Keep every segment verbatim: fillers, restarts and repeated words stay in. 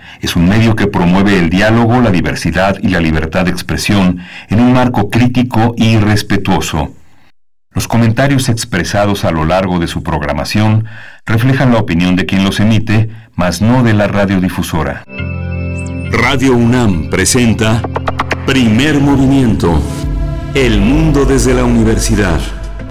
Es un medio que promueve el diálogo, la diversidad y la libertad de expresión en un marco crítico y respetuoso. Los comentarios expresados a lo largo de su programación reflejan la opinión de quien los emite, mas no de la radiodifusora. Radio UNAM presenta Primer Movimiento. El mundo desde la universidad.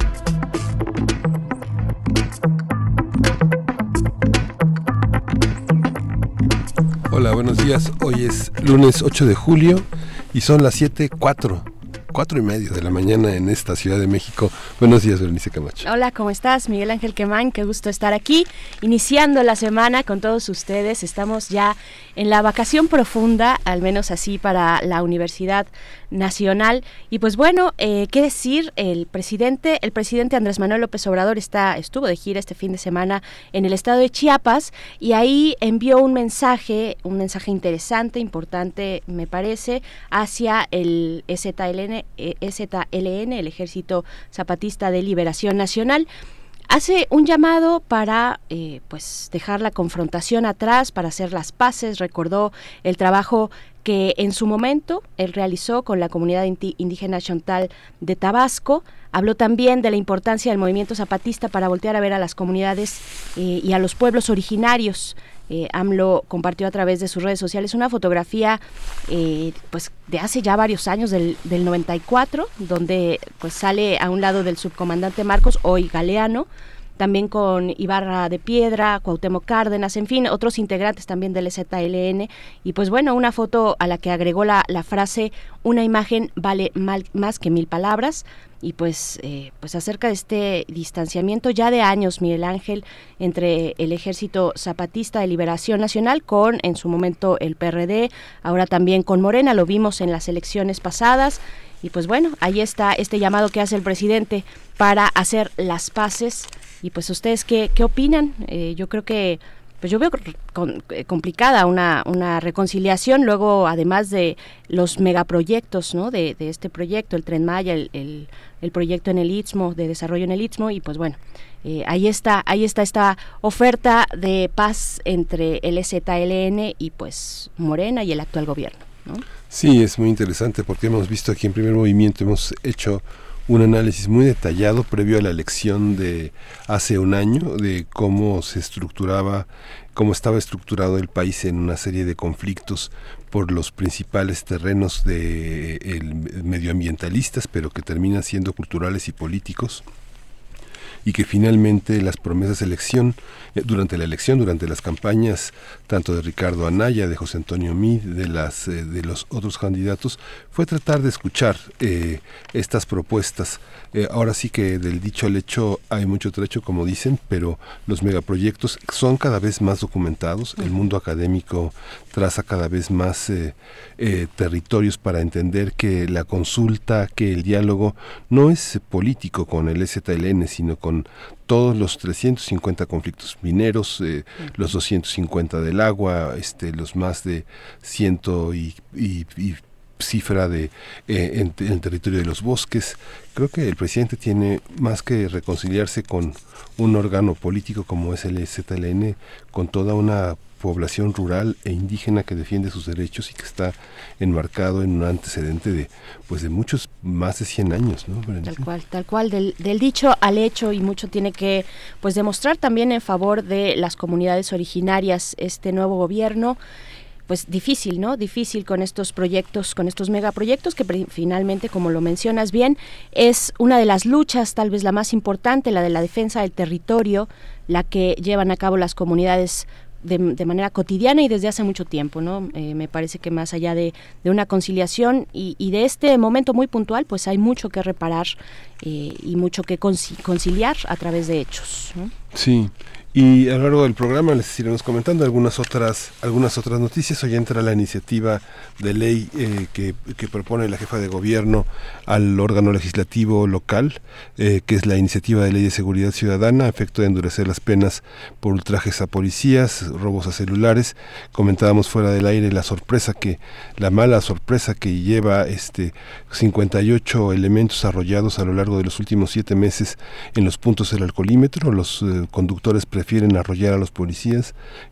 Hola, buenos días. Hoy es lunes ocho de julio y son las siete cuatro. Cuatro y medio de la mañana en esta Ciudad de México. Buenos días, Berenice Camacho. Hola, ¿cómo estás? Miguel Ángel Quemain, qué gusto estar aquí, iniciando la semana con todos ustedes. Estamos ya en la vacación profunda, al menos así para la Universidad Nacional. Y pues bueno, eh, qué decir, el presidente, el presidente Andrés Manuel López Obrador está, estuvo de gira este fin de semana en el estado de Chiapas y ahí envió un mensaje, un mensaje interesante, importante, me parece, hacia el E Z L N, E Z L N, el Ejército Zapatista de Liberación Nacional. Hace un llamado para eh, pues dejar la confrontación atrás, para hacer las paces. Recordó el trabajo que en su momento él realizó con la comunidad indígena Chontal de Tabasco. Habló también de la importancia del movimiento zapatista para voltear a ver a las comunidades eh, y a los pueblos originarios. Eh, AMLO compartió a través de sus redes sociales una fotografía eh, pues de hace ya varios años, del, del noventa y cuatro, donde pues sale a un lado del subcomandante Marcos, hoy Galeano, también con Ibarra de Piedra, Cuauhtémoc Cárdenas, en fin, otros integrantes también del E Z L N, y pues bueno, una foto a la que agregó la, la frase, una imagen vale mal, más que mil palabras, y pues, eh, pues acerca de este distanciamiento ya de años, Miguel Ángel, entre el Ejército Zapatista de Liberación Nacional con, en su momento, el P R D, ahora también con Morena, lo vimos en las elecciones pasadas, y pues bueno, ahí está este llamado que hace el presidente para hacer las paces. Y pues ustedes qué, qué opinan. Eh, yo creo que pues yo veo con, eh, complicada una, una reconciliación, luego además de los megaproyectos, ¿no? de, de este proyecto, el Tren Maya, el, el, el proyecto en el Istmo, de desarrollo en el Istmo, y pues bueno, eh, ahí está, ahí está esta oferta de paz entre el E Z L N y pues Morena y el actual gobierno, ¿no? Sí, es muy interesante porque hemos visto aquí en Primer Movimiento, hemos hecho un análisis muy detallado previo a la elección de hace un año de cómo se estructuraba, cómo estaba estructurado el país en una serie de conflictos por los principales terrenos de el, medioambientalistas, pero que terminan siendo culturales y políticos, y que finalmente las promesas de elección, eh, durante la elección, durante las campañas, tanto de Ricardo Anaya, de José Antonio Meade, de, las, eh, de los otros candidatos, fue tratar de escuchar eh, estas propuestas. Eh, ahora sí que del dicho al hecho hay mucho trecho, como dicen, pero los megaproyectos son cada vez más documentados, el mundo académico traza cada vez más eh, eh, territorios para entender que la consulta, que el diálogo no es político con el E Z L N, sino con con todos los trescientos cincuenta conflictos mineros, eh, uh-huh. los doscientos cincuenta del agua, este, los más de ciento y, y, y cifra de eh, en, en el territorio de los bosques. Creo que el presidente tiene más que reconciliarse con un órgano político como es el E Z L N, con toda una población rural e indígena que defiende sus derechos y que está enmarcado en un antecedente de pues de muchos, más de cien años, ¿no? Tal cual, tal cual, del, del dicho al hecho, y mucho tiene que pues demostrar también en favor de las comunidades originarias este nuevo gobierno. Pues difícil, ¿no? Difícil con estos proyectos, con estos megaproyectos que pre- finalmente, como lo mencionas bien, es una de las luchas, tal vez la más importante, la de la defensa del territorio, la que llevan a cabo las comunidades De, de manera cotidiana y desde hace mucho tiempo, ¿no? Eh, me parece que más allá de, de una conciliación y, y de este momento muy puntual, pues hay mucho que reparar eh, y mucho que conciliar a través de hechos, ¿no? Sí. Y a lo largo del programa les iremos comentando algunas otras algunas otras noticias. Hoy entra la iniciativa de ley eh, que, que propone la jefa de gobierno al órgano legislativo local, eh, que es la iniciativa de ley de seguridad ciudadana, a efecto de endurecer las penas por ultrajes a policías, robos a celulares. Comentábamos fuera del aire la sorpresa que, la mala sorpresa que lleva este cincuenta y ocho elementos arrollados a lo largo de los últimos siete meses en los puntos del alcoholímetro. Los eh, conductores prefieren arrollar a los policías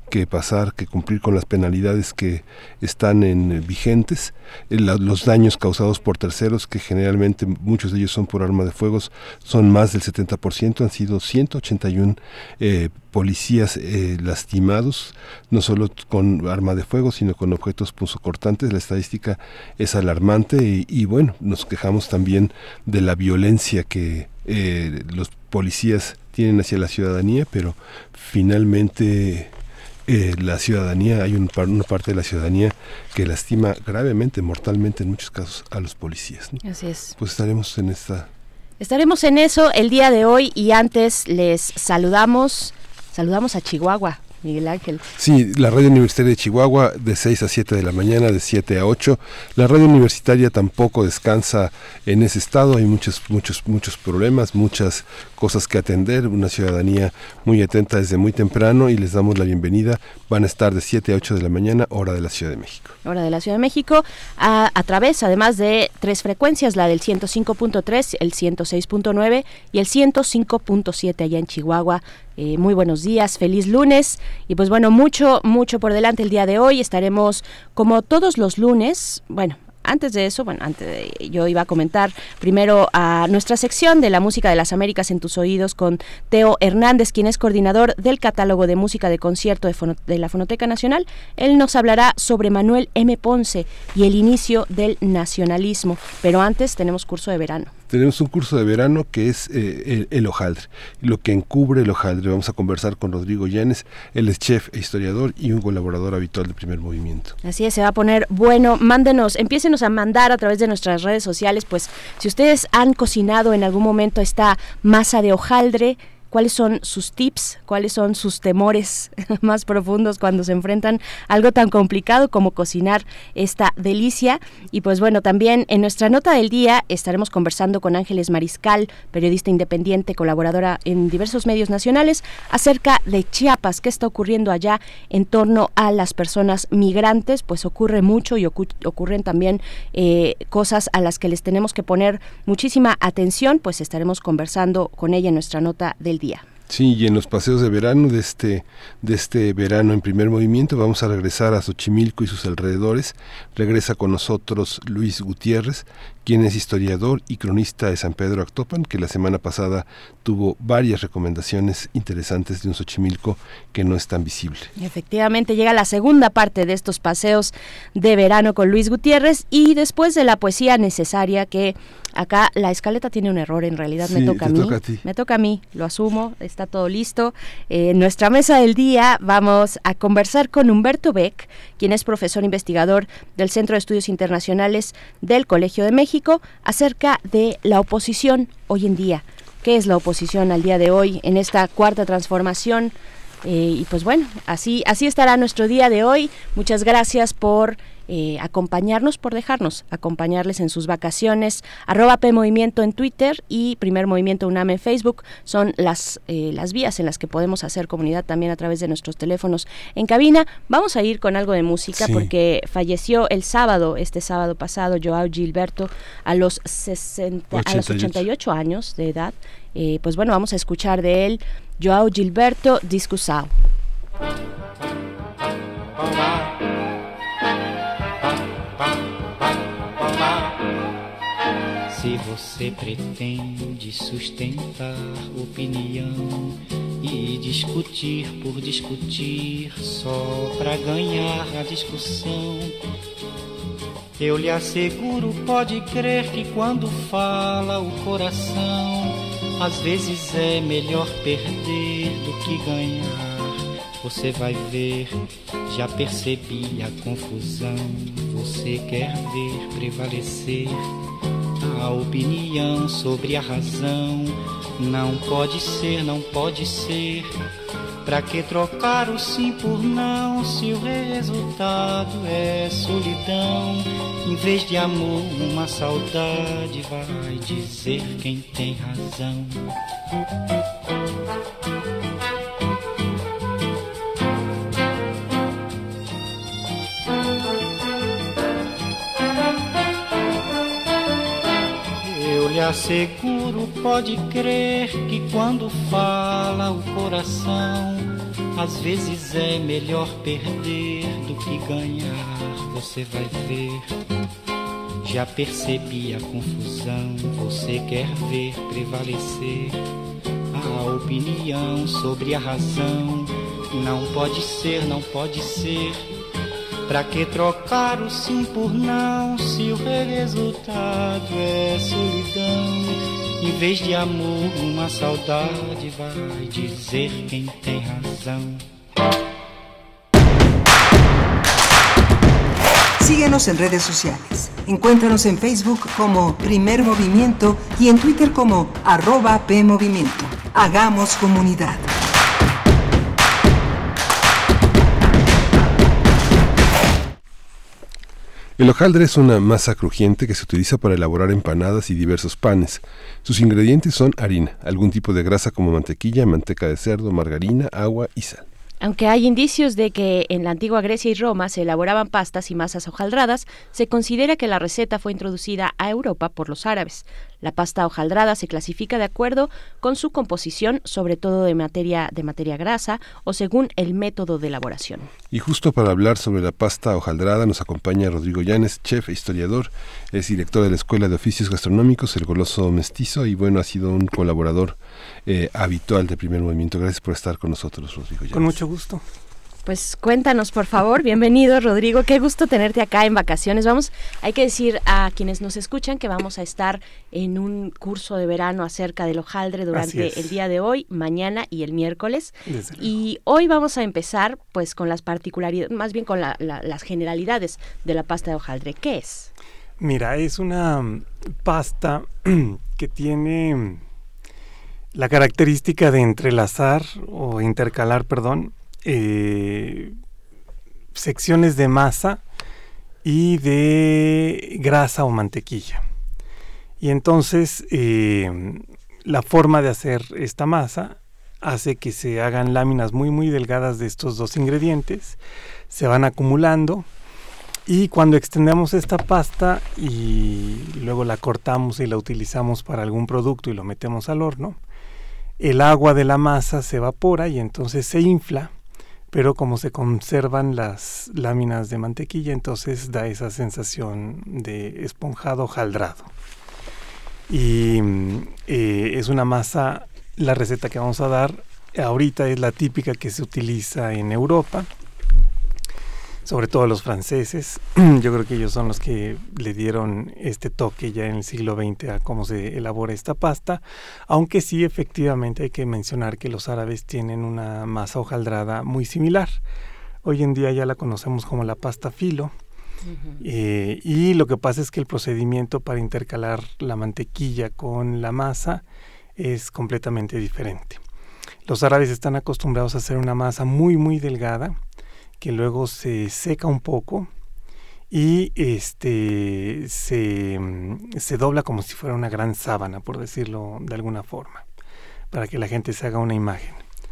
que pasar, que cumplir con las penalidades que están en, vigentes. Eh, la, los daños causados por terceros, que generalmente muchos de ellos son por arma de fuego, son más del setenta por ciento, han sido ciento ochenta y uno eh, policías eh, lastimados, no solo con arma de fuego, sino con objetos punzocortantes. La estadística es alarmante y, y bueno, nos quejamos también de la violencia que eh, los policías tienen hacia la ciudadanía, pero finalmente eh, la ciudadanía, hay un, una parte de la ciudadanía que lastima gravemente, mortalmente en muchos casos a los policías, ¿no? Así es. Pues estaremos en esta... Estaremos en eso el día de hoy y antes les saludamos, saludamos a Chihuahua. Miguel Ángel. Sí, la Radio Universitaria de Chihuahua de seis a siete de la mañana, de siete a ocho. La radio universitaria tampoco descansa en ese estado, hay muchos, muchos, muchos problemas, muchas cosas que atender, una ciudadanía muy atenta desde muy temprano y les damos la bienvenida. Van a estar de siete a ocho de la mañana, hora de la Ciudad de México. Hora de la Ciudad de México, a, a través además de tres frecuencias, la del ciento cinco punto tres, el ciento seis punto nueve y el ciento cinco punto siete allá en Chihuahua. Eh, muy buenos días, feliz lunes y pues bueno, mucho, mucho por delante el día de hoy. Estaremos como todos los lunes, bueno, antes de eso, bueno, antes de, yo iba a comentar primero a nuestra sección de la música de las Américas en tus oídos con Teo Hernández, quien es coordinador del catálogo de música de concierto de, Fono, de la Fonoteca Nacional. Él nos hablará sobre Manuel M. Ponce y el inicio del nacionalismo, pero antes tenemos curso de verano. Tenemos un curso de verano que es eh, el, el hojaldre, lo que encubre el hojaldre. Vamos a conversar con Rodrigo Llanes, él es chef e historiador y un colaborador habitual de Primer Movimiento. Así es, se va a poner bueno. Mándenos, empiécenos a mandar a través de nuestras redes sociales, pues si ustedes han cocinado en algún momento esta masa de hojaldre, cuáles son sus tips, cuáles son sus temores más profundos cuando se enfrentan a algo tan complicado como cocinar esta delicia. Y pues bueno, también en nuestra nota del día estaremos conversando con Ángeles Mariscal, periodista independiente, colaboradora en diversos medios nacionales, acerca de Chiapas, qué está ocurriendo allá en torno a las personas migrantes. Pues ocurre mucho y ocu- ocurren también eh, cosas a las que les tenemos que poner muchísima atención, pues estaremos conversando con ella en nuestra nota del día. Sí, y en los paseos de verano de este de este verano en Primer Movimiento vamos a regresar a Xochimilco y sus alrededores. Regresa con nosotros Luis Gutiérrez, quien es historiador y cronista de San Pedro Actopan, que la semana pasada tuvo varias recomendaciones interesantes de un Xochimilco que no es tan visible. Efectivamente, llega la segunda parte de estos paseos de verano con Luis Gutiérrez y después de la poesía necesaria, que acá la escaleta tiene un error, en realidad sí, me toca a mí. Toca a ti. Me toca a mí, lo asumo, está todo listo. Eh, en nuestra mesa del día vamos a conversar con Humberto Beck, quien es profesor investigador del Centro de Estudios Internacionales del Colegio de México, acerca de la oposición hoy en día. ¿Qué es la oposición al día de hoy en esta cuarta transformación? Eh, y pues bueno, así, así estará nuestro día de hoy. Muchas gracias por eh, acompañarnos, por dejarnos acompañarles en sus vacaciones. Arroba P Movimiento en Twitter y Primer Movimiento UNAM en Facebook son las, eh, las vías en las que podemos hacer comunidad también a través de nuestros teléfonos en cabina. Vamos a ir con algo de música, sí, porque falleció el sábado, este sábado pasado, Joao Gilberto a los, sesenta, a los ochenta y ocho años de edad. Eh, pues bueno, vamos a escuchar de él Joao Gilberto Discussão. Se você pretende sustentar opinião e discutir por discutir só pra ganhar a discussão, eu lhe asseguro, pode crer que quando fala o coração, às vezes é melhor perder do que ganhar. Você vai ver, já percebi a confusão. Você quer ver prevalecer a opinião sobre a razão. Não pode ser, não pode ser. Pra que trocar o sim por não, se o resultado é solidão? Em vez de amor, uma saudade, vai dizer quem tem razão. Eu lhe asseguro, pode crer que quando fala o coração, Às vezes é melhor perder do que ganhar, você vai ver. Já percebi a confusão, você quer ver prevalecer a opinião sobre a razão. Não pode ser, não pode ser. Pra que trocar o sim por não, se o resultado é solidão? Em vez de amor, uma saudade vai dizer quem tem razão. Síguenos en redes sociales. Encuéntranos en Facebook como Primer Movimiento y en Twitter como arroba PMovimiento. Hagamos comunidad. El hojaldre es una masa crujiente que se utiliza para elaborar empanadas y diversos panes. Sus ingredientes son harina, algún tipo de grasa como mantequilla, manteca de cerdo, margarina, agua y sal. Aunque hay indicios de que en la antigua Grecia y Roma se elaboraban pastas y masas hojaldradas, se considera que la receta fue introducida a Europa por los árabes. La pasta hojaldrada se clasifica de acuerdo con su composición, sobre todo de materia, de materia grasa o según el método de elaboración. Y justo para hablar sobre la pasta hojaldrada nos acompaña Rodrigo Llanes, chef e historiador, es director de la Escuela de Oficios Gastronómicos, El Goloso Mestizo, y bueno, ha sido un colaborador eh, habitual de Primer Movimiento. Gracias por estar con nosotros, Rodrigo Llanes. Con mucho gusto. Pues cuéntanos, por favor. Bienvenido, Rodrigo. Qué gusto tenerte acá en vacaciones. Vamos, hay que decir a quienes nos escuchan que vamos a estar en un curso de verano acerca del hojaldre durante el día de hoy, mañana y el miércoles. Desde y luego. Hoy vamos a empezar pues con las particularidades, más bien con la, la, las generalidades de la pasta de hojaldre. ¿Qué es? Mira, es una pasta que tiene la característica de entrelazar o intercalar, perdón, Eh, secciones de masa y de grasa o mantequilla. Y entonces eh, la forma de hacer esta masa hace que se hagan láminas muy muy delgadas de estos dos ingredientes, se van acumulando y cuando extendemos esta pasta y luego la cortamos y la utilizamos para algún producto y lo metemos al horno, el agua de la masa se evapora y entonces se infla, pero como se conservan las láminas de mantequilla, entonces da esa sensación de esponjado hojaldrado. Y eh, es una masa, la receta que vamos a dar ahorita es la típica que se utiliza en Europa, sobre todo los franceses. Yo creo que ellos son los que le dieron este toque ya en el siglo veinte a cómo se elabora esta pasta, aunque sí efectivamente hay que mencionar que los árabes tienen una masa hojaldrada muy similar. Hoy en día ya la conocemos como la pasta filo, uh-huh. eh, y lo que pasa es que el procedimiento para intercalar la mantequilla con la masa es completamente diferente. Los árabes están acostumbrados a hacer una masa muy muy delgada, que luego se seca un poco y este se, se dobla como si fuera una gran sábana, por decirlo de alguna forma, para que la gente se haga una imagen.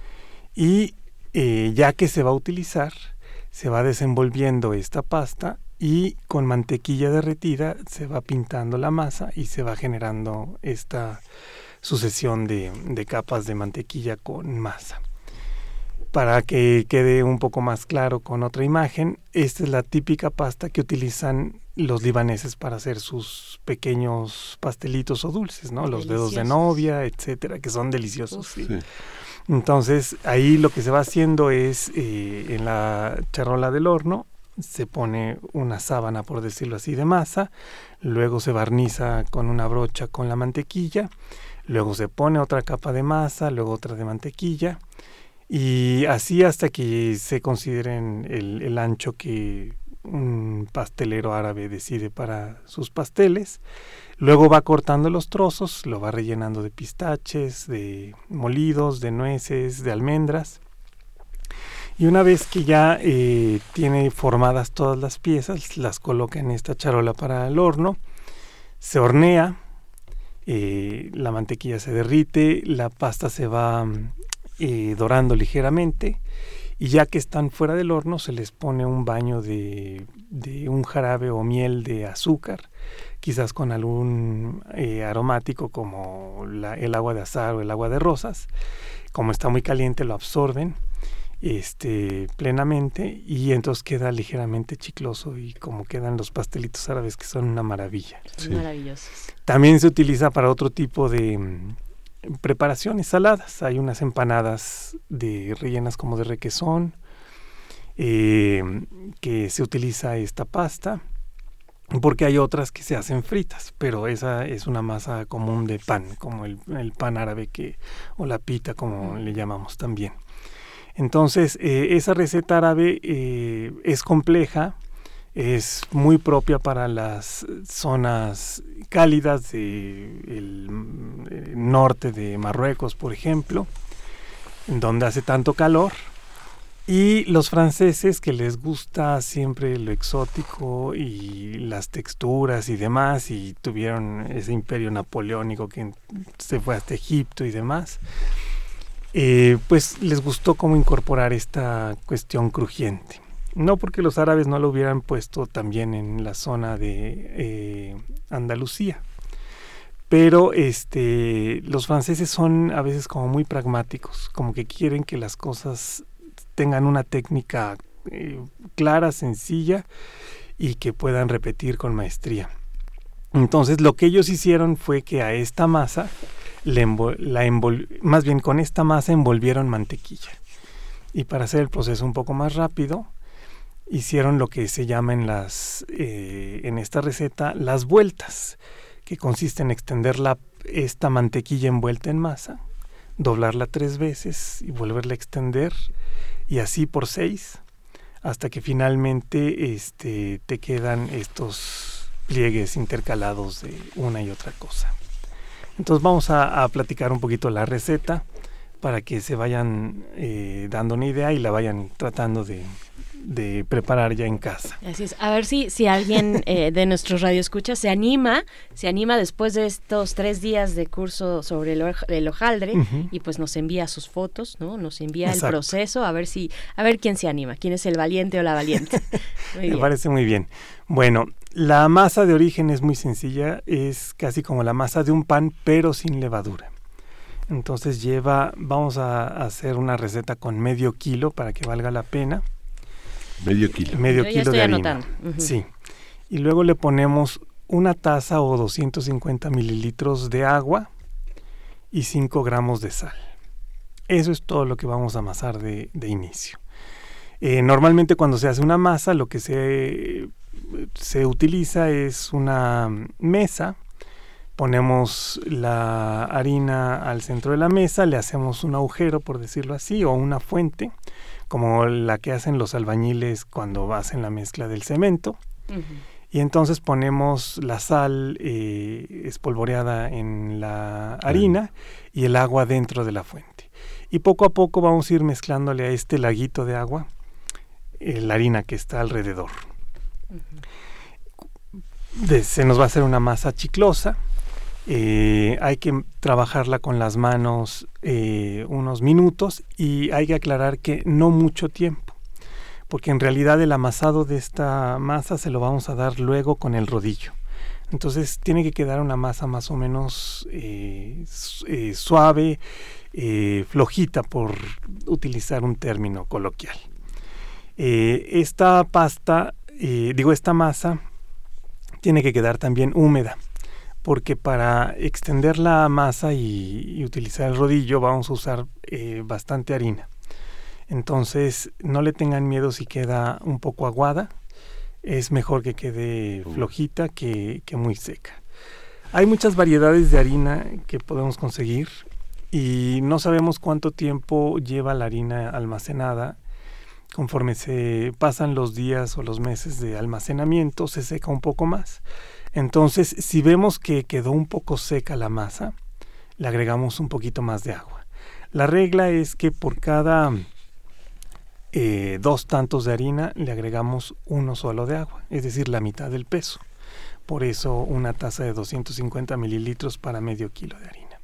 Y eh, ya que se va a utilizar, se va desenvolviendo esta pasta y con mantequilla derretida se va pintando la masa y se va generando esta sucesión de, de capas de mantequilla con masa. Para que quede un poco más claro con otra imagen, esta es la típica pasta que utilizan los libaneses para hacer sus pequeños pastelitos o dulces, ¿no? Los dedos de novia, etcétera, que son deliciosos. Sí. Sí. Entonces, ahí lo que se va haciendo es, eh, en la charola del horno, se pone una sábana, por decirlo así, de masa, luego se barniza con una brocha con la mantequilla, luego se pone otra capa de masa, luego otra de mantequilla, y así hasta que se consideren el, el ancho que un pastelero árabe decide para sus pasteles. Luego va cortando los trozos, lo va rellenando de pistaches, de molidos, de nueces, de almendras. Y una vez que ya eh, tiene formadas todas las piezas, las coloca en esta charola para el horno, se hornea, eh, la mantequilla se derrite, la pasta se va Eh, dorando ligeramente y ya que están fuera del horno se les pone un baño de, de un jarabe o miel de azúcar, quizás con algún eh, aromático como la, el agua de azahar o el agua de rosas. Como está muy caliente lo absorben este, plenamente, y entonces queda ligeramente chicloso y como quedan los pastelitos árabes, que son una maravilla. Son sí. maravillosos. También se utiliza para otro tipo de mm, preparaciones saladas. Hay unas empanadas de rellenas como de requesón, eh, que se utiliza esta pasta, porque hay otras que se hacen fritas, pero esa es una masa común de pan, como el, el pan árabe que, o la pita, como le llamamos también. Entonces, eh, esa receta árabe eh, es compleja, es muy propia para las zonas cálidas del norte de Marruecos, por ejemplo, donde hace tanto calor. Y los franceses, que les gusta siempre lo exótico y las texturas y demás, y tuvieron ese imperio napoleónico que se fue hasta Egipto y demás, eh, pues les gustó cómo incorporar esta cuestión crujiente. No porque los árabes no lo hubieran puesto también en la zona de eh, Andalucía, pero este, los franceses son a veces como muy pragmáticos, como que quieren que las cosas tengan una técnica eh, clara, sencilla y que puedan repetir con maestría. Entonces lo que ellos hicieron fue que a esta masa, le envol- la envol- más bien con esta masa envolvieron mantequilla. Y para hacer el proceso un poco más rápido, hicieron lo que se llama en, las, eh, en esta receta las vueltas, que consiste en extender la, esta mantequilla envuelta en masa, doblarla tres veces y volverla a extender, y así por seis, hasta que finalmente este, te quedan estos pliegues intercalados de una y otra cosa. Entonces vamos a, a platicar un poquito la receta para que se vayan eh, dando una idea y la vayan tratando de, de preparar ya en casa. Así es. A ver si, si alguien eh, de nuestros radioescuchas se anima, se anima después de estos tres días de curso sobre el, hoj- el hojaldre, uh-huh. y pues nos envía sus fotos, ¿no? Nos envía Exacto. el proceso, a ver si, a ver quién se anima, quién es el valiente o la valiente. Muy Me bien. parece muy bien. Bueno, la masa de origen es muy sencilla, es casi como la masa de un pan, pero sin levadura. Entonces lleva, vamos a hacer una receta con medio kilo para que valga la pena. Medio kilo. Medio Yo ya kilo estoy de anotando. harina. Uh-huh. Sí. Y luego le ponemos una taza o doscientos cincuenta mililitros de agua y cinco gramos de sal. Eso es todo lo que vamos a amasar de, de inicio. Eh, normalmente cuando se hace una masa, lo que se, se utiliza es una mesa. Ponemos la harina al centro de la mesa, le hacemos un agujero, por decirlo así, o una fuente, como la que hacen los albañiles cuando hacen la mezcla del cemento. Uh-huh. Y entonces ponemos la sal eh, espolvoreada en la harina y el agua dentro de la fuente. Y poco a poco vamos a ir mezclándole a este laguito de agua eh, la harina que está alrededor. Uh-huh. De, se nos va a hacer una masa chiclosa. Eh, hay que trabajarla con las manos eh, unos minutos, y hay que aclarar que no mucho tiempo, porque en realidad el amasado de esta masa se lo vamos a dar luego con el rodillo. Entonces tiene que quedar una masa más o menos eh, eh, suave, eh, flojita, por utilizar un término coloquial. Eh, esta pasta, eh, digo esta masa, tiene que quedar también húmeda, porque para extender la masa y, y utilizar el rodillo vamos a usar eh, bastante harina. Entonces no le tengan miedo si queda un poco aguada, es mejor que quede flojita que, que muy seca. Hay muchas variedades de harina que podemos conseguir y no sabemos cuánto tiempo lleva la harina almacenada. Conforme se pasan los días o los meses de almacenamiento, se seca un poco más. Entonces, si vemos que quedó un poco seca la masa, le agregamos un poquito más de agua. La regla es que por cada eh, dos tantos de harina le agregamos uno solo de agua, es decir, la mitad del peso. Por eso una taza de doscientos cincuenta mililitros para medio kilo de harina.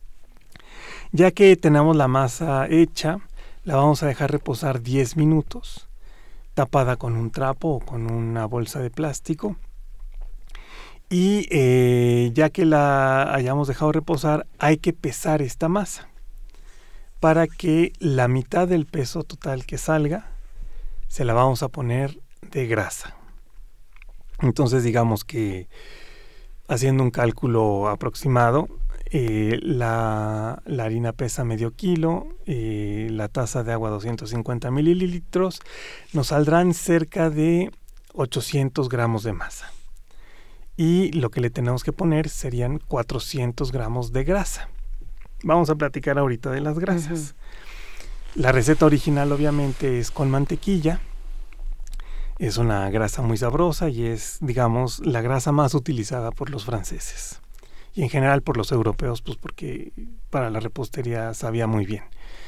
Ya que tenemos la masa hecha, la vamos a dejar reposar diez minutos, tapada con un trapo o con una bolsa de plástico. Y eh, ya que la hayamos dejado reposar, hay que pesar esta masa para que la mitad del peso total que salga se la vamos a poner de grasa. Entonces digamos que haciendo un cálculo aproximado, eh, la, la harina pesa medio kilo, eh, la taza de agua doscientos cincuenta mililitros, nos saldrán cerca de ochocientos gramos de masa. Y lo que le tenemos que poner serían cuatrocientos gramos de grasa. Vamos a platicar ahorita de las grasas. Uh-huh. La receta original obviamente es con mantequilla. Es una grasa muy sabrosa y es, digamos, la grasa más utilizada por los franceses. Y en general por los europeos, pues porque para la repostería sabía muy bien.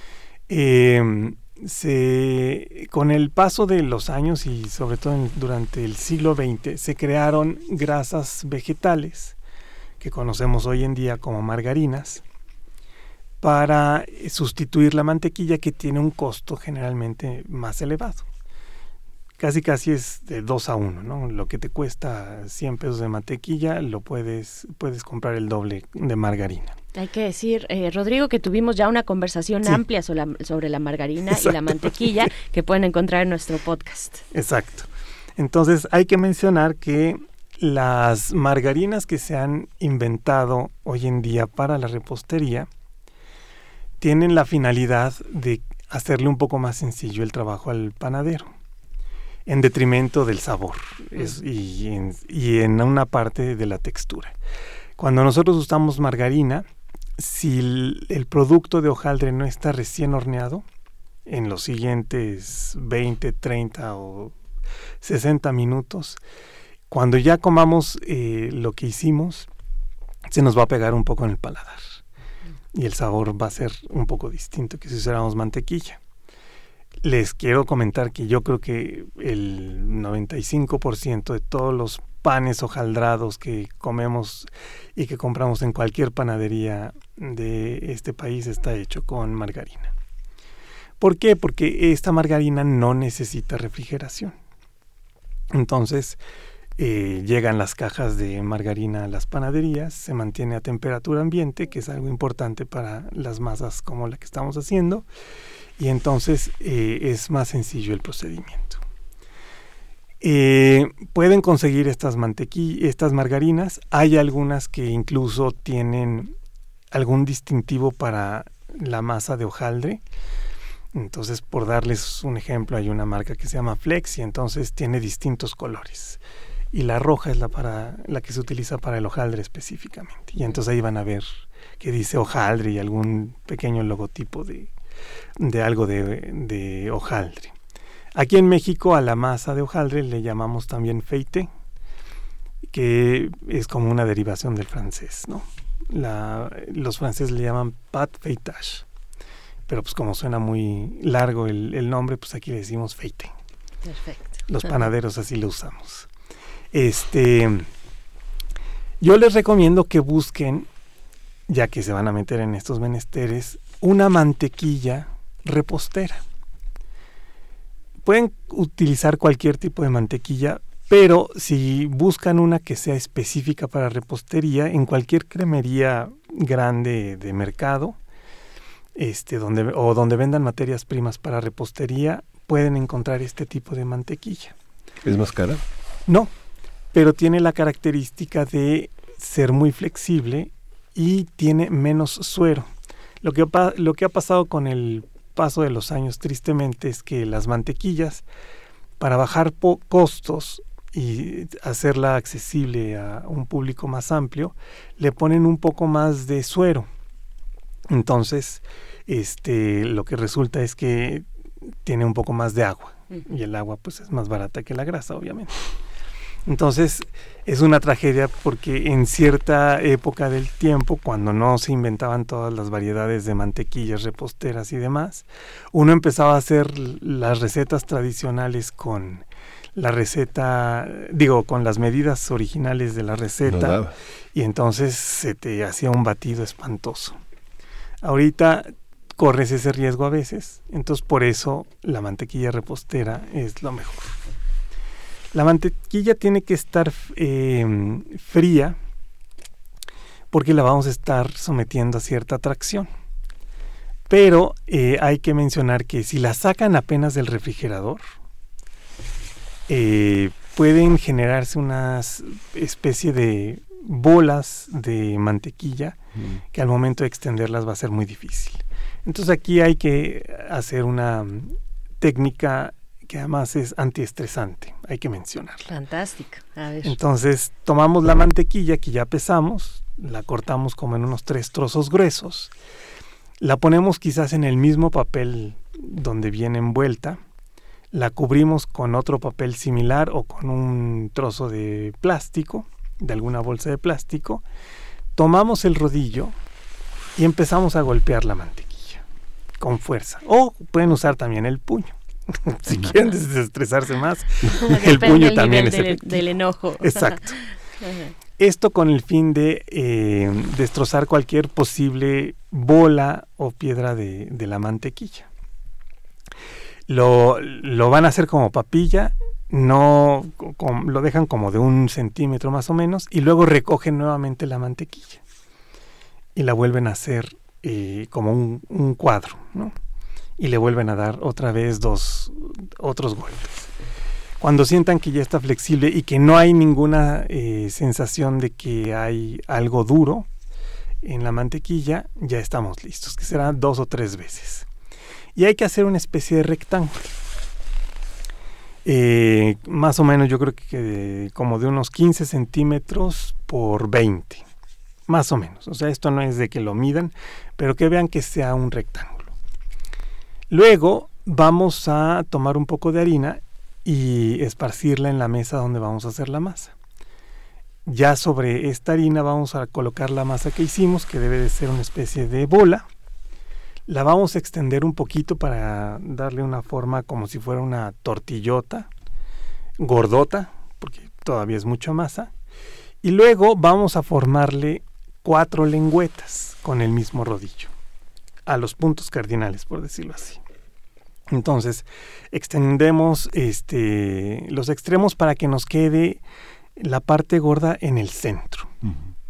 Eh, se, con el paso de los años y sobre todo en, durante el siglo veinte, se crearon grasas vegetales que conocemos hoy en día como margarinas para sustituir la mantequilla, que tiene un costo generalmente más elevado. Casi casi es de dos a uno, ¿no? Lo que te cuesta cien pesos de mantequilla, lo puedes, puedes comprar el doble de margarina. Hay que decir, eh, Rodrigo, que tuvimos ya una conversación sí. amplia sobre la, sobre la margarina Exacto. y la mantequilla que pueden encontrar en nuestro podcast. Exacto. Entonces hay que mencionar que las margarinas que se han inventado hoy en día para la repostería tienen la finalidad de hacerle un poco más sencillo el trabajo al panadero, en detrimento del sabor es, y, en, y en una parte de la textura. Cuando nosotros usamos margarina, si el, el producto de hojaldre no está recién horneado, en los siguientes veinte, treinta o sesenta minutos, cuando ya comamos eh, lo que hicimos, se nos va a pegar un poco en el paladar. Y el sabor va a ser un poco distinto que si usáramos mantequilla. Les quiero comentar que yo creo que el noventa y cinco por ciento de todos los panes hojaldrados que comemos y que compramos en cualquier panadería de este país está hecho con margarina. ¿Por qué? Porque esta margarina no necesita refrigeración. Entonces, eh, llegan las cajas de margarina a las panaderías, se mantiene a temperatura ambiente, que es algo importante para las masas como la que estamos haciendo, y entonces eh, es más sencillo el procedimiento. Eh, pueden conseguir estas mantequillas, estas margarinas. Hay algunas que incluso tienen algún distintivo para la masa de hojaldre. Entonces, por darles un ejemplo, hay una marca que se llama Flex y entonces tiene distintos colores. Y la roja es la para la que se utiliza para el hojaldre específicamente. Y entonces ahí van a ver que dice hojaldre y algún pequeño logotipo de de algo de, de hojaldre. Aquí en México a la masa de hojaldre le llamamos también feuilleté, que es como una derivación del francés, ¿no? La, los franceses le llaman pâte feuilletage, pero pues como suena muy largo el, el nombre, pues aquí le decimos feuilleté. Perfecto. Los panaderos así lo usamos. Este, yo les recomiendo que busquen, ya que se van a meter en estos menesteres, una mantequilla repostera. Pueden utilizar cualquier tipo de mantequilla, pero si buscan una que sea específica para repostería, en cualquier cremería grande de mercado, este, donde, o donde vendan materias primas para repostería, pueden encontrar este tipo de mantequilla. ¿Es más cara? No, pero tiene la característica de ser muy flexible y tiene menos suero. Lo que, lo que ha pasado con el paso de los años, tristemente, es que las mantequillas, para bajar po- costos y hacerla accesible a un público más amplio, le ponen un poco más de suero. Entonces, este, lo que resulta es que tiene un poco más de agua. Uh-huh. Y el agua, pues, es más barata que la grasa, obviamente. Entonces es una tragedia porque en cierta época del tiempo, cuando no se inventaban todas las variedades de mantequillas reposteras y demás, uno empezaba a hacer las recetas tradicionales con la receta, digo, con las medidas originales de la receta, no, y entonces se te hacía un batido espantoso. Ahorita corres ese riesgo a veces, entonces por eso la mantequilla repostera es lo mejor. La mantequilla tiene que estar eh, fría porque la vamos a estar sometiendo a cierta tracción. Pero eh, hay que mencionar que si la sacan apenas del refrigerador, eh, pueden generarse una especie de bolas de mantequilla mm. que al momento de extenderlas va a ser muy difícil. Entonces aquí hay que hacer una técnica que además es antiestresante, hay que mencionarla. Fantástico. A ver. Entonces tomamos la mantequilla que ya pesamos, la cortamos como en unos tres trozos gruesos, la ponemos quizás en el mismo papel donde viene envuelta, la cubrimos con otro papel similar o con un trozo de plástico, de alguna bolsa de plástico, tomamos el rodillo y empezamos a golpear la mantequilla con fuerza. O pueden usar también el puño. Si quieren desestresarse más, el puño también es del, del enojo. Exacto. Esto con el fin de eh, destrozar cualquier posible bola o piedra de, de la mantequilla. Lo, lo van a hacer como papilla, no con, lo dejan como de un centímetro más o menos y luego recogen nuevamente la mantequilla y la vuelven a hacer eh, como un, un cuadro, ¿no? Y le vuelven a dar otra vez dos otros golpes. Cuando sientan que ya está flexible y que no hay ninguna eh, sensación de que hay algo duro en la mantequilla, ya estamos listos, que será dos o tres veces. Y hay que hacer una especie de rectángulo. Eh, más o menos yo creo que de, como de unos quince centímetros por veinte. Más o menos. O sea, esto no es de que lo midan, pero que vean que sea un rectángulo. Luego vamos a tomar un poco de harina y esparcirla en la mesa donde vamos a hacer la masa. Ya sobre esta harina vamos a colocar la masa que hicimos, que debe de ser una especie de bola. La vamos a extender un poquito para darle una forma como si fuera una tortillota, gordota, porque todavía es mucha masa. Y luego vamos a formarle cuatro lengüetas con el mismo rodillo, a los puntos cardinales, por decirlo así. Entonces, extendemos este, los extremos para que nos quede la parte gorda en el centro. Uh-huh.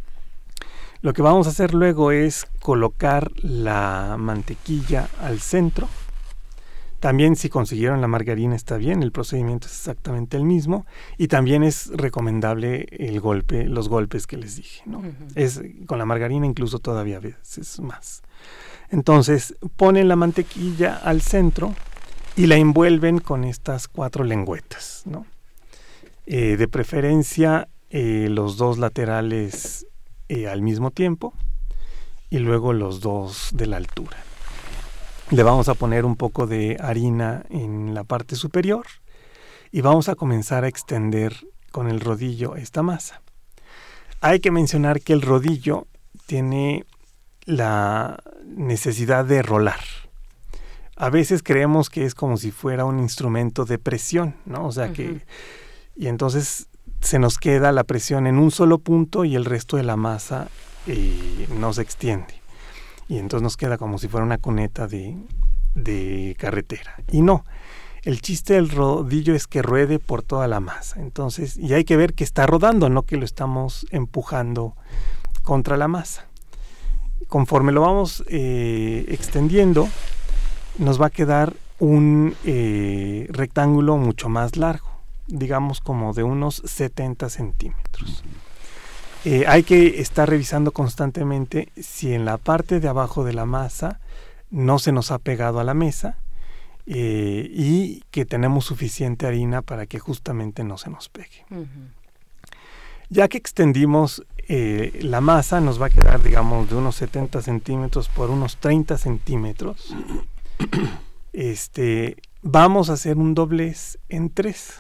Lo que vamos a hacer luego es colocar la mantequilla al centro. También si consiguieron la margarina está bien, el procedimiento es exactamente el mismo. Y también es recomendable el golpe, los golpes que les dije, ¿no? Uh-huh. Es, con la margarina incluso todavía a veces más. Entonces ponen la mantequilla al centro y la envuelven con estas cuatro lengüetas, ¿no? Eh, de preferencia eh, los dos laterales eh, al mismo tiempo y luego los dos de la altura. Le vamos a poner un poco de harina en la parte superior y vamos a comenzar a extender con el rodillo esta masa. Hay que mencionar que el rodillo tiene la necesidad de rolar. A veces creemos que es como si fuera un instrumento de presión, ¿no? O sea, uh-huh. que y entonces se nos queda la presión en un solo punto y el resto de la masa eh, no se extiende. Y entonces nos queda como si fuera una cuneta de, de carretera. Y no, el chiste del rodillo es que ruede por toda la masa. Entonces, y hay que ver que está rodando, no que lo estamos empujando contra la masa. Conforme lo vamos eh, extendiendo, nos va a quedar un eh, rectángulo mucho más largo, digamos como de unos setenta centímetros. Eh, hay que estar revisando constantemente si en la parte de abajo de la masa no se nos ha pegado a la mesa eh, y que tenemos suficiente harina para que justamente no se nos pegue. Uh-huh. Ya que extendimos eh, la masa, nos va a quedar, digamos, de unos setenta centímetros por unos treinta centímetros. Este, vamos a hacer un doblez en tres.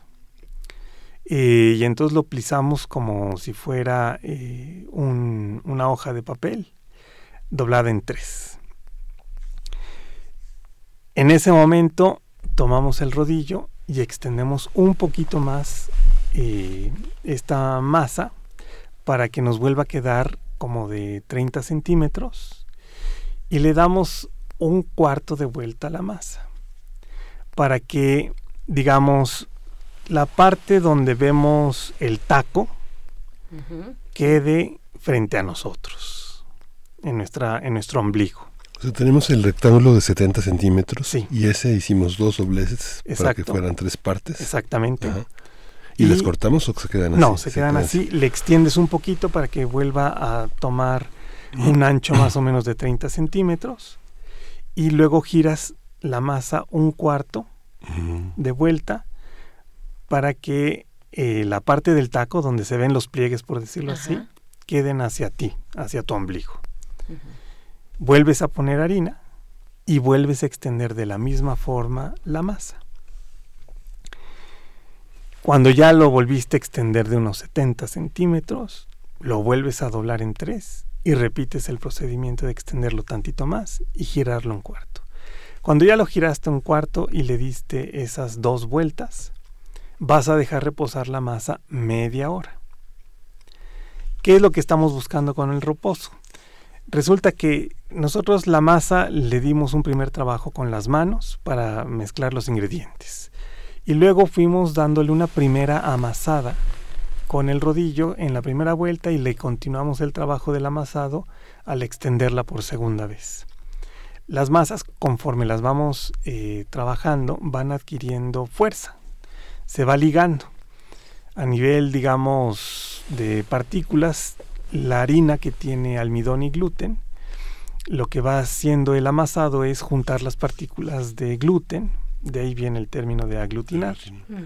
Eh, y entonces lo plisamos como si fuera eh, un, una hoja de papel doblada en tres. En ese momento tomamos el rodillo y extendemos un poquito más eh, esta masa para que nos vuelva a quedar como de treinta centímetros y le damos un cuarto de vuelta a la masa para que, digamos, la parte donde vemos el taco uh-huh. quede frente a nosotros, en nuestra, en nuestro ombligo. O O sea, tenemos el rectángulo de setenta centímetros, sí, y ese hicimos dos dobleces. Exacto. Para que fueran tres partes. Exactamente. Ajá. ¿Y, ¿Y las cortamos o se quedan así? No, se, se quedan, quedan así. así, le extiendes un poquito para que vuelva a tomar un ancho más o menos de treinta centímetros, y luego giras la masa un cuarto uh-huh. de vuelta para que eh, la parte del taco, donde se ven los pliegues, por decirlo Ajá. así, queden hacia ti, hacia tu ombligo. Uh-huh. Vuelves a poner harina y vuelves a extender de la misma forma la masa. Cuando ya lo volviste a extender de unos setenta centímetros, lo vuelves a doblar en tres y repites el procedimiento de extenderlo tantito más y girarlo un cuarto. Cuando ya lo giraste un cuarto y le diste esas dos vueltas, vas a dejar reposar la masa media hora. ¿Qué es lo que estamos buscando con el reposo? Resulta que nosotros la masa le dimos un primer trabajo con las manos para mezclar los ingredientes. Y luego fuimos dándole una primera amasada con el rodillo en la primera vuelta y le continuamos el trabajo del amasado al extenderla por segunda vez. Las masas, conforme las vamos eh, trabajando, van adquiriendo fuerza, se va ligando. A nivel, digamos, de partículas, la harina que tiene almidón y gluten, lo que va haciendo el amasado es juntar las partículas de gluten, de ahí viene el término de aglutinar.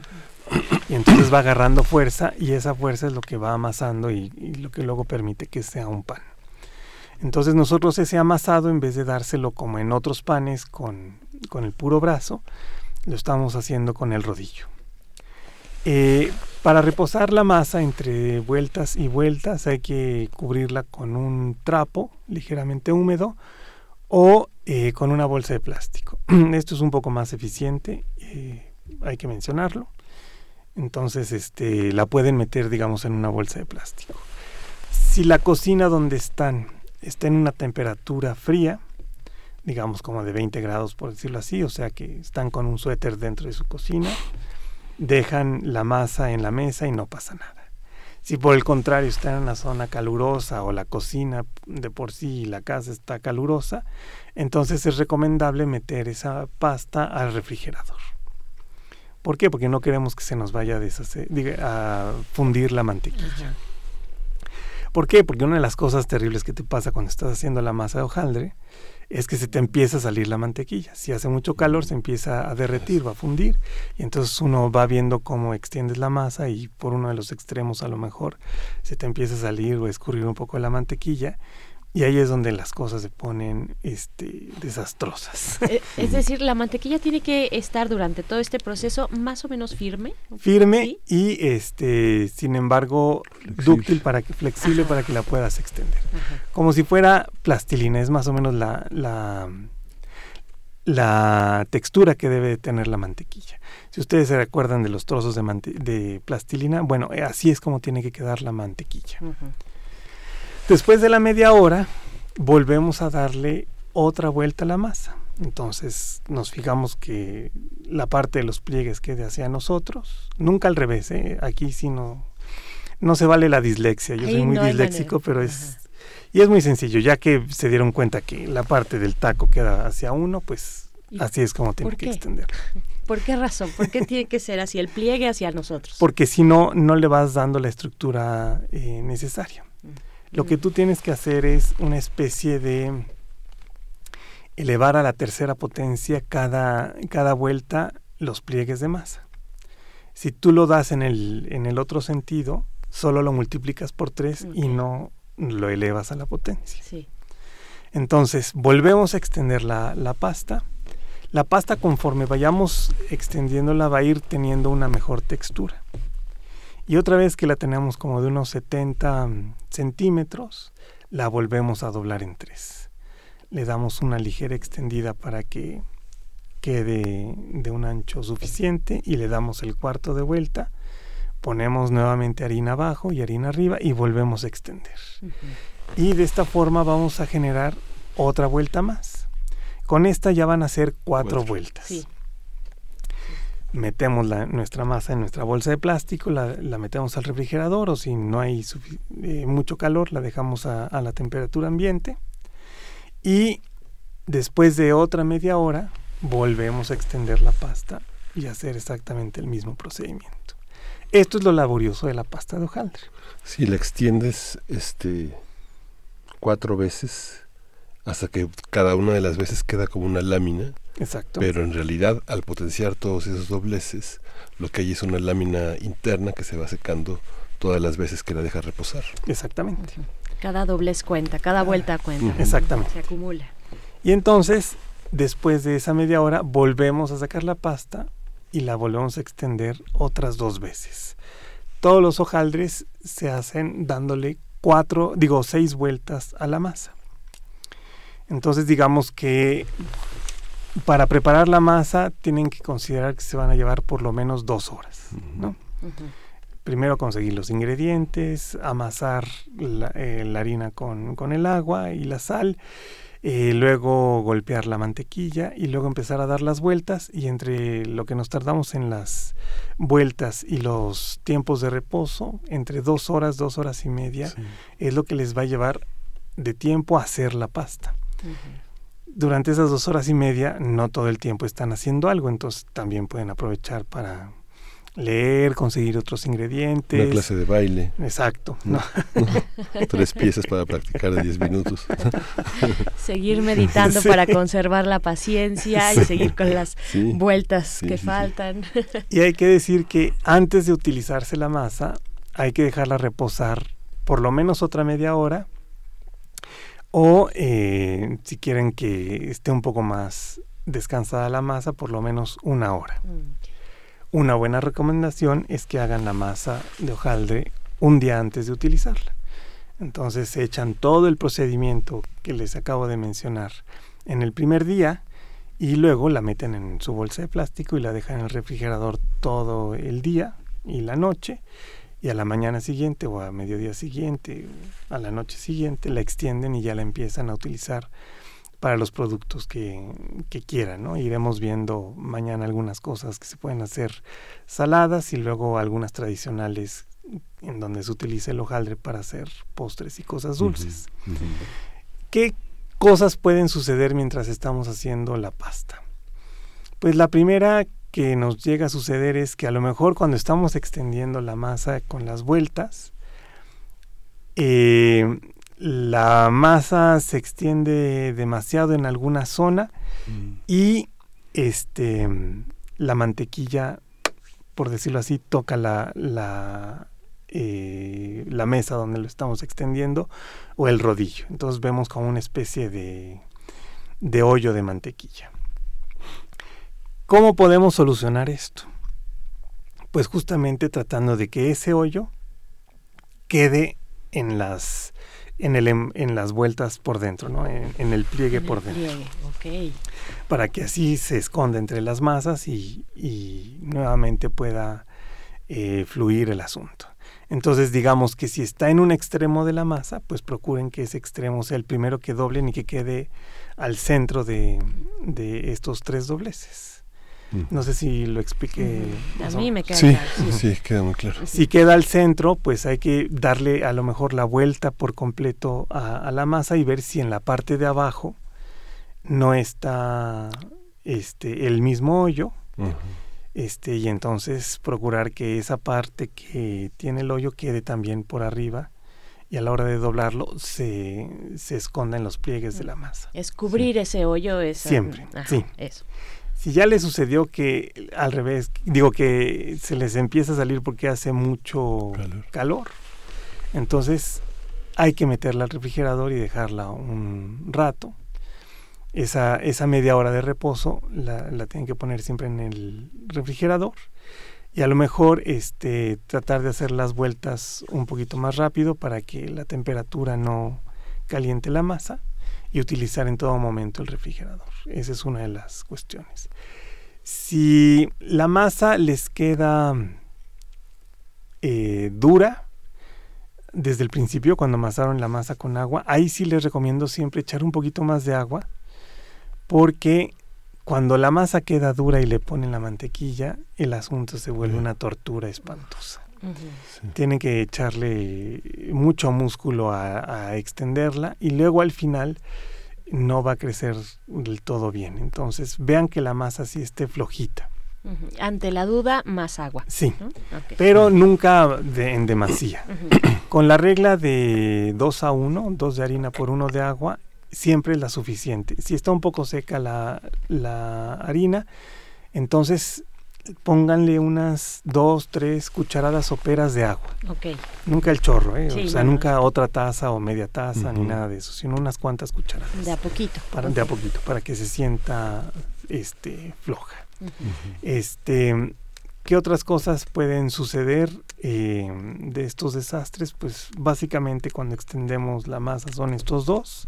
Y entonces va agarrando fuerza y esa fuerza es lo que va amasando y, y lo que luego permite que sea un pan. Entonces nosotros ese amasado, en vez de dárselo como en otros panes con, con el puro brazo, lo estamos haciendo con el rodillo. Eh, para reposar la masa entre vueltas y vueltas hay que cubrirla con un trapo ligeramente húmedo o eh, con una bolsa de plástico. Esto es un poco más eficiente, eh, hay que mencionarlo. Entonces este, la pueden meter, digamos, en una bolsa de plástico. Si la cocina donde están está en una temperatura fría, digamos como de veinte grados por decirlo así, o sea que están con un suéter dentro de su cocina, dejan la masa en la mesa y no pasa nada. Si por el contrario está en una zona calurosa o la cocina de por sí la casa está calurosa, entonces es recomendable meter esa pasta al refrigerador. ¿Por qué? Porque no queremos que se nos vaya a, deshacer, diga, a fundir la mantequilla. ¿Por qué? Porque una de las cosas terribles que te pasa cuando estás haciendo la masa de hojaldre es que se te empieza a salir la mantequilla. Si hace mucho calor se empieza a derretir, va a fundir, y entonces uno va viendo cómo extiendes la masa y por uno de los extremos a lo mejor se te empieza a salir o a escurrir un poco la mantequilla, y ahí es donde las cosas se ponen este, desastrosas. Es decir, la mantequilla tiene que estar durante todo este proceso más o menos firme. Firme, ¿sí? Y este, sin embargo flexible. dúctil, para que, flexible Ajá. para que la puedas extender. Ajá. Como si fuera plastilina, es más o menos la, la, la textura que debe tener la mantequilla. Si ustedes se recuerdan de los trozos de, mante- de plastilina, bueno, así es como tiene que quedar la mantequilla. Ajá. Después de la media hora, volvemos a darle otra vuelta a la masa. Entonces nos fijamos que la parte de los pliegues quede hacia nosotros, nunca al revés, ¿eh? Aquí sí no, no se vale la dislexia. Yo Ay, soy muy no disléxico, pero es... Ajá. Y es muy sencillo, ya que se dieron cuenta que la parte del taco queda hacia uno, pues así es como tiene que extenderlo. ¿Por qué razón? ¿Por qué tiene que ser así, el pliegue hacia nosotros? Porque si no, no le vas dando la estructura eh, necesaria. Lo que tú tienes que hacer es una especie de elevar a la tercera potencia cada, cada vuelta los pliegues de masa. Si tú lo das en el, en el otro sentido, solo lo multiplicas por tres okay. y no lo elevas a la potencia. Sí. Entonces, volvemos a extender la, la pasta. La pasta, conforme vayamos extendiéndola, va a ir teniendo una mejor textura. Y otra vez que la tenemos como de unos setenta centímetros, la volvemos a doblar en tres. Le damos una ligera extendida para que quede de un ancho suficiente y le damos el cuarto de vuelta. Ponemos nuevamente harina abajo y harina arriba y volvemos a extender. Uh-huh. Y de esta forma vamos a generar otra vuelta más. Con esta ya van a ser cuatro, cuatro. vueltas. Sí. Metemos la, nuestra masa en nuestra bolsa de plástico, la, la metemos al refrigerador, o si no hay sufi- eh, mucho calor, la dejamos a, a la temperatura ambiente y Después de otra media hora, volvemos a extender la pasta y hacer exactamente el mismo procedimiento. Esto es lo laborioso de la pasta de hojaldre. Si la extiendes este, cuatro veces hasta que cada una de las veces queda como una lámina. Exacto. Pero en realidad, al potenciar todos esos dobleces, lo que hay es una lámina interna que se va secando todas las veces que la dejas reposar. Exactamente. Cada doblez cuenta, cada vuelta cuenta. Exactamente. Se acumula. Y entonces, después de esa media hora, volvemos a sacar la pasta y la volvemos a extender otras dos veces. Todos los hojaldres se hacen dándole cuatro, digo, seis vueltas a la masa. Entonces, digamos que para preparar la masa tienen que considerar que se van a llevar por lo menos dos horas, ¿no? Uh-huh. Primero conseguir los ingredientes, amasar la, eh, la harina con, con el agua y la sal, eh, luego golpear la mantequilla y luego empezar a dar las vueltas, y entre lo que nos tardamos en las vueltas y los tiempos de reposo, entre dos horas, dos horas y media, sí, es lo que les va a llevar de tiempo a hacer la pasta. Uh-huh. Durante esas dos horas y media no todo el tiempo están haciendo algo, entonces también pueden aprovechar para leer, conseguir otros ingredientes. Una clase de baile. Exacto. ¿No? Tres piezas para practicar de diez minutos. Seguir meditando sí. para conservar la paciencia sí. y seguir con las sí. vueltas sí, que sí, faltan. Sí. Y hay que decir que antes de utilizarse la masa, hay que dejarla reposar por lo menos otra media hora, o eh, si quieren que esté un poco más descansada la masa, por lo menos una hora. Mm. Una buena recomendación es que hagan la masa de hojaldre un día antes de utilizarla. Entonces se echan todo el procedimiento que les acabo de mencionar en el primer día y luego la meten en su bolsa de plástico y la dejan en el refrigerador todo el día y la noche, y a la mañana siguiente o a mediodía siguiente, a la noche siguiente la extienden y ya la empiezan a utilizar para los productos que, que quieran, ¿no? Iremos viendo mañana algunas cosas que se pueden hacer saladas y luego algunas tradicionales en donde se utiliza el hojaldre para hacer postres y cosas dulces. Uh-huh, uh-huh. ¿Qué cosas pueden suceder mientras estamos haciendo la pasta? Pues la primera que nos llega a suceder es que a lo mejor cuando estamos extendiendo la masa con las vueltas, eh, la masa se extiende demasiado en alguna zona mm. y este la mantequilla, por decirlo así, toca la la, eh, la mesa donde lo estamos extendiendo o el rodillo. Entonces vemos como una especie de, de hoyo de mantequilla. ¿Cómo podemos solucionar esto? Pues justamente tratando de que ese hoyo quede en las En, el, en las vueltas por dentro, ¿no? En, en el pliegue en el por dentro. Pliegue, okay. Para que así se esconda entre las masas y, y nuevamente pueda eh, fluir el asunto. Entonces, digamos que si está en un extremo de la masa, pues procuren que ese extremo sea el primero que doblen y que quede al centro de, de estos tres dobleces. No sé si lo expliqué. A mí me queda sí, claro. Sí, sí, queda muy claro. Si queda al centro, pues hay que darle a lo mejor la vuelta por completo a, a la masa y ver si en la parte de abajo no está este el mismo hoyo. Uh-huh. Este, y entonces procurar que esa parte que tiene el hoyo quede también por arriba y a la hora de doblarlo se, se esconda en los pliegues de la masa. Es cubrir sí. ese hoyo. Esa... Siempre, Ajá, sí. Eso. Si ya le sucedió que al revés, digo que se les empieza a salir porque hace mucho calor, calor entonces hay que meterla al refrigerador y dejarla un rato. Esa, esa media hora de reposo la, la tienen que poner siempre en el refrigerador y a lo mejor este, tratar de hacer las vueltas un poquito más rápido para que la temperatura no caliente la masa y utilizar en todo momento el refrigerador. Esa es una de las cuestiones. Si la masa les queda eh, dura desde el principio, cuando amasaron la masa con agua, ahí sí les recomiendo siempre echar un poquito más de agua, porque cuando la masa queda dura y le ponen la mantequilla, el asunto se vuelve una tortura espantosa. Uh-huh. Sí. Tienen que echarle mucho músculo a, a extenderla y luego al final no va a crecer del todo bien. Entonces, vean que la masa sí esté flojita. Uh-huh. Ante la duda, más agua. Sí, ¿no? Okay. Pero nunca de, en demasía. Uh-huh. Con la regla de dos a uno, dos de harina por uno de agua, siempre es la suficiente. Si está un poco seca la, la harina, entonces pónganle unas dos, tres cucharadas soperas de agua. Okay. Nunca el chorro, ¿eh? Sí, o sea, bueno. nunca otra taza o media taza, uh-huh. ni nada de eso, sino unas cuantas cucharadas. De a poquito. Para, okay. De a poquito, para que se sienta este, floja. Uh-huh. Este, ¿qué otras cosas pueden suceder eh, de estos desastres? Pues básicamente cuando extendemos la masa son estos dos.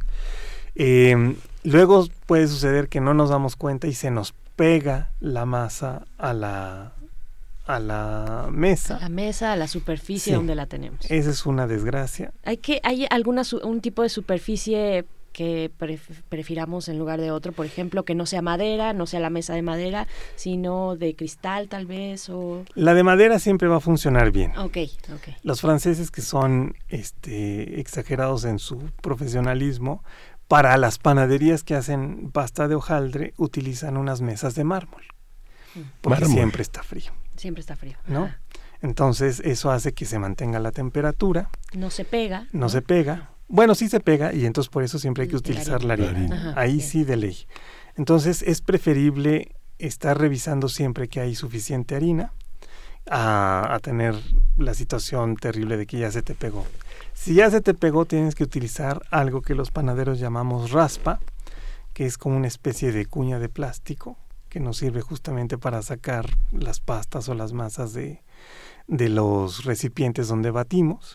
Eh, luego puede suceder que no nos damos cuenta y se nos pega la masa a la a la mesa. A la mesa, a la superficie sí. donde la tenemos. Esa es una desgracia. ¿Hay que hay alguna un tipo de superficie que pref- prefiramos en lugar de otro? Por ejemplo, que no sea madera, no sea la mesa de madera, sino de cristal tal vez o... La de madera siempre va a funcionar bien. Okay, okay. Los franceses, que son este exagerados en su profesionalismo, para las panaderías que hacen pasta de hojaldre utilizan unas mesas de mármol, porque mármol. siempre está frío. Siempre está frío. ¿No? Ajá. Entonces eso hace que se mantenga la temperatura. No se pega. No, ¿no? se pega. Bueno, sí se pega y entonces por eso siempre hay que utilizar la harina. La harina. Ajá, Ahí bien. sí de ley. Entonces es preferible estar revisando siempre que hay suficiente harina a, a tener la situación terrible de que ya se te pegó. Si ya se te pegó, tienes que utilizar algo que los panaderos llamamos raspa, que es como una especie de cuña de plástico que nos sirve justamente para sacar las pastas o las masas de, de los recipientes donde batimos,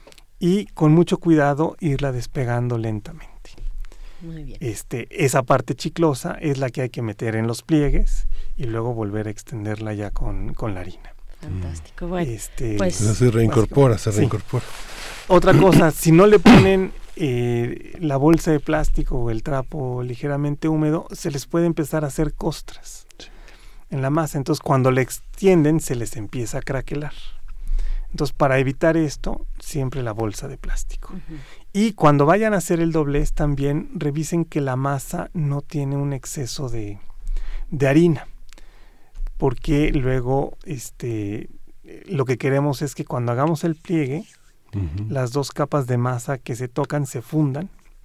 y con mucho cuidado irla despegando lentamente. Muy bien. Este, esa parte chiclosa es la que hay que meter en los pliegues y luego volver a extenderla ya con, con la harina. Fantástico. Bueno, este, pues se reincorpora, se reincorpora. Sí. Otra cosa, si no le ponen eh, la bolsa de plástico o el trapo ligeramente húmedo, se les puede empezar a hacer costras sí. en la masa. Entonces, cuando le extienden, se les empieza a craquelar. Entonces, para evitar esto, siempre la bolsa de plástico. Uh-huh. Y cuando vayan a hacer el doblez, también revisen que la masa no tiene un exceso de, de harina, porque luego este, lo que queremos es que cuando hagamos el pliegue, uh-huh. las dos capas de masa que se tocan se fundan,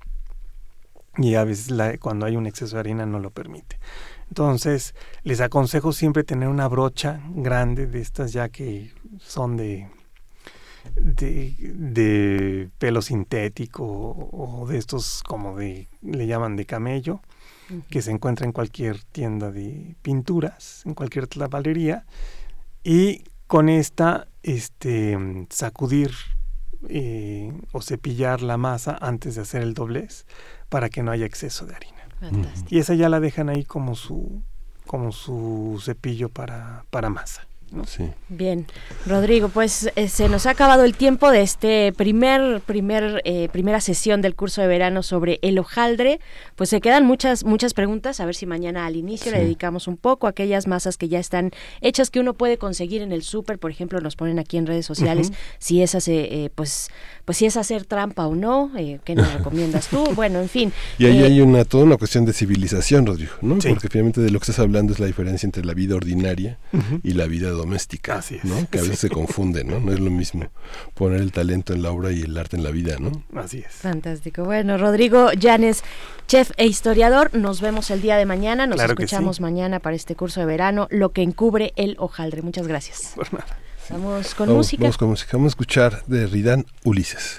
y a veces la, cuando hay un exceso de harina no lo permite. Entonces, les aconsejo siempre tener una brocha grande de estas ya que son de, de, de pelo sintético o, o de estos como de, le llaman de camello, uh-huh. que se encuentra en cualquier tienda de pinturas, en cualquier tabalería, y con esta este, sacudir eh, o cepillar la masa antes de hacer el doblez para que no haya exceso de harina. Fantástico. Y esa ya la dejan ahí como su como su cepillo para, para masa, ¿no? Sí. Bien, Rodrigo, pues eh, se nos ha acabado el tiempo de este primer primer eh, primera sesión del curso de verano sobre el hojaldre. Pues se quedan muchas muchas preguntas, a ver si mañana al inicio sí. le dedicamos un poco a aquellas masas que ya están hechas que uno puede conseguir en el súper, por ejemplo, nos ponen aquí en redes sociales uh-huh. si es hace, eh, pues pues si es hacer trampa o no, eh, ¿qué nos recomiendas tú? Bueno, en fin. Y ahí eh, hay una toda una cuestión de civilización, Rodrigo, ¿no? Sí. Porque finalmente de lo que estás hablando es la diferencia entre la vida ordinaria uh-huh. y la vida doméstica, Así es. ¿no? Que a veces sí. se confunde, ¿no? No es lo mismo poner el talento en la obra y el arte en la vida, ¿no? Así es. Fantástico. Bueno, Rodrigo Llanes, chef e historiador, nos vemos el día de mañana, nos claro escuchamos sí. mañana para este curso de verano, lo que encubre el hojaldre. Muchas gracias. Por nada. Vamos con vamos, música. Vamos con música. Vamos a escuchar de Ridán Ulises.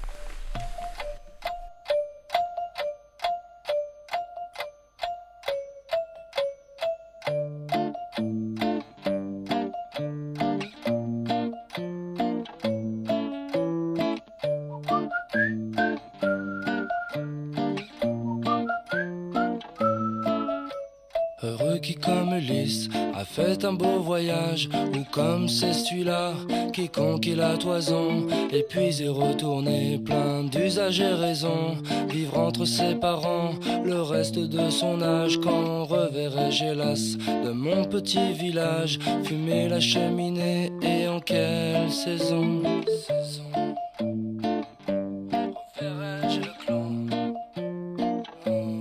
Heureux qui comme Ulysse a fait un beau voyage, ou comme c'est celui-là qui conquit la toison, et puis est retourné plein d'usages et raisons, vivre entre ses parents le reste de son âge. Quand reverrai-je hélas de mon petit village, fumer la cheminée, et en quelle saison, saison reverrai-je le clan?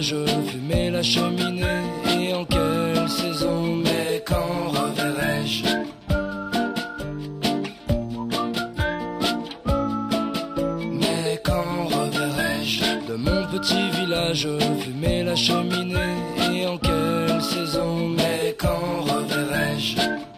village, fumer la cheminée, et en quelle saison, mais quand reverrai-je? Mais quand reverrai-je de mon petit village, fumer la cheminée, et en quelle saison, mais quand reverrai-je?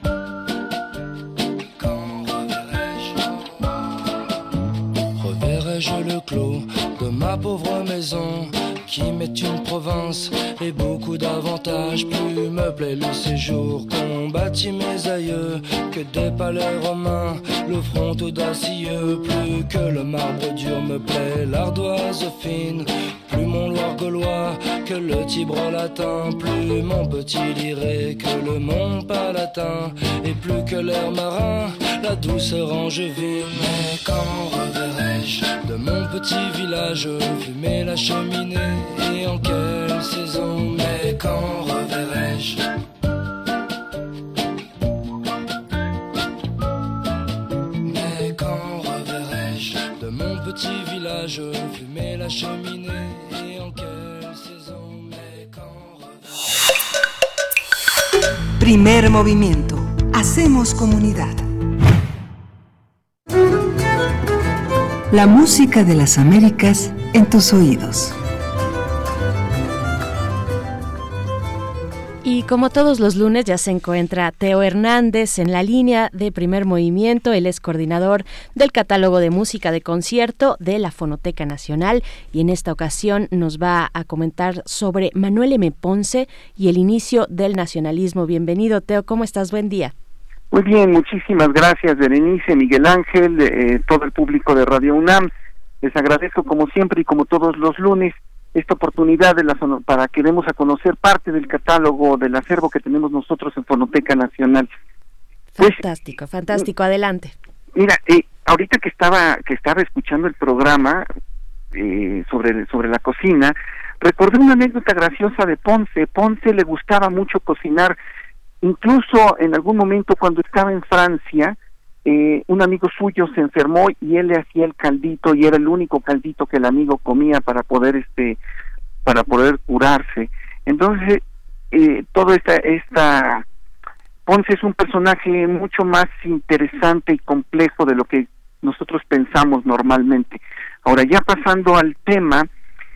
Je le clos de ma pauvre maison qui m'est une province et beaucoup d'avantages. Plus me plaît le séjour qu'ont bâti mes aïeux que des palais romains, le front audacieux. Plus que le marbre dur me plaît l'ardoise fine, plus mon Loire gaulois que le Tibre latin, plus mon petit Liré que le Mont Palatin, et plus que l'air marin, la douceur angevine. Mais quand reverrai-je de mon petit village, fumer la cheminée, et en quelle saison, mais quand reverrai-je? Mais quand reverrai-je de mon petit village, fumer la cheminée, et en quelle saison, mais quand reverrai-je? Primer movimiento. Hacemos comunidad. La música de las Américas en tus oídos. Y como todos los lunes ya se encuentra Teo Hernández en la línea de Primer Movimiento. Él es coordinador del catálogo de música de concierto de la Fonoteca Nacional y en esta ocasión nos va a comentar sobre Manuel M. Ponce y el inicio del nacionalismo. Bienvenido, Teo, ¿cómo estás? Buen día. Muy bien, muchísimas gracias, Berenice, Miguel Ángel, eh, todo el público de Radio UNAM. Les agradezco como siempre y como todos los lunes esta oportunidad de la para que demos a conocer parte del catálogo del acervo que tenemos nosotros en Fonoteca Nacional. Fantástico, pues, fantástico, adelante. Mira, eh, ahorita que estaba que estaba escuchando el programa eh, sobre sobre la cocina, recordé una anécdota graciosa de Ponce. Ponce le gustaba mucho cocinar. Incluso en algún momento cuando estaba en Francia, eh, un amigo suyo se enfermó y él le hacía el caldito y era el único caldito que el amigo comía para poder este para poder curarse. Entonces, eh, todo esta esta Ponce es un personaje mucho más interesante y complejo de lo que nosotros pensamos normalmente. Ahora, ya pasando al tema,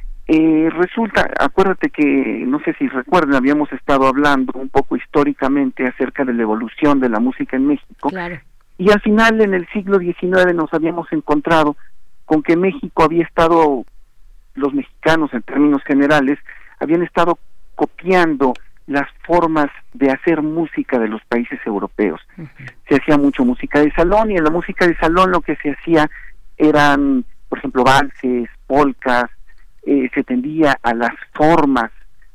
Eh, resulta, acuérdate que, no sé si recuerdan, habíamos estado hablando un poco históricamente acerca de la evolución de la música en México, claro. Y al final en el siglo diecinueve nos habíamos encontrado con que México había estado, los mexicanos en términos generales, habían estado copiando las formas de hacer música de los países europeos. Uh-huh. Se hacía mucho música de salón y en la música de salón lo que se hacía eran, por ejemplo, valses, polcas. Eh, se tendía a las formas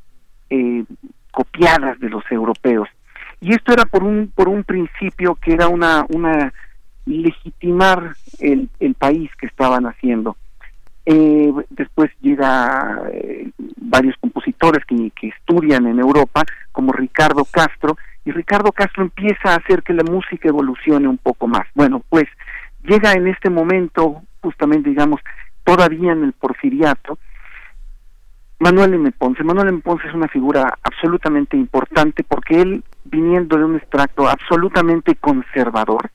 eh, copiadas de los europeos y esto era por un por un principio que era una una legitimar el el país que estaban haciendo. Eh, después llega eh, varios compositores que, que estudian en Europa como Ricardo Castro y Ricardo Castro empieza a hacer que la música evolucione un poco más. Bueno, pues llega en este momento justamente, digamos, todavía en el Porfiriato, Manuel M. Ponce. Manuel M. Ponce es una figura absolutamente importante porque él, viniendo de un extracto absolutamente conservador,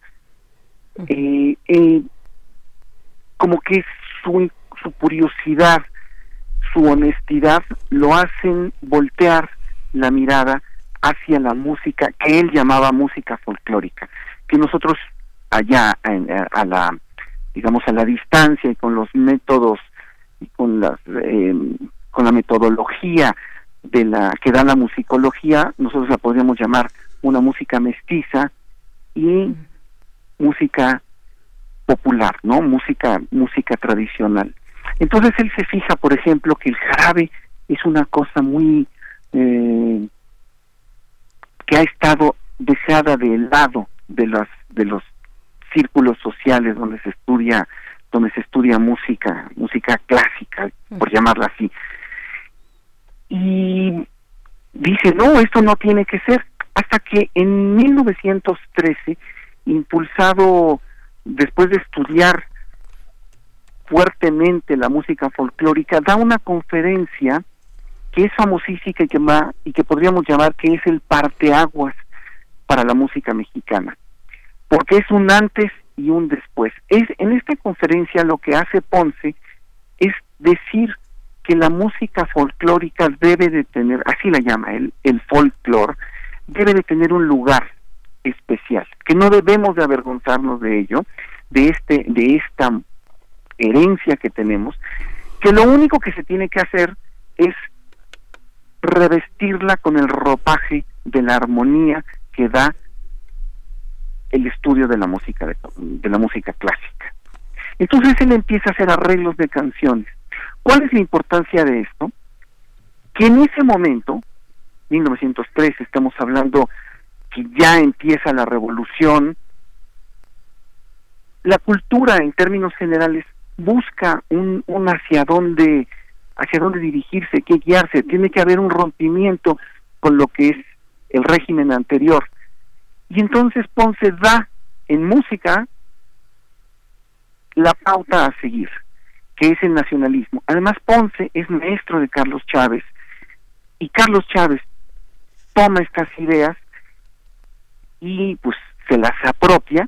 eh, eh, como que su, su curiosidad, su honestidad, lo hacen voltear la mirada hacia la música que él llamaba música folclórica, que nosotros allá a, a la, digamos, a la distancia y con los métodos y con las eh, con la metodología de la que da la musicología, nosotros la podríamos llamar una música mestiza y música popular, ¿no? Música música tradicional. Entonces él se fija, por ejemplo, que el jarabe es una cosa muy eh, que ha estado dejada de lado de los de los círculos sociales donde se estudia donde se estudia música música clásica, por llamarla así. Y dice, no, esto no tiene que ser, hasta que en mil novecientos trece, impulsado después de estudiar fuertemente la música folclórica, da una conferencia que es famosísima y que, ma, y que podríamos llamar que es el parteaguas para la música mexicana, porque es un antes y un después. Es, en esta conferencia lo que hace Ponce es decir que la música folclórica debe de tener, así la llama él, el folclore, debe de tener un lugar especial, que no debemos de avergonzarnos de ello, de este, de esta herencia que tenemos, que lo único que se tiene que hacer es revestirla con el ropaje de la armonía que da el estudio de la música de, de la música clásica. Entonces él empieza a hacer arreglos de canciones. ¿Cuál es la importancia de esto? Que en ese momento, mil novecientos tres, estamos hablando que ya empieza la revolución, la cultura en términos generales busca un, un hacia dónde hacia dónde dirigirse, qué guiarse. Tiene que haber un rompimiento con lo que es el régimen anterior. Y entonces Ponce da en música la pauta a seguir, que es el nacionalismo. Además, Ponce es maestro de Carlos Chávez, y Carlos Chávez toma estas ideas y pues se las apropia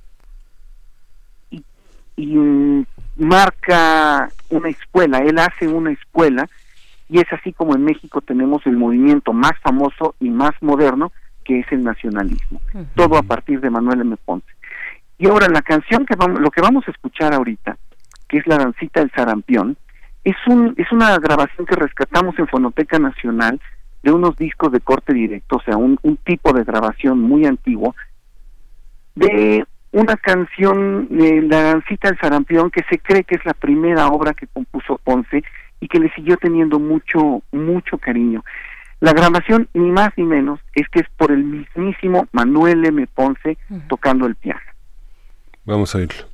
y, y um, marca una escuela. Él hace una escuela, y es así como en México tenemos el movimiento más famoso y más moderno, que es el nacionalismo. Uh-huh. Todo a partir de Manuel M. Ponce. Y ahora la canción que vamos, lo que vamos a escuchar ahorita, que es La Dancita del Sarampión, es un es una grabación que rescatamos en Fonoteca Nacional de unos discos de corte directo, o sea, un, un tipo de grabación muy antiguo, de una canción de La Dancita del Sarampión, que se cree que es la primera obra que compuso Ponce y que le siguió teniendo mucho, mucho cariño. La grabación, ni más ni menos, es que es por el mismísimo Manuel M. Ponce uh-huh. tocando el piano. Vamos a oírlo.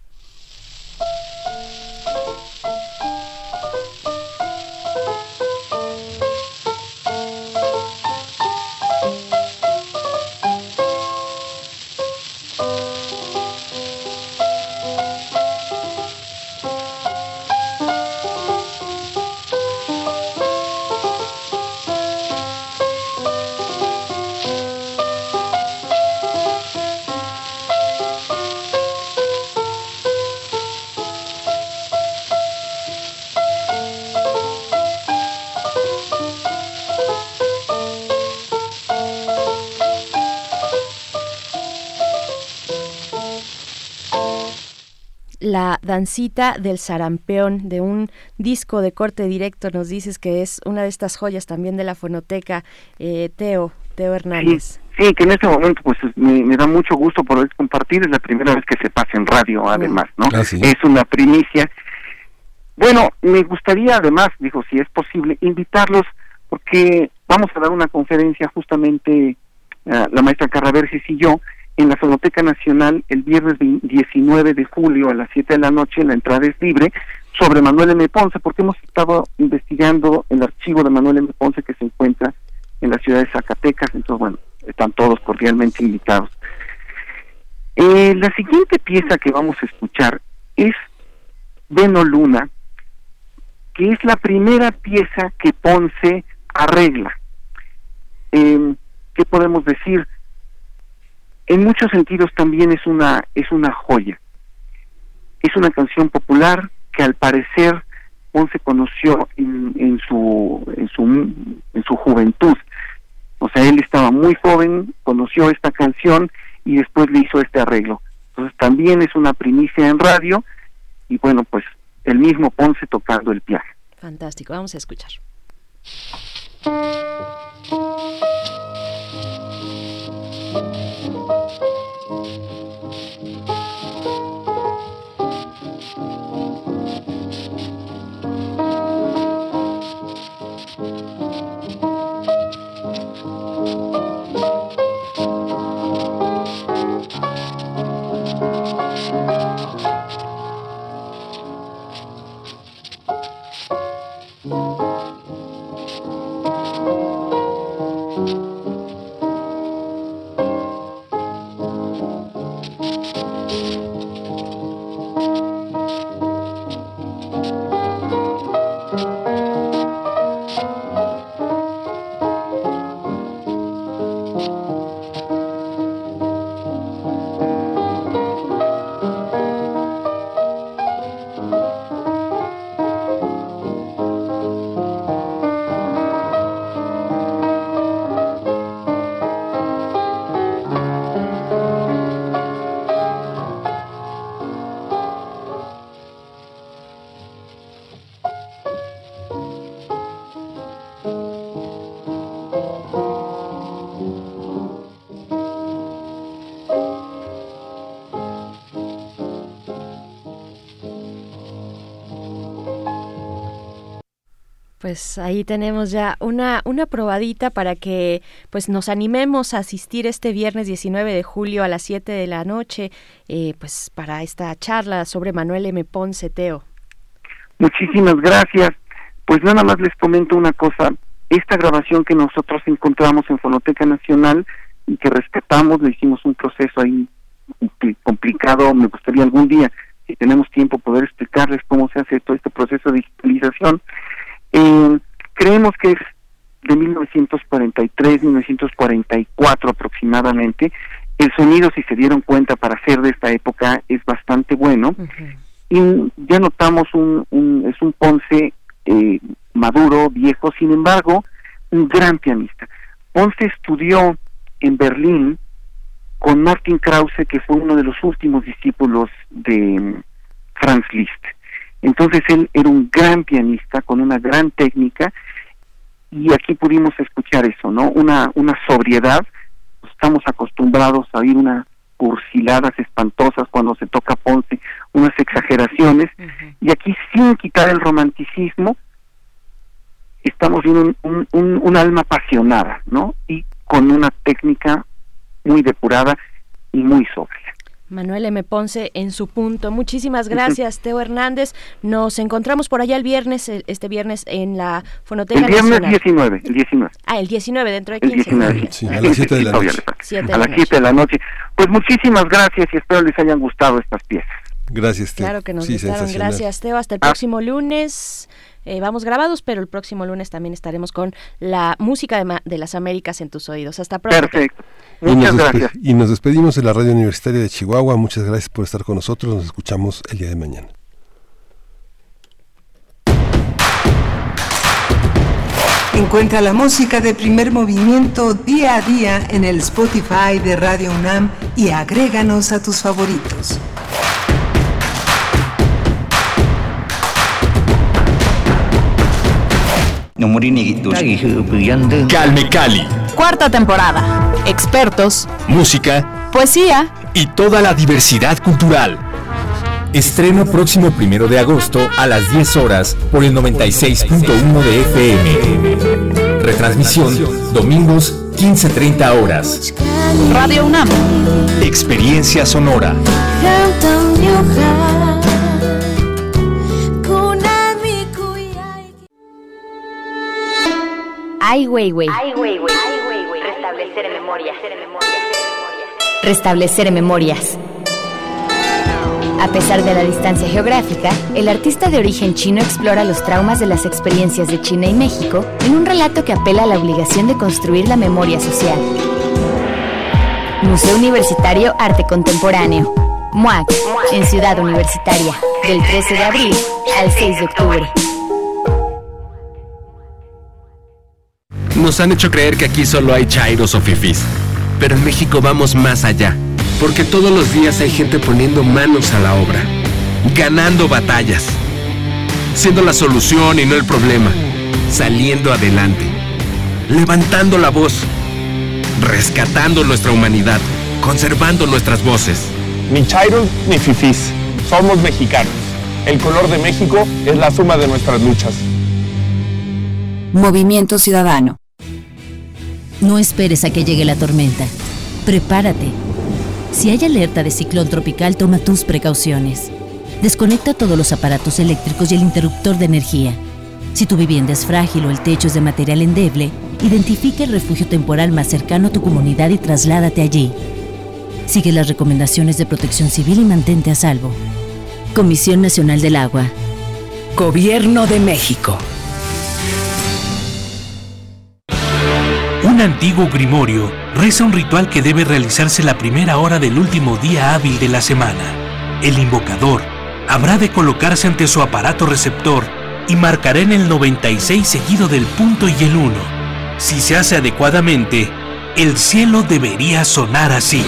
La Dancita del Sarampión, de un disco de corte directo, nos dices que es una de estas joyas también de la fonoteca, eh, Teo, Teo Hernández. Sí, sí, que en este momento pues me, me da mucho gusto poder compartir, es la primera vez que se pasa en radio además, ¿no? Ah, sí. Es una primicia. Bueno, me gustaría además, digo, si es posible, invitarlos, porque vamos a dar una conferencia justamente, uh, la maestra Carraversis y yo, en la Fonoteca Nacional el viernes diecinueve de julio a las siete de la noche. La entrada es libre, sobre Manuel M. Ponce, porque hemos estado investigando el archivo de Manuel M. Ponce que se encuentra en la ciudad de Zacatecas. Entonces, bueno, están todos cordialmente invitados. Eh, la siguiente pieza que vamos a escuchar es Veno Luna, que es la primera pieza que Ponce arregla. Eh, ¿Qué podemos decir? En muchos sentidos también es una es una joya. Es una canción popular que al parecer Ponce conoció en, en su en su en su juventud. O sea, él estaba muy joven, conoció esta canción y después le hizo este arreglo. Entonces también es una primicia en radio, y bueno, pues el mismo Ponce tocando el piano. Fantástico, vamos a escuchar. Pues ahí tenemos ya una, una probadita para que pues nos animemos a asistir este viernes diecinueve de julio a las siete de la noche, eh, pues para esta charla sobre Manuel M. Ponce. Teo. Muchísimas gracias. Pues nada más les comento una cosa. Esta grabación que nosotros encontramos en Fonoteca Nacional y que rescatamos, le hicimos un proceso ahí complicado. Me gustaría algún día, si tenemos tiempo, poder explicarles cómo se hace todo este proceso de digitalización. Eh, creemos que es de mil novecientos cuarenta y tres, mil novecientos cuarenta y cuatro aproximadamente. El sonido, si se dieron cuenta, para ser de esta época es bastante bueno. Uh-huh. Y ya notamos un, un es un Ponce eh, maduro, viejo, sin embargo, un gran pianista. Ponce estudió en Berlín con Martin Krause, que fue uno de los últimos discípulos de um, Franz Liszt. Entonces él era un gran pianista con una gran técnica, y aquí pudimos escuchar eso, ¿no? Una una sobriedad. Estamos acostumbrados a oír unas cursiladas espantosas cuando se toca Ponce, unas exageraciones, uh-huh. y aquí, sin quitar el romanticismo, estamos viendo un, un, un, un alma apasionada, ¿no? Y con una técnica muy depurada y muy sobria. Manuel M. Ponce en su punto. Muchísimas gracias, uh-huh. Teo Hernández. Nos encontramos por allá el viernes, este viernes en la Fonoteca Nacional. El viernes Nacional. diecinueve, el diecinueve. Ah, el diecinueve, dentro de quince días. Sí, a las siete de la noche. siete a las siete de la noche. Pues muchísimas gracias y espero les hayan gustado estas piezas. Gracias, Teo. Claro que nos sí, gustaron. Gracias, Teo. Hasta el ah. próximo lunes. Eh, vamos grabados, pero el próximo lunes también estaremos con la música de, ma- de las Américas en tus oídos. Hasta pronto. Perfecto. Muchas y nos gracias. Despe- y nos despedimos de la Radio Universitaria de Chihuahua. Muchas gracias por estar con nosotros. Nos escuchamos el día de mañana. Encuentra la música de Primer Movimiento día a día en el Spotify de Radio UNAM y agréganos a tus favoritos. Calme Cali. Cuarta temporada. Expertos, Música poesía y toda la diversidad cultural. Estreno próximo primero de agosto a las diez horas por el noventa y seis punto uno de F M. Retransmisión domingos quince treinta horas. Radio UNAM. Experiencia sonora. Ai Weiwei. Restablecer memorias. Restablecer memorias. A pesar de la distancia geográfica, el artista de origen chino explora los traumas de las experiencias de China y México en un relato que apela a la obligación de construir la memoria social. Museo Universitario Arte Contemporáneo, MUAC, en Ciudad Universitaria, del trece de abril al seis de octubre. Nos han hecho creer que aquí solo hay chairos o fifís, pero en México vamos más allá, porque todos los días hay gente poniendo manos a la obra, ganando batallas, siendo la solución y no el problema, saliendo adelante, levantando la voz, rescatando nuestra humanidad, conservando nuestras voces. Ni chairos ni fifís, somos mexicanos. El color de México es la suma de nuestras luchas. Movimiento Ciudadano. No esperes a que llegue la tormenta. Prepárate. Si hay alerta de ciclón tropical, toma tus precauciones. Desconecta todos los aparatos eléctricos y el interruptor de energía. Si tu vivienda es frágil o el techo es de material endeble, identifica el refugio temporal más cercano a tu comunidad y trasládate allí. Sigue las recomendaciones de Protección Civil y mantente a salvo. Comisión Nacional del Agua. Gobierno de México. Un antiguo grimorio reza un ritual que debe realizarse la primera hora del último día hábil de la semana. El invocador habrá de colocarse ante su aparato receptor y marcará en el noventa y seis seguido del punto y el uno. Si se hace adecuadamente, el cielo debería sonar así.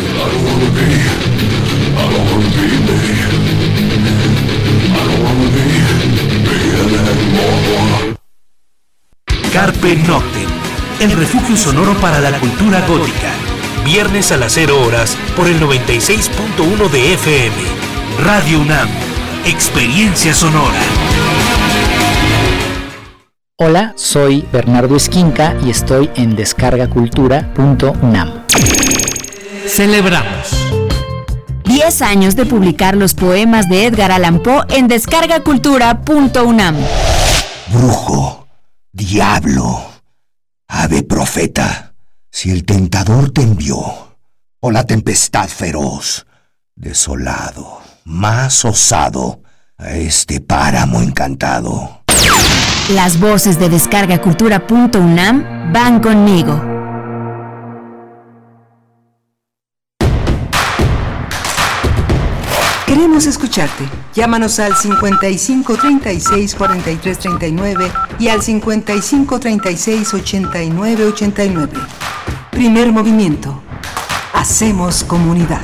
Carpe Noctem, el refugio sonoro para la cultura gótica. Viernes a las cero horas por el noventa y seis punto uno de F M. Radio UNAM, experiencia sonora. Hola, soy Bernardo Esquinca y estoy en descarga cultura punto unam. Celebramos diez años de publicar los poemas de Edgar Allan Poe en descarga cultura punto unam. Brujo, diablo, ave profeta, si el tentador te envió, o la tempestad feroz, desolado, más osado, a este páramo encantado. Las voces de descarga cultura punto unam van conmigo. Queremos escucharte. Llámanos al cincuenta y cinco treinta y seis cuarenta y tres treinta y nueve y al cincuenta y cinco treinta y seis ochenta y nueve ochenta y nueve. Primer movimiento. Hacemos comunidad.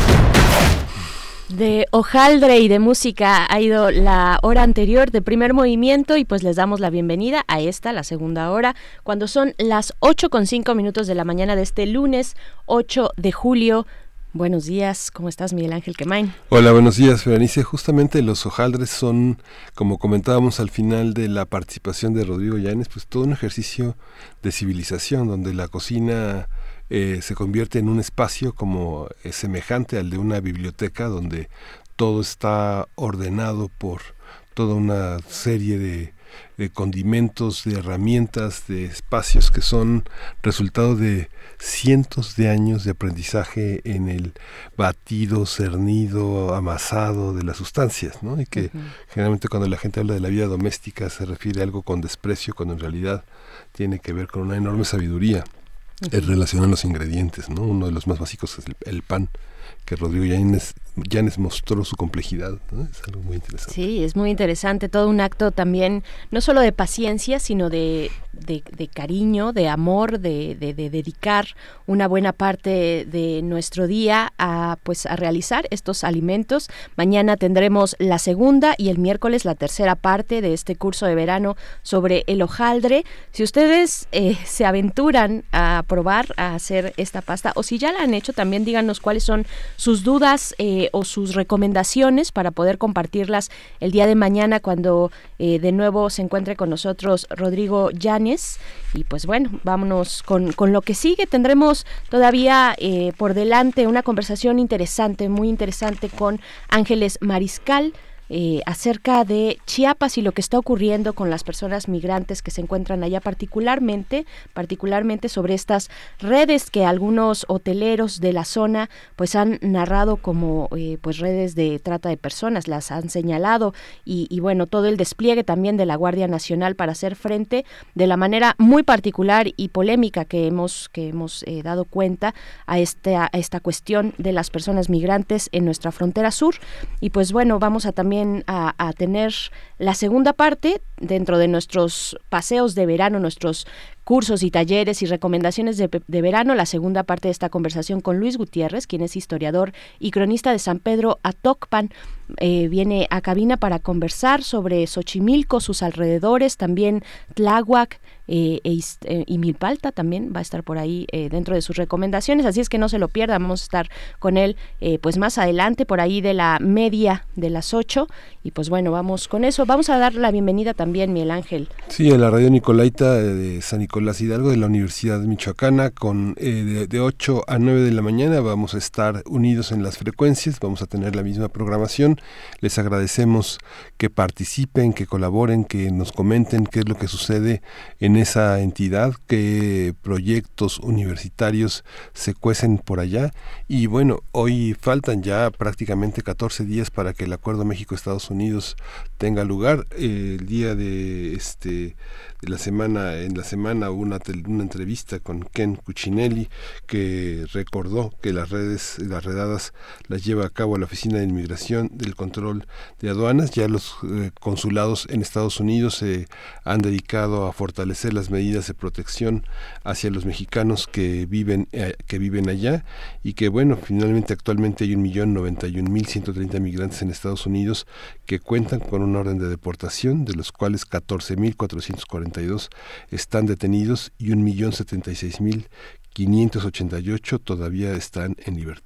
De hojaldre y de música ha ido la hora anterior de Primer Movimiento y pues les damos la bienvenida a esta, la segunda hora, cuando son las ocho con cinco minutos de la mañana de este lunes ocho de julio. Buenos días, ¿cómo estás, Miguel Ángel Quemain? Hola, buenos días, Berenice. Justamente los hojaldres son, como comentábamos al final de la participación de Rodrigo Yáñez, pues todo un ejercicio de civilización, donde la cocina eh, se convierte en un espacio como eh, semejante al de una biblioteca, donde todo está ordenado por toda una serie de de condimentos, de herramientas, de espacios que son resultado de cientos de años de aprendizaje en el batido, cernido, amasado de las sustancias, ¿no? Y que uh-huh. generalmente cuando la gente habla de la vida doméstica se refiere a algo con desprecio, cuando en realidad tiene que ver con una enorme sabiduría uh-huh. en relación a los ingredientes, ¿no? Uno de los más básicos es el, el pan, que Rodrigo Yáñez, Yáñez mostró su complejidad, ¿no? Es algo muy interesante. Sí, es muy interesante, todo un acto también, no solo de paciencia, sino de, de, de cariño, de amor, de, de, de dedicar una buena parte de nuestro día a, pues, a realizar estos alimentos. Mañana tendremos la segunda y el miércoles la tercera parte de este curso de verano sobre el hojaldre. Si ustedes eh, se aventuran a probar, a hacer esta pasta, o si ya la han hecho, también díganos cuáles son sus dudas eh, o sus recomendaciones para poder compartirlas el día de mañana cuando eh, de nuevo se encuentre con nosotros Rodrigo Yáñez. Y pues bueno, vámonos con, con lo que sigue. Tendremos todavía eh, por delante una conversación interesante, muy interesante con Ángeles Mariscal, Eh, acerca de Chiapas y lo que está ocurriendo con las personas migrantes que se encuentran allá, particularmente, particularmente sobre estas redes que algunos hoteleros de la zona pues han narrado como eh, pues redes de trata de personas, las han señalado y, y bueno, todo el despliegue también de la Guardia Nacional para hacer frente de la manera muy particular y polémica que hemos, que hemos eh, dado cuenta a, este, a esta cuestión de las personas migrantes en nuestra frontera sur. Y pues bueno, vamos a también A, a tener la segunda parte dentro de nuestros paseos de verano, nuestros cursos y talleres y recomendaciones de, de verano, la segunda parte de esta conversación con Luis Gutiérrez, quien es historiador y cronista de San Pedro Atocpan. Eh, viene a cabina para conversar sobre Xochimilco, sus alrededores, también Tláhuac eh, e, eh, y Milpalta también va a estar por ahí eh, dentro de sus recomendaciones, así es que no se lo pierdan, vamos a estar con él eh, pues más adelante, por ahí de la media de las ocho, y pues bueno, vamos con eso. Vamos a dar la bienvenida también, Miguel Ángel. Sí, a la Radio Nicolaita de San Nicolás Hidalgo de la Universidad Michoacana, con eh, de, de ocho a nueve de la mañana vamos a estar unidos en las frecuencias, vamos a tener la misma programación. Les agradecemos que participen, que colaboren, que nos comenten qué es lo que sucede en esa entidad, qué proyectos universitarios se cuecen por allá. Y bueno, hoy faltan ya prácticamente catorce días para que el Acuerdo México-Estados Unidos tenga lugar. Eh, el día de este de la semana, en la semana hubo una, una entrevista con Ken Cuccinelli, que recordó que las redes, las redadas las lleva a cabo la Oficina de Inmigración del Control de Aduanas. Ya los eh, consulados en Estados Unidos se eh, han dedicado a fortalecer las medidas de protección hacia los mexicanos que viven eh, que viven allá, y que bueno, finalmente actualmente hay un millón noventa y un mil ciento treinta migrantes en Estados Unidos que cuentan con una orden de deportación, de los cuales catorce mil cuatrocientos cuarenta y dos están detenidos y un millón setenta y seis mil quinientos ochenta y ocho todavía están en libertad.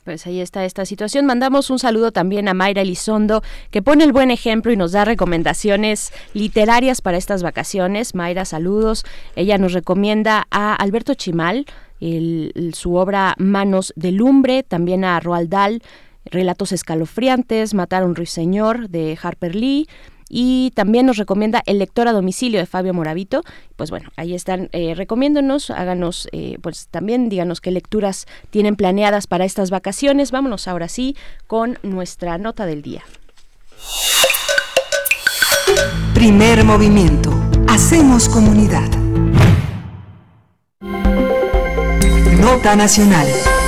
Pues ahí está esta situación. Mandamos un saludo también a Mayra Elizondo, que pone el buen ejemplo y nos da recomendaciones literarias para estas vacaciones. Mayra, saludos. Ella nos recomienda a Alberto Chimal, el, el, su obra Manos de Lumbre, también a Roald Dahl, Relatos escalofriantes, Matar a un ruiseñor de Harper Lee, y también nos recomienda El lector a domicilio de Fabio Moravito. Pues bueno, ahí están, eh, recomiéndonos, háganos, eh, pues también díganos qué lecturas tienen planeadas para estas vacaciones. Vámonos ahora sí con nuestra nota del día. Primer movimiento. Hacemos comunidad. Nota nacional.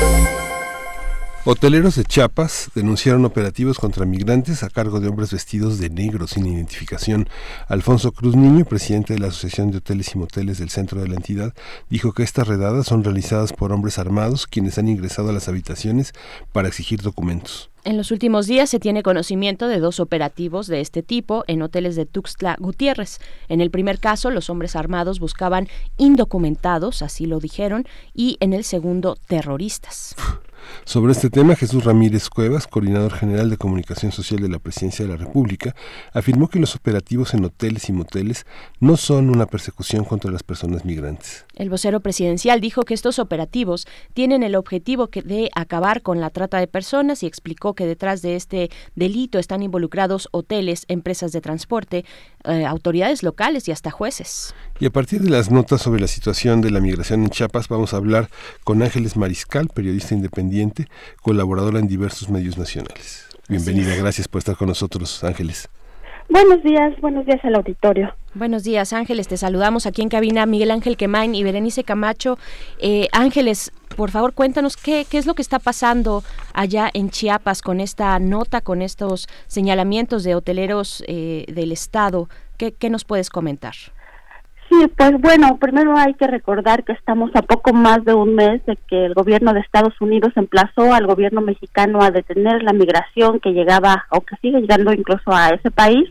Hoteleros de Chiapas denunciaron operativos contra migrantes a cargo de hombres vestidos de negro sin identificación. Alfonso Cruz Niño, presidente de la Asociación de Hoteles y Moteles del centro de la entidad, dijo que estas redadas son realizadas por hombres armados quienes han ingresado a las habitaciones para exigir documentos. En los últimos días se tiene conocimiento de dos operativos de este tipo en hoteles de Tuxtla Gutiérrez. En el primer caso, los hombres armados buscaban indocumentados, así lo dijeron, y en el segundo, terroristas. Sobre este tema, Jesús Ramírez Cuevas, coordinador general de Comunicación Social de la Presidencia de la República, afirmó que los operativos en hoteles y moteles no son una persecución contra las personas migrantes. El vocero presidencial dijo que estos operativos tienen el objetivo de acabar con la trata de personas y explicó que detrás de este delito están involucrados hoteles, empresas de transporte, eh, autoridades locales y hasta jueces. Y a partir de las notas sobre la situación de la migración en Chiapas, vamos a hablar con Ángeles Mariscal, periodista independiente, colaboradora en diversos medios nacionales. Bienvenida, gracias por estar con nosotros, Ángeles. Buenos días, buenos días al auditorio. Buenos días, Ángeles, te saludamos aquí en cabina Miguel Ángel Quemain y Berenice Camacho. Eh, Ángeles, por favor, cuéntanos qué, qué es lo que está pasando allá en Chiapas con esta nota, con estos señalamientos de hoteleros eh, del Estado. ¿Qué, qué nos puedes comentar? Sí, pues bueno, primero hay que recordar que estamos a poco más de un mes de que el gobierno de Estados Unidos emplazó al gobierno mexicano a detener la migración que llegaba o que sigue llegando incluso a ese país.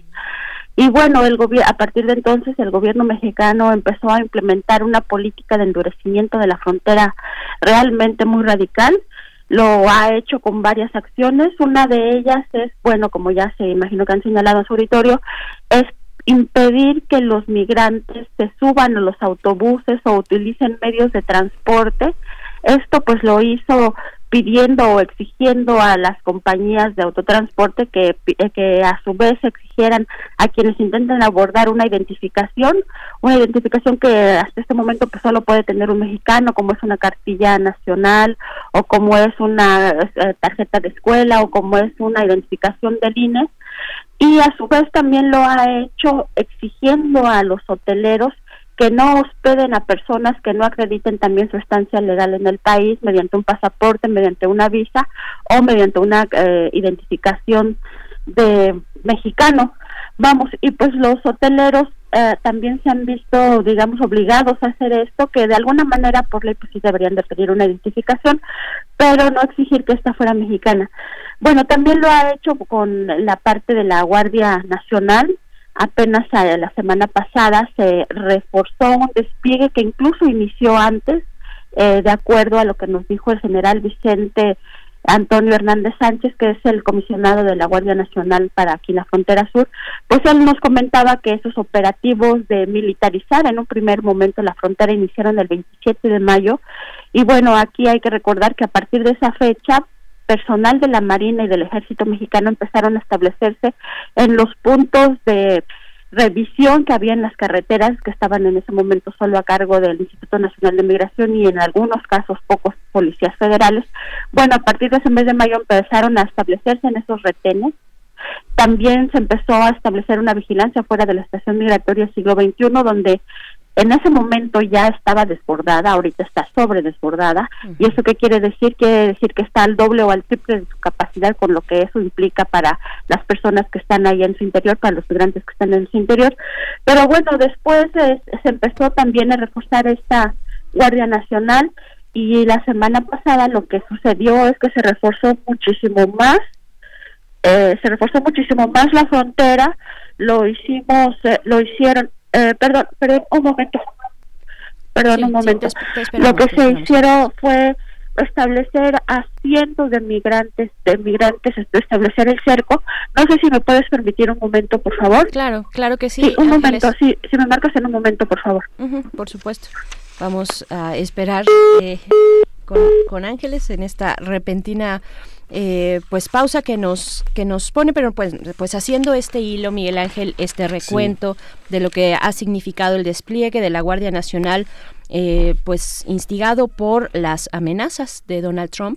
Y bueno, el gobi- a partir de entonces el gobierno mexicano empezó a implementar una política de endurecimiento de la frontera realmente muy radical. Lo ha hecho con varias acciones. Una de ellas es, bueno, como ya se imagino que han señalado en su auditorio, es impedir que los migrantes se suban a los autobuses o utilicen medios de transporte. Esto pues lo hizo pidiendo o exigiendo a las compañías de autotransporte que, que a su vez exigieran a quienes intentan abordar una identificación, una identificación que hasta este momento pues solo puede tener un mexicano, como es una cartilla nacional o como es una eh, tarjeta de escuela o como es una identificación del I N E. Y a su vez también lo ha hecho exigiendo a los hoteleros que no hospeden a personas que no acrediten también su estancia legal en el país mediante un pasaporte, mediante una visa o mediante una eh, identificación de mexicano. Vamos, y pues los hoteleros eh, también se han visto, digamos, obligados a hacer esto, que de alguna manera por ley pues sí deberían de pedir una identificación, pero no exigir que esta fuera mexicana. Bueno, también lo ha hecho con la parte de la Guardia Nacional. Apenas a la semana pasada se reforzó un despliegue que incluso inició antes, eh, de acuerdo a lo que nos dijo el general Vicente Antonio Hernández Sánchez, que es el comisionado de la Guardia Nacional para aquí la frontera sur. Pues él nos comentaba que esos operativos de militarizar en un primer momento la frontera iniciaron el veintisiete de mayo, y bueno, aquí hay que recordar que a partir de esa fecha personal de la Marina y del Ejército Mexicano empezaron a establecerse en los puntos de revisión que había en las carreteras que estaban en ese momento solo a cargo del Instituto Nacional de Migración y en algunos casos pocos policías federales. Bueno, a partir de ese mes de mayo empezaron a establecerse en esos retenes. También se empezó a establecer una vigilancia fuera de la estación migratoria Siglo veintiuno, donde en ese momento ya estaba desbordada, ahorita está sobre desbordada. Uh-huh. ¿Y eso qué quiere decir? Quiere decir que está al doble o al triple de su capacidad, con lo que eso implica para las personas que están ahí en su interior, para los migrantes que están en su interior. Pero bueno, después eh, se empezó también a reforzar esta Guardia Nacional, y la semana pasada lo que sucedió es que se reforzó muchísimo más, eh, se reforzó muchísimo más la frontera. Lo hicimos, eh, lo hicieron Eh, perdón, perdón, un momento. Perdón, sí, un momento. Sí, te, te lo que se hicieron fue establecer a cientos de migrantes, de migrantes, establecer el cerco. No sé si me puedes permitir un momento, por favor. Claro, claro que sí. Sí, un Ángeles. momento, sí, si me marcas en un momento, por favor. Uh-huh, por supuesto. Vamos a esperar eh, con, con Ángeles en esta repentina eh, pues pausa que nos que nos pone, pero pues pues haciendo este hilo, Miguel Ángel, este recuento sí. de lo que ha significado el despliegue de la Guardia Nacional, eh, pues instigado por las amenazas de Donald Trump.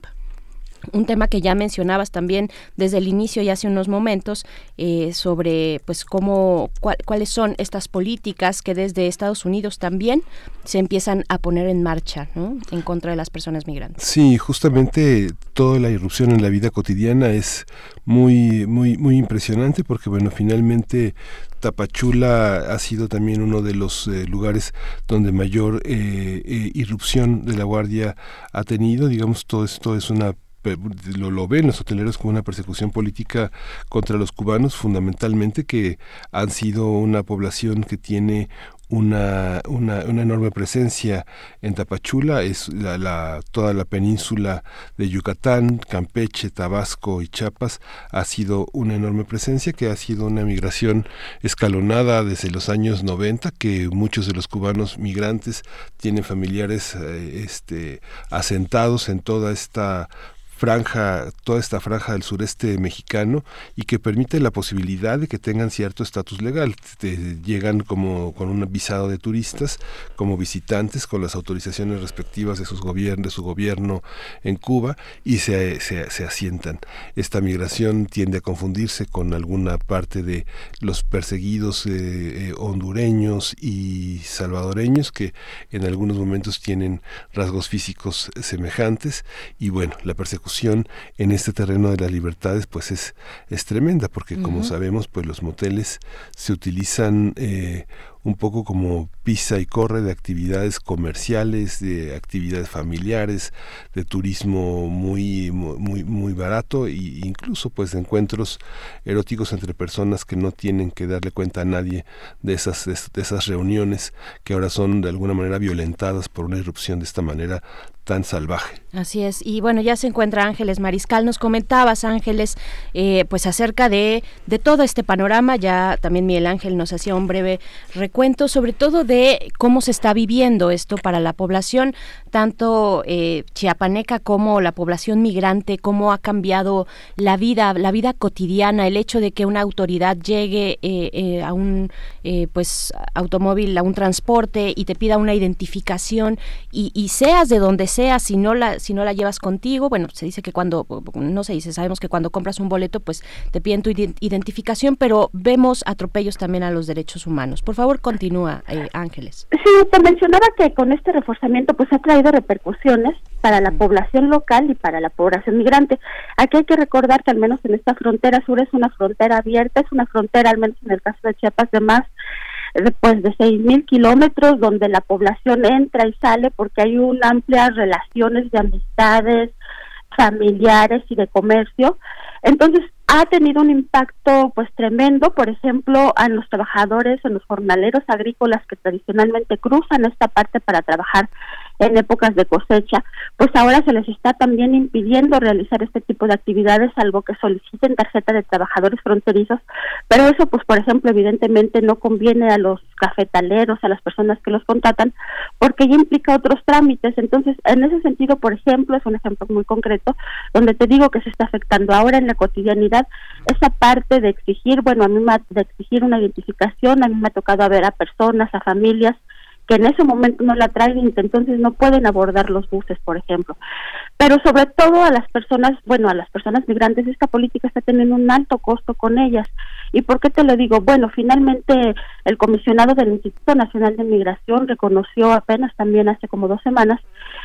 Un tema que ya mencionabas también desde el inicio y hace unos momentos, eh, sobre pues cómo cuál, cuáles son estas políticas que desde Estados Unidos también se empiezan a poner en marcha, ¿no?, en contra de las personas migrantes. Sí, justamente toda la irrupción en la vida cotidiana es muy muy muy impresionante, porque bueno, finalmente Tapachula ha sido también uno de los eh, lugares donde mayor eh, eh, irrupción de la Guardia ha tenido. Digamos, todo esto es una Lo, lo ven los hoteleros como una persecución política contra los cubanos, fundamentalmente, que han sido una población que tiene una, una, una enorme presencia en Tapachula. Es la, la, toda la península de Yucatán, Campeche, Tabasco y Chiapas ha sido una enorme presencia, que ha sido una migración escalonada desde los años noventa, que muchos de los cubanos migrantes tienen familiares eh, este, asentados en toda esta franja, toda esta franja del sureste mexicano, y que permite la posibilidad de que tengan cierto estatus legal. Te, llegan como con un visado de turistas, como visitantes, con las autorizaciones respectivas de sus gobiernos, de su gobierno en Cuba, y se, se, se asientan. Esta migración tiende a confundirse con alguna parte de los perseguidos eh, eh, hondureños y salvadoreños, que en algunos momentos tienen rasgos físicos semejantes, y bueno, la persecución en este terreno de las libertades pues es, es tremenda, porque uh-huh. como sabemos, pues los moteles se utilizan eh, un poco como pisa y corre de actividades comerciales, de actividades familiares, de turismo muy muy muy barato, e incluso pues de encuentros eróticos entre personas que no tienen que darle cuenta a nadie de esas de, de esas reuniones, que ahora son de alguna manera violentadas por una irrupción de esta manera tan salvaje. Así es, y bueno, ya se encuentra Ángeles Mariscal. Nos comentabas, Ángeles, eh, pues acerca de, de todo este panorama. Ya también Miguel Ángel nos hacía un breve recuento, sobre todo de cómo se está viviendo esto para la población, tanto eh, chiapaneca como la población migrante, cómo ha cambiado la vida, la vida cotidiana, el hecho de que una autoridad llegue eh, eh, a un eh, pues automóvil, a un transporte, y te pida una identificación, y, y seas de donde sea, si no la si no la llevas contigo. Bueno, se dice que cuando, no se dice, sabemos que cuando compras un boleto pues te piden tu identificación, pero vemos atropellos también a los derechos humanos. Por favor, continúa, eh, Ángeles. Sí, te mencionaba que con este reforzamiento pues ha traído repercusiones para la población local y para la población migrante. Aquí hay que recordar que al menos en esta frontera sur es una frontera abierta, es una frontera, al menos en el caso de Chiapas, de más pues de seis mil kilómetros, donde la población entra y sale, porque hay una amplia relaciones de amistades, familiares y de comercio. Entonces ha tenido un impacto pues tremendo, por ejemplo, a los trabajadores, a los jornaleros agrícolas que tradicionalmente cruzan esta parte para trabajar en épocas de cosecha, pues ahora se les está también impidiendo realizar este tipo de actividades, salvo que soliciten tarjeta de trabajadores fronterizos, pero eso pues por ejemplo evidentemente no conviene a los cafetaleros, a las personas que los contratan, porque ya implica otros trámites. Entonces en ese sentido, por ejemplo, es un ejemplo muy concreto donde te digo que se está afectando ahora en la cotidianidad esa parte de exigir, bueno, a mí me ha, de exigir una identificación. A mí me ha tocado ver a personas, a familias que en ese momento no la traen, y entonces no pueden abordar los buses, por ejemplo. Pero sobre todo a las personas, bueno, a las personas migrantes, esta política está teniendo un alto costo con ellas. ¿Y por qué te lo digo? Bueno, finalmente el comisionado del Instituto Nacional de Migración reconoció apenas también hace como dos semanas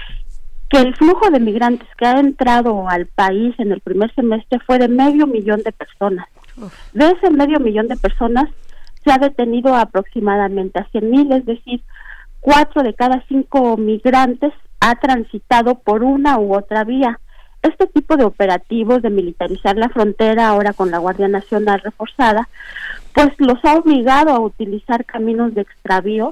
que el flujo de migrantes que ha entrado al país en el primer semestre fue de medio millón de personas. Uf. De ese medio millón de personas se ha detenido aproximadamente a cien mil, es decir, cuatro de cada cinco migrantes ha transitado por una u otra vía. Este tipo de operativos de militarizar la frontera, ahora con la Guardia Nacional reforzada, pues los ha obligado a utilizar caminos de extravío,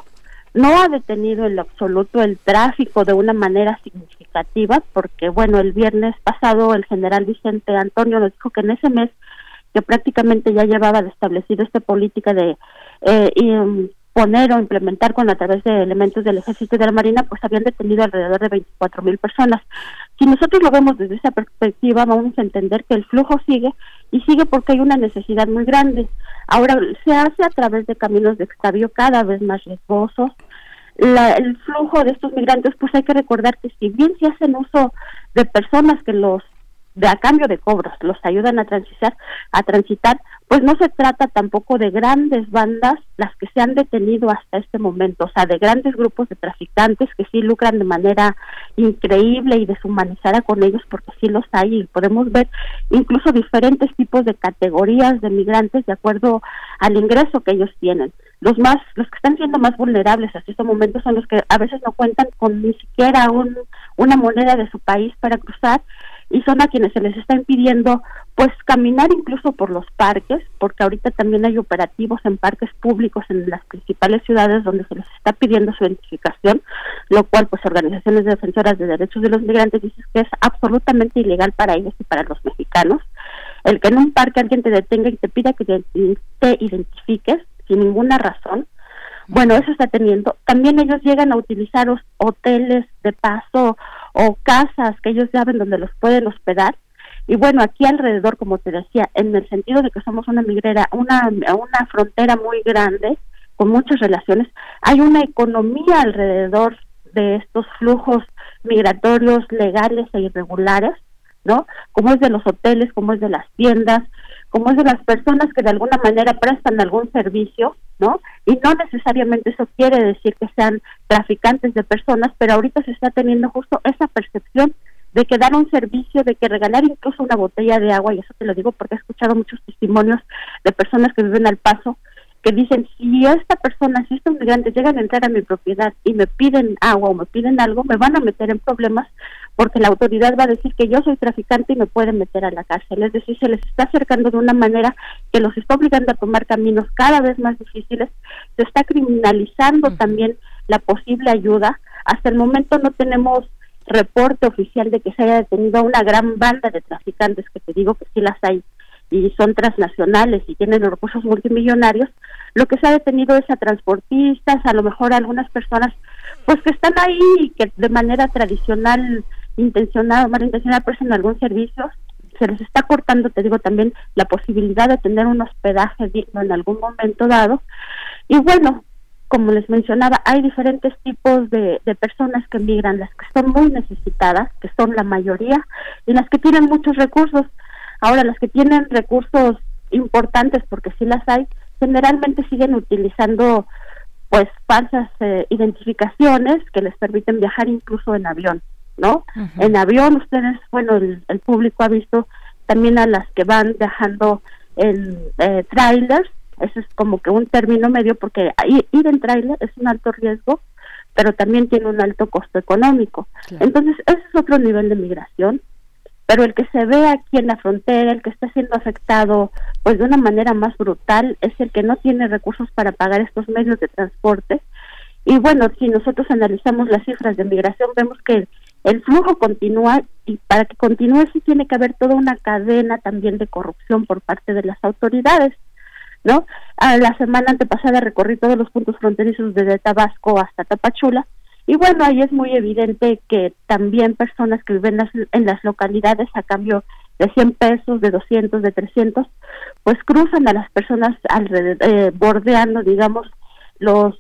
no ha detenido en lo absoluto el tráfico de una manera significativa, porque bueno, el viernes pasado el general Vicente Antonio nos dijo que en ese mes, que prácticamente ya llevaba establecido esta política de eh, y, um, poner o implementar con a través de elementos del Ejército y de la Marina, pues habían detenido alrededor de veinticuatro mil personas. Si nosotros lo vemos desde esa perspectiva, vamos a entender que el flujo sigue, y sigue porque hay una necesidad muy grande. Ahora, se hace a través de caminos de extravío cada vez más riesgosos. La, el flujo de estos migrantes, pues hay que recordar que si bien se hacen uso de personas que los, de a cambio de cobros, los ayudan a transitar, a transitar, pues no se trata tampoco de grandes bandas las que se han detenido hasta este momento, o sea, de grandes grupos de traficantes que sí lucran de manera increíble y deshumanizada con ellos, porque sí los hay, y podemos ver incluso diferentes tipos de categorías de migrantes de acuerdo al ingreso que ellos tienen. Los más, los que están siendo más vulnerables hasta este momento son los que a veces no cuentan con ni siquiera un, una moneda de su país para cruzar, y son a quienes se les está impidiendo pues caminar incluso por los parques, porque ahorita también hay operativos en parques públicos en las principales ciudades donde se les está pidiendo su identificación, lo cual pues organizaciones defensoras de derechos de los migrantes dicen que es absolutamente ilegal para ellos y para los mexicanos. El que en un parque alguien te detenga y te pida que te, te identifiques sin ninguna razón, bueno, eso está teniendo. También ellos llegan a utilizar os, hoteles de paso o casas que ellos saben donde los pueden hospedar. Y bueno, aquí alrededor, como te decía, en el sentido de que somos una migrera, una, una frontera muy grande, con muchas relaciones, hay una economía alrededor de estos flujos migratorios legales e irregulares, ¿no? Como es de los hoteles, como es de las tiendas, como es de las personas que de alguna manera prestan algún servicio, ¿no? Y no necesariamente eso quiere decir que sean traficantes de personas, pero ahorita se está teniendo justo esa percepción de que dar un servicio, de que regalar incluso una botella de agua, y eso te lo digo porque he escuchado muchos testimonios de personas que viven al paso, que dicen, si esta persona, si estos migrantes llegan a entrar a mi propiedad y me piden agua o me piden algo, me van a meter en problemas porque la autoridad va a decir que yo soy traficante y me pueden meter a la cárcel. Es decir, se les está acercando de una manera que los está obligando a tomar caminos cada vez más difíciles, se está criminalizando uh-huh. también la posible ayuda. Hasta el momento no tenemos reporte oficial de que se haya detenido a una gran banda de traficantes, que te digo que sí las hay, y son transnacionales y tienen recursos multimillonarios. Lo que se ha detenido es a transportistas, a lo mejor a algunas personas pues que están ahí y que de manera tradicional, intencionada o malintencionada prestan algún servicio. Se les está cortando, te digo, también la posibilidad de tener un hospedaje digno en algún momento dado. Y bueno, como les mencionaba, hay diferentes tipos de, de personas que migran, las que son muy necesitadas, que son la mayoría, y las que tienen muchos recursos. Ahora, las que tienen recursos importantes, porque sí las hay, generalmente siguen utilizando pues falsas eh, identificaciones que les permiten viajar incluso en avión, ¿no? Uh-huh. En avión ustedes, bueno, el, el público ha visto también a las que van viajando en eh, trailers. Eso es como que un término medio, porque ir, ir en trailer es un alto riesgo, pero también tiene un alto costo económico. Claro. Entonces, ese es otro nivel de migración. Pero el que se ve aquí en la frontera, el que está siendo afectado pues de una manera más brutal, es el que no tiene recursos para pagar estos medios de transporte. Y bueno, si nosotros analizamos las cifras de migración, vemos que el flujo continúa, y para que continúe sí tiene que haber toda una cadena también de corrupción por parte de las autoridades, ¿no? A la semana antepasada recorrí todos los puntos fronterizos desde Tabasco hasta Tapachula, y bueno, ahí es muy evidente que también personas que viven las, en las localidades a cambio de cien pesos, de doscientos, de trescientos, pues cruzan a las personas alrededor, eh, bordeando, digamos, los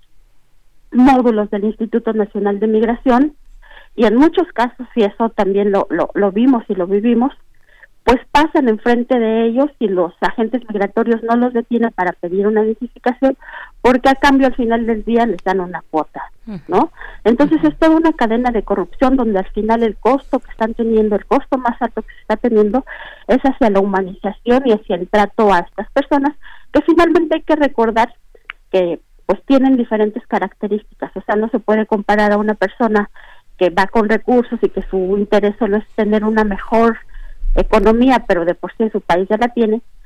módulos del Instituto Nacional de Migración, y en muchos casos, y eso también lo, lo, lo vimos y lo vivimos, pues pasan enfrente de ellos y los agentes migratorios no los detienen para pedir una identificación, porque a cambio al final del día les dan una cuota, ¿no? Entonces es toda una cadena de corrupción donde al final el costo que están teniendo, el costo más alto que se está teniendo es hacia la humanización y hacia el trato a estas personas, que finalmente hay que recordar que pues tienen diferentes características. O sea, no se puede comparar a una persona que va con recursos y que su interés solo es tener una mejor economía, pero de por sí en su país ya la tiene,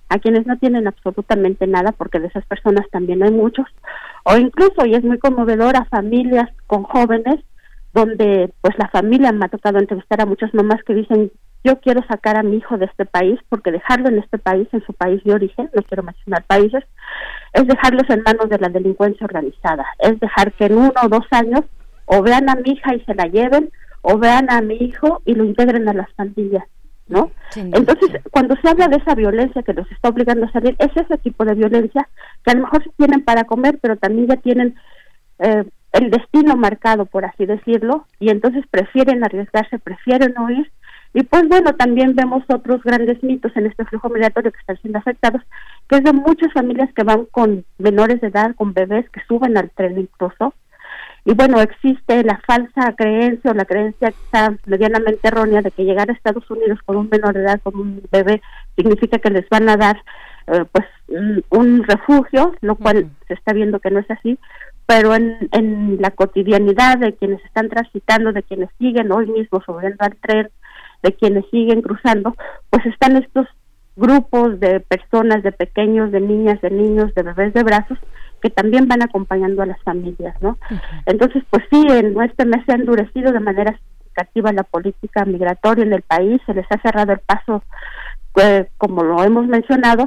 a quienes no tienen absolutamente nada, porque de esas personas también hay muchos, o incluso, y es muy conmovedor, a familias con jóvenes, donde pues la familia, me ha tocado entrevistar a muchas mamás que dicen, yo quiero sacar a mi hijo de este país, porque dejarlo en este país, en su país de origen, no quiero mencionar países, es dejarlos en manos de la delincuencia organizada, es dejar que en uno o dos años o vean a mi hija y se la lleven, o vean a mi hijo y lo integren a las pandillas, ¿no? Sí, Entonces, sí. cuando se habla de esa violencia que los está obligando a salir, es ese tipo de violencia que a lo mejor sí tienen para comer, pero también ya tienen eh, el destino marcado, por así decirlo, y entonces prefieren arriesgarse, prefieren huir. Y pues bueno, también vemos otros grandes mitos en este flujo migratorio que están siendo afectados, que es de muchas familias que van con menores de edad, con bebés que suben al tren incluso. Y bueno, existe la falsa creencia o la creencia que está medianamente errónea de que llegar a Estados Unidos con un menor de edad, con un bebé, significa que les van a dar eh, pues un refugio, lo cual uh-huh. se está viendo que no es así, pero en, en la cotidianidad de quienes están transitando, de quienes siguen hoy mismo subiendo al tren, de quienes siguen cruzando, pues están estos grupos de personas, de pequeños, de niñas, de niños, de bebés de brazos, que también van acompañando a las familias, ¿no? Uh-huh. Entonces, pues sí, en este mes se ha endurecido de manera significativa la política migratoria en el país, se les ha cerrado el paso, eh, como lo hemos mencionado,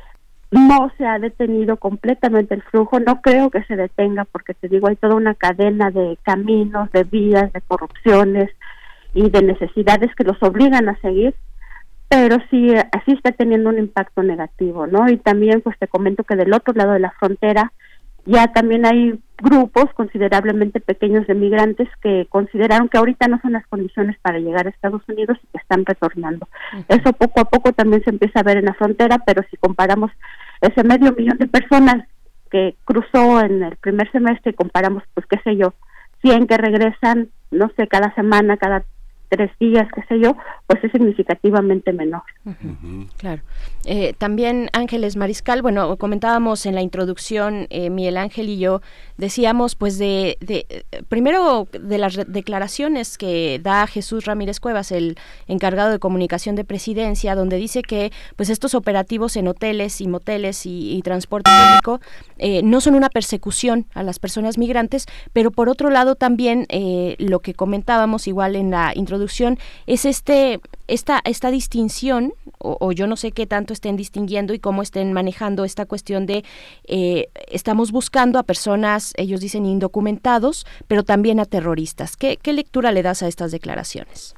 no se ha detenido completamente el flujo, no creo que se detenga, porque te digo, hay toda una cadena de caminos, de vías, de corrupciones y de necesidades que los obligan a seguir, pero sí, así está teniendo un impacto negativo, ¿no? Y también, pues te comento que del otro lado de la frontera ya también hay grupos considerablemente pequeños de migrantes que consideraron que ahorita no son las condiciones para llegar a Estados Unidos y que están retornando. Uh-huh. Eso poco a poco también se empieza a ver en la frontera, pero si comparamos ese medio millón de personas que cruzó en el primer semestre y comparamos, pues qué sé yo, cien que regresan, no sé, cada semana, cada tres días, qué sé yo, pues es significativamente menor. Uh-huh. Claro. Eh, también Ángeles Mariscal, bueno, comentábamos en la introducción, eh, Miguel Ángel y yo, decíamos pues de, de primero de las re- declaraciones que da Jesús Ramírez Cuevas, el encargado de comunicación de Presidencia, donde dice que pues estos operativos en hoteles y moteles y, y transporte público eh, no son una persecución a las personas migrantes, pero por otro lado también eh, lo que comentábamos igual en la introducción es este esta esta distinción o, o yo no sé qué tanto estén distinguiendo y cómo estén manejando esta cuestión de eh, estamos buscando a personas, ellos dicen indocumentados, pero también a terroristas. ¿Qué, qué lectura le das a estas declaraciones?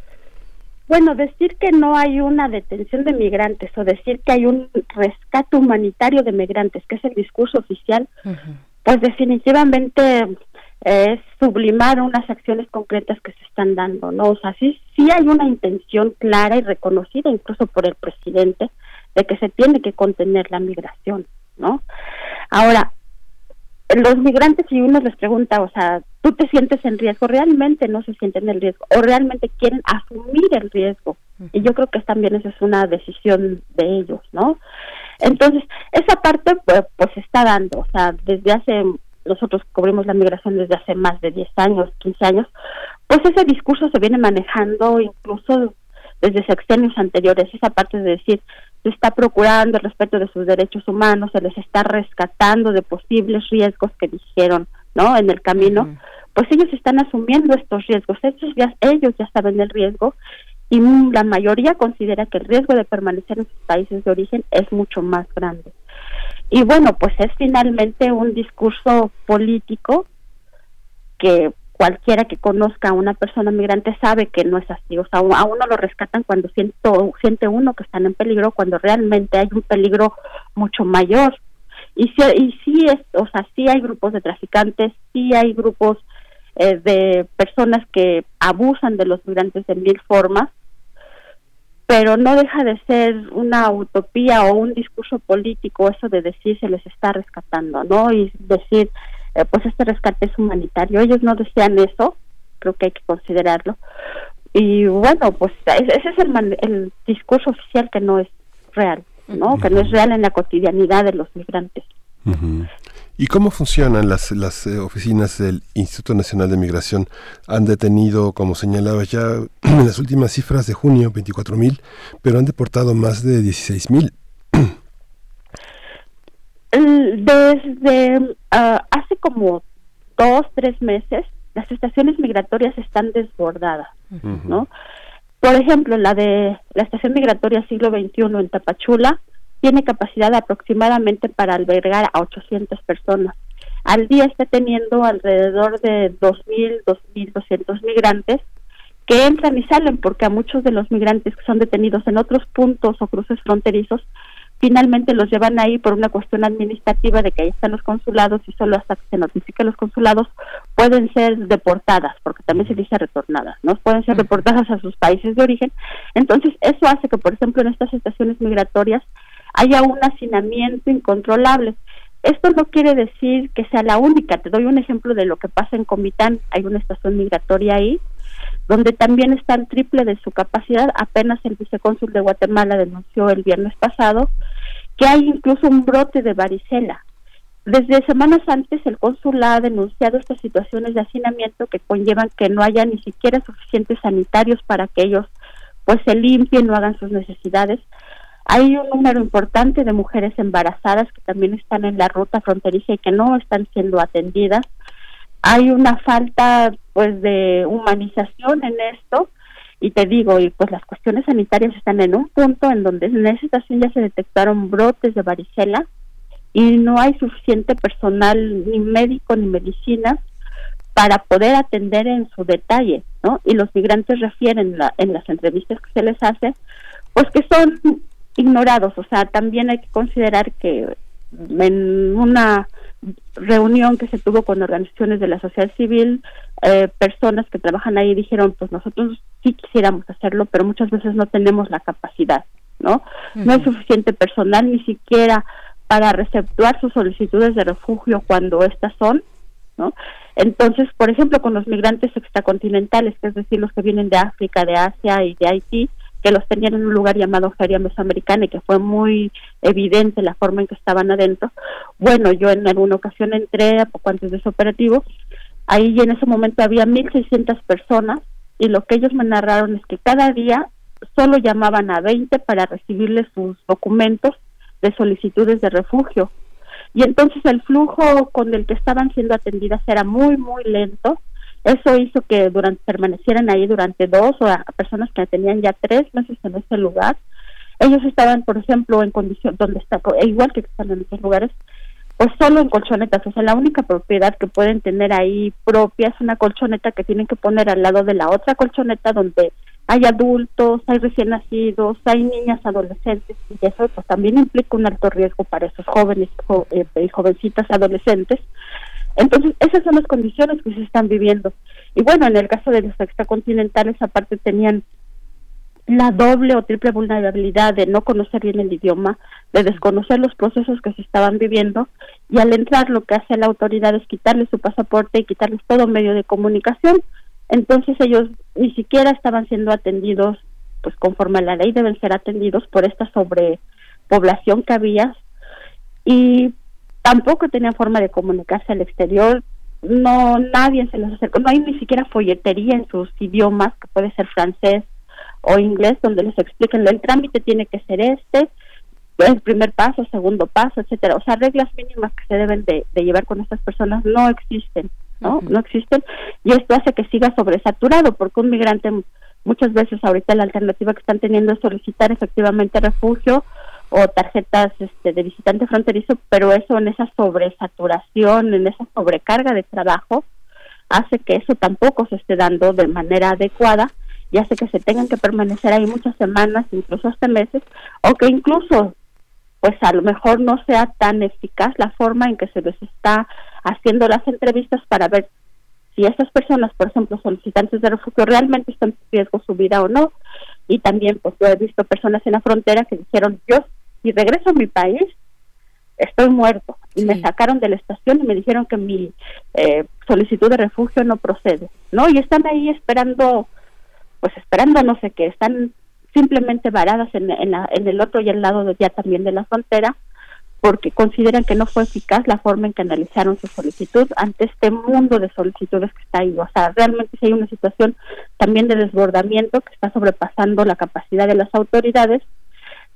Bueno, decir que no hay una detención de migrantes o decir que hay un rescate humanitario de migrantes, que es el discurso oficial, uh-huh. pues definitivamente es sublimar unas acciones concretas que se están dando, ¿no? O sea, sí, sí hay una intención clara y reconocida incluso por el presidente de que se tiene que contener la migración, ¿no? Ahora, los migrantes, si uno les pregunta, o sea, ¿tú te sientes en riesgo? Realmente no se sienten en riesgo, o realmente quieren asumir el riesgo, y yo creo que también esa es una decisión de ellos, ¿no? Entonces, esa parte pues, pues se está dando, o sea, desde hace... nosotros cubrimos la migración desde hace más de diez años, quince años, pues ese discurso se viene manejando incluso desde sexenios anteriores, esa parte de decir, se está procurando el respeto de sus derechos humanos, se les está rescatando de posibles riesgos que dijeron, ¿no?, en el camino, uh-huh. pues ellos están asumiendo estos riesgos, ellos ya, ellos ya saben el riesgo, y la mayoría considera que el riesgo de permanecer en sus países de origen es mucho más grande. Y bueno, pues es finalmente un discurso político que cualquiera que conozca a una persona migrante sabe que no es así. O sea, a uno lo rescatan cuando siento, siente uno que están en peligro, cuando realmente hay un peligro mucho mayor. Y sí, y sí es, o sea, sí hay grupos de traficantes, sí hay grupos eh, de personas que abusan de los migrantes de mil formas, pero no deja de ser una utopía o un discurso político eso de decir se les está rescatando, ¿no? Y decir, eh, pues este rescate es humanitario. Ellos no desean eso, creo que hay que considerarlo. Y bueno, pues ese es el, man- el discurso oficial que no es real, ¿no? Uh-huh. Que no es real en la cotidianidad de los migrantes. Uh-huh. ¿Y cómo funcionan las las eh, oficinas del Instituto Nacional de Migración? Han detenido, como señalaba ya en las últimas cifras de junio, veinticuatro mil, pero han deportado más de dieciséis mil. Desde uh, hace como dos, tres meses, las estaciones migratorias están desbordadas, uh-huh. ¿no? Por ejemplo, la de la estación migratoria siglo veintiuno en Tapachula tiene capacidad aproximadamente para albergar a ochocientas personas. Al día está teniendo alrededor de dos mil, dos mil doscientos migrantes que entran y salen, porque a muchos de los migrantes que son detenidos en otros puntos o cruces fronterizos, finalmente los llevan ahí por una cuestión administrativa de que ahí están los consulados y solo hasta que se notifiquen los consulados pueden ser deportadas, porque también se dice retornadas, ¿no? Pueden ser deportadas a sus países de origen. Entonces, eso hace que, por ejemplo, en estas estaciones migratorias haya un hacinamiento incontrolable. Esto no quiere decir que sea la única. Te doy un ejemplo de lo que pasa en Comitán. Hay una estación migratoria ahí, donde también está el triple de su capacidad. Apenas el vicecónsul de Guatemala denunció el viernes pasado que hay incluso un brote de varicela. Desde semanas antes el cónsul ha denunciado estas situaciones de hacinamiento que conllevan que no haya ni siquiera suficientes sanitarios para que ellos pues se limpien o hagan sus necesidades. Hay un número importante de mujeres embarazadas que también están en la ruta fronteriza y que no están siendo atendidas. Hay una falta pues de humanización en esto, y te digo, y pues las cuestiones sanitarias están en un punto en donde en esa estación ya se detectaron brotes de varicela y no hay suficiente personal, ni médico ni medicinas, para poder atender en su detalle, ¿no? Y los migrantes refieren la, en las entrevistas que se les hace, pues que son ignorados. O sea, también hay que considerar que en una reunión que se tuvo con organizaciones de la sociedad civil, eh, personas que trabajan ahí dijeron, pues nosotros sí quisiéramos hacerlo, pero muchas veces no tenemos la capacidad, ¿no? Uh-huh. No hay suficiente personal ni siquiera para receptuar sus solicitudes de refugio cuando estas son, ¿no? Entonces, por ejemplo, con los migrantes extracontinentales, que es decir, los que vienen de África, de Asia y de Haití, que los tenían en un lugar llamado Feria Mesoamericana y que fue muy evidente la forma en que estaban adentro. Bueno, yo en alguna ocasión entré a poco antes de ese operativo, ahí en ese momento había mil seiscientas personas y lo que ellos me narraron es que cada día solo llamaban a veinte para recibirles sus documentos de solicitudes de refugio. Y entonces el flujo con el que estaban siendo atendidas era muy, muy lento. Eso hizo que durante permanecieran ahí durante dos o a personas que tenían ya tres meses en ese lugar. Ellos estaban, por ejemplo, en condición donde está, igual que están en otros lugares, pues solo en colchonetas. O sea, la única propiedad que pueden tener ahí propia es una colchoneta que tienen que poner al lado de la otra colchoneta donde hay adultos, hay recién nacidos, hay niñas, adolescentes, y eso pues también implica un alto riesgo para esos jóvenes jo, eh, y jovencitas adolescentes. Entonces, esas son las condiciones que se están viviendo. Y bueno, en el caso de los extracontinentales, aparte tenían la doble o triple vulnerabilidad de no conocer bien el idioma, de desconocer los procesos que se estaban viviendo, y al entrar lo que hace la autoridad es quitarles su pasaporte y quitarles todo medio de comunicación. Entonces ellos ni siquiera estaban siendo atendidos, pues conforme a la ley deben ser atendidos por esta sobrepoblación que había, y tampoco tenían forma de comunicarse al exterior. No, nadie se les acercó, no hay ni siquiera folletería en sus idiomas, que puede ser francés o inglés, donde les expliquen el trámite tiene que ser este, el primer paso, segundo paso, etcétera. O sea, reglas mínimas que se deben de, de llevar con estas personas no existen, ¿no? Uh-huh. No existen, y esto hace que siga sobresaturado, porque un migrante muchas veces ahorita la alternativa que están teniendo es solicitar efectivamente refugio o tarjetas este, de visitante fronterizo, pero eso en esa sobresaturación, en esa sobrecarga de trabajo, hace que eso tampoco se esté dando de manera adecuada y hace que se tengan que permanecer ahí muchas semanas, incluso hasta meses, o que incluso, pues a lo mejor no sea tan eficaz la forma en que se les está haciendo las entrevistas para ver si esas personas, por ejemplo, solicitantes de refugio, realmente están en riesgo su vida o no. Y también, pues yo he visto personas en la frontera que dijeron, yo si regreso a mi país, estoy muerto. Y sí. Me sacaron de la estación y me dijeron que mi eh, solicitud de refugio no procede, ¿no? Y están ahí esperando, pues esperando no sé qué, están simplemente varadas en, en, la, en el otro y al lado de, ya también de la frontera, porque consideran que no fue eficaz la forma en que analizaron su solicitud ante este mundo de solicitudes que está ahí. O sea, realmente sí hay una situación también de desbordamiento que está sobrepasando la capacidad de las autoridades,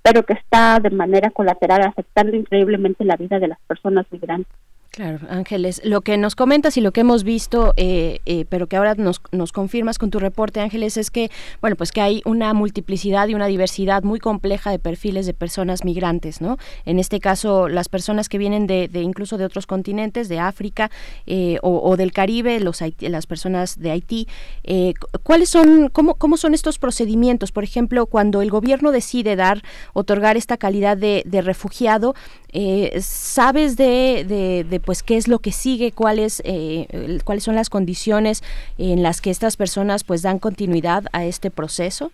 pero que está de manera colateral afectando increíblemente la vida de las personas migrantes. Claro, Ángeles, lo que nos comentas y lo que hemos visto, eh, eh, pero que ahora nos, nos confirmas con tu reporte, Ángeles, es que, bueno, pues que hay una multiplicidad y una diversidad muy compleja de perfiles de personas migrantes, ¿no? En este caso, las personas que vienen de, de incluso de otros continentes, de África eh, o, o del Caribe, los Haití, las personas de Haití, eh, ¿cuáles son, cómo, cómo son estos procedimientos? Por ejemplo, cuando el gobierno decide dar, otorgar esta calidad de, de refugiado, eh, ¿sabes de, de, de pues qué es lo que sigue, cuáles eh, cuáles son las condiciones en las que estas personas pues dan continuidad a este proceso?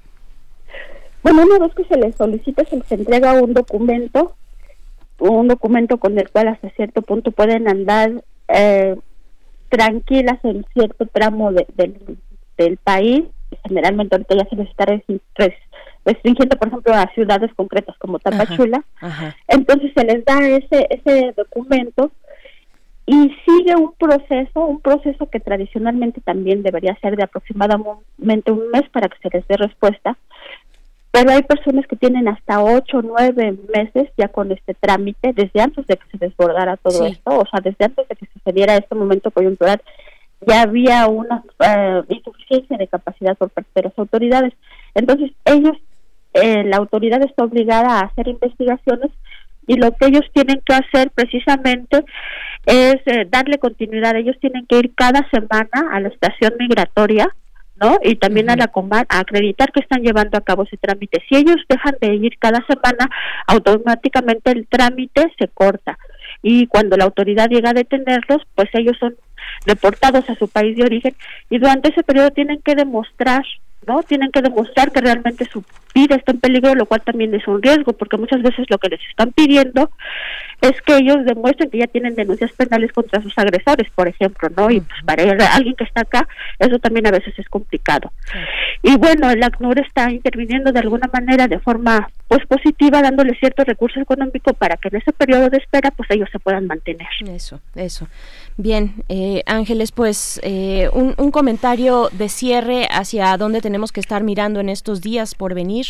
Bueno, una vez que se les solicita, se les entrega un documento, un documento con el cual hasta cierto punto pueden andar eh, tranquilas en cierto tramo de, de, del país. Generalmente ahorita ya se les está restringiendo, por ejemplo, a ciudades concretas como Tapachula. Ajá, ajá. Entonces se les da ese ese documento y sigue un proceso, un proceso que tradicionalmente también debería ser de aproximadamente un mes para que se les dé respuesta, pero hay personas que tienen hasta ocho, nueve meses ya con este trámite, desde antes de que se desbordara todo sí. esto, o sea, desde antes de que sucediera este momento coyuntural, ya había una uh, insuficiencia de capacidad por parte de las autoridades. Entonces, ellos, eh, la autoridad está obligada a hacer investigaciones y lo que ellos tienen que hacer precisamente es eh, darle continuidad. Ellos tienen que ir cada semana a la estación migratoria, ¿no? Y también uh-huh. a la Comar a acreditar que están llevando a cabo ese trámite. Si ellos dejan de ir cada semana, automáticamente el trámite se corta. Y cuando la autoridad llega a detenerlos, pues ellos son deportados a su país de origen y durante ese periodo tienen que demostrar, ¿no? Tienen que demostrar que realmente su vida está en peligro, lo cual también es un riesgo, porque muchas veces lo que les están pidiendo es que ellos demuestren que ya tienen denuncias penales contra sus agresores, por ejemplo, ¿no? Y pues para alguien que está acá, eso también a veces es complicado. Sí. Y bueno, el ACNUR está interviniendo de alguna manera de forma pues positiva, dándole cierto recurso económico para que en ese periodo de espera pues ellos se puedan mantener. Eso, eso. Bien, eh, Ángeles, pues eh, un, un comentario de cierre hacia dónde tenemos que estar mirando en estos días por venir.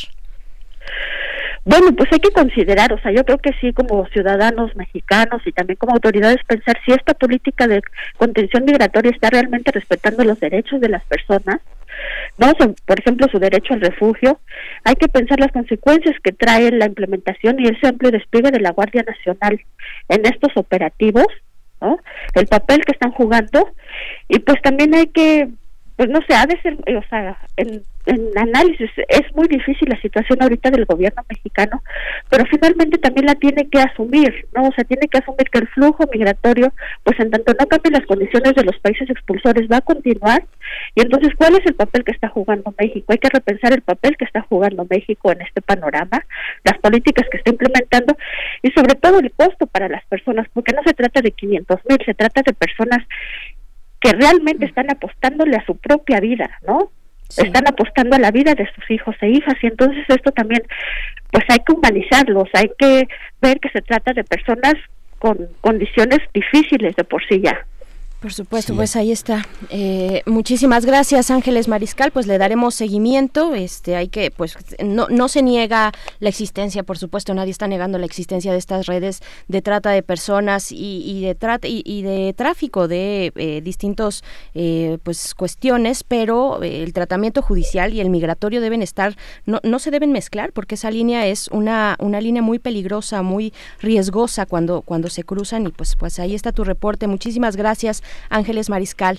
Bueno, pues hay que considerar, o sea, yo creo que sí, como ciudadanos mexicanos y también como autoridades, pensar si esta política de contención migratoria está realmente respetando los derechos de las personas, ¿no? O sea, por ejemplo, su derecho al refugio. Hay que pensar las consecuencias que trae la implementación y ese amplio despliegue de la Guardia Nacional en estos operativos, ¿no? El papel que están jugando, y pues también hay que, pues no sé, ha de ser, o sea, en, en análisis, es muy difícil la situación ahorita del gobierno mexicano, pero finalmente también la tiene que asumir, ¿no? O sea, tiene que asumir que el flujo migratorio, pues en tanto no cambien las condiciones de los países expulsores, va a continuar, y entonces, ¿cuál es el papel que está jugando México? Hay que repensar el papel que está jugando México en este panorama, las políticas que está implementando, y sobre todo el costo para las personas, porque no se trata de quinientos mil, se trata de personas que realmente están apostándole a su propia vida, ¿no? Sí. Están apostando a la vida de sus hijos e hijas, y entonces esto también, pues hay que humanizarlos, hay que ver que se trata de personas con condiciones difíciles de por sí ya. Por supuesto, sí. Pues ahí está. Eh, muchísimas gracias, Ángeles Mariscal. Pues le daremos seguimiento. Este, hay que, pues, no, no se niega la existencia, por supuesto, nadie está negando la existencia de estas redes de trata de personas y, y de trata y, y de tráfico de eh, distintos, eh, pues, cuestiones, pero eh, el tratamiento judicial y el migratorio deben estar, no, no se deben mezclar, porque esa línea es una, una línea muy peligrosa, muy riesgosa cuando, cuando se cruzan. Y pues, pues ahí está tu reporte. Muchísimas gracias, Ángeles Mariscal.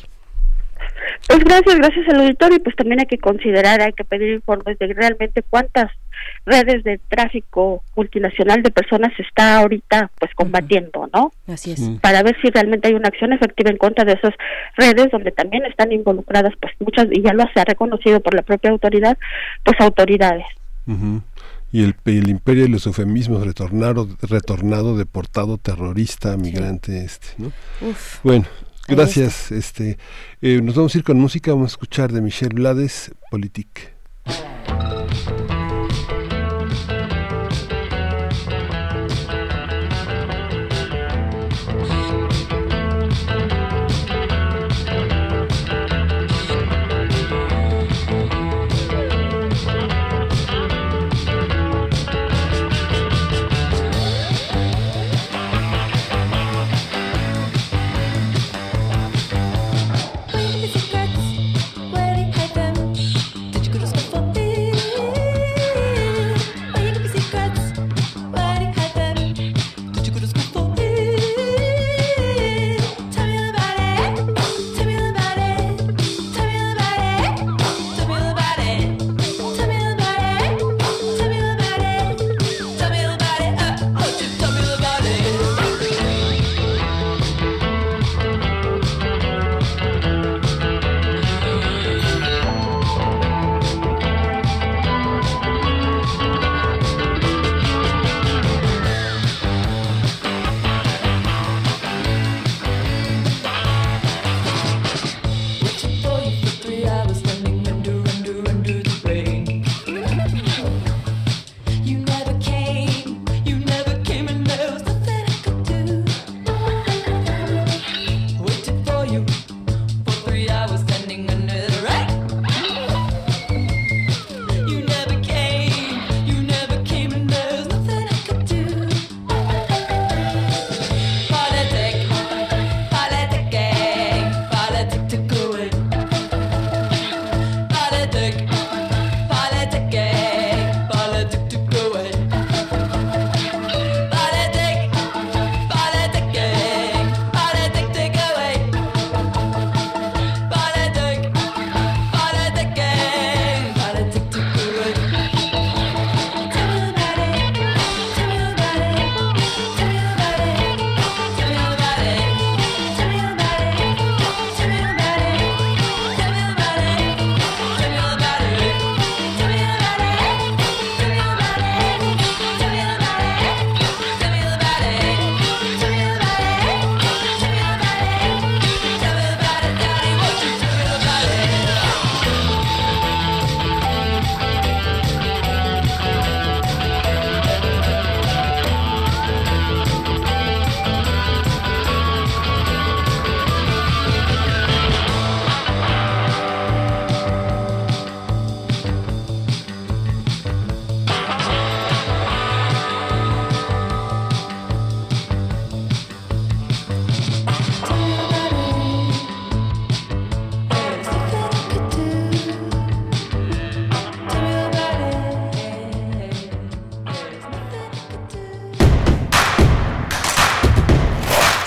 Pues gracias, gracias al auditorio, y pues también hay que considerar, hay que pedir informes de realmente cuántas redes de tráfico multinacional de personas se está ahorita pues combatiendo, ¿no? Así es. Para ver si realmente hay una acción efectiva en contra de esas redes donde también están involucradas pues muchas, y ya lo se ha reconocido por la propia autoridad, pues autoridades. Uh-huh. Y el, el imperio de los eufemismos, retornado, retornado, deportado, terrorista, migrante, sí. este, ¿no? Uf. Bueno, gracias. Este, eh, nos vamos a ir con música, vamos a escuchar de Michel Blades, Politique.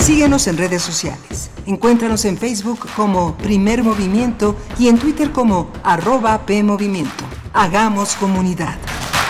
Síguenos en redes sociales. Encuéntranos en Facebook como Primer Movimiento y en Twitter como arroba PMovimiento. Hagamos comunidad.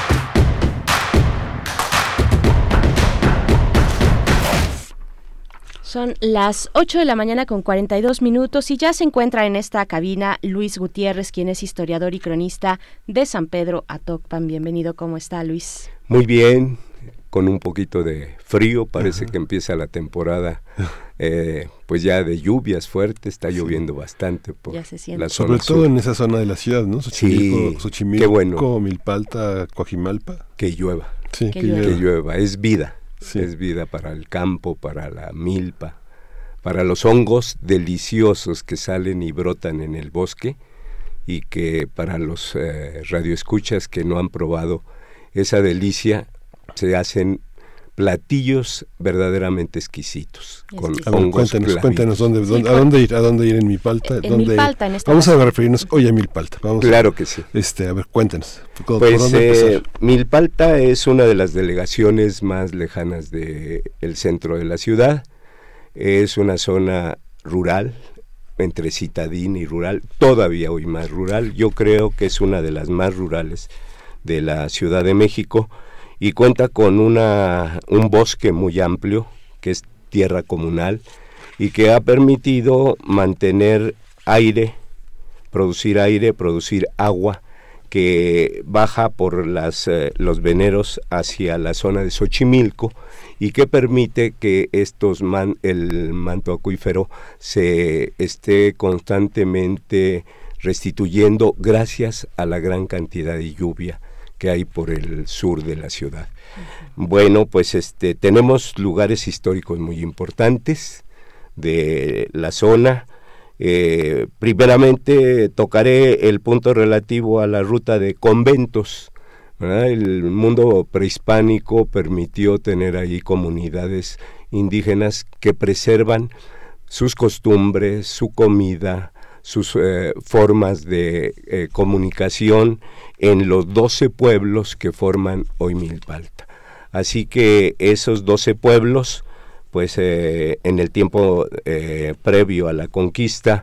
Son las ocho de la mañana con cuarenta y dos minutos y ya se encuentra en esta cabina Luis Gutiérrez, quien es historiador y cronista de San Pedro Atocpan. Bienvenido, ¿cómo está, Luis? Muy bien, con un poquito de frío, parece Ajá. que empieza la temporada eh, pues ya de lluvias fuertes, está lloviendo sí. bastante por ya se siente. la zona Sobre todo sur. en esa zona de la ciudad, ¿no? Xochimilco, sí, Xochimilco, qué bueno. Milpalta, Coajimalpa. Que llueva, sí, que, que, llueva. que llueva, es vida. Sí. Es vida para el campo, para la milpa, para los hongos deliciosos que salen y brotan en el bosque, y que para los eh, radioescuchas que no han probado esa delicia, se hacen platillos verdaderamente exquisitos con a ver, hongos cuéntanos, cuéntanos dónde, sí, dónde, a dónde ir, a dónde ir en Milpalta, en dónde Milpalta, en esta vamos base. a referirnos hoy a Milpalta, vamos claro a, que sí. Este, a ver, cuéntanos. ¿Por, pues por dónde eh, Milpalta es una de las delegaciones más lejanas del centro de la ciudad. Es una zona rural, entre citadina y rural, todavía hoy más rural. Yo creo que es una de las más rurales de la Ciudad de México, y cuenta con una un bosque muy amplio, que es tierra comunal, y que ha permitido mantener aire, producir aire, producir agua, que baja por las, eh, los veneros hacia la zona de Xochimilco, y que permite que estos man, el manto acuífero se esté constantemente restituyendo gracias a la gran cantidad de lluvia que hay por el sur de la ciudad. Uh-huh. Bueno, pues este tenemos lugares históricos muy importantes de la zona. Eh, primeramente tocaré el punto relativo a la ruta de conventos, ¿verdad? El mundo prehispánico permitió tener ahí comunidades indígenas que preservan sus costumbres, su comida, sus eh, formas de eh, comunicación en los doce pueblos que forman hoy Milpalta. Así que esos doce pueblos, pues eh, en el tiempo eh, previo a la conquista,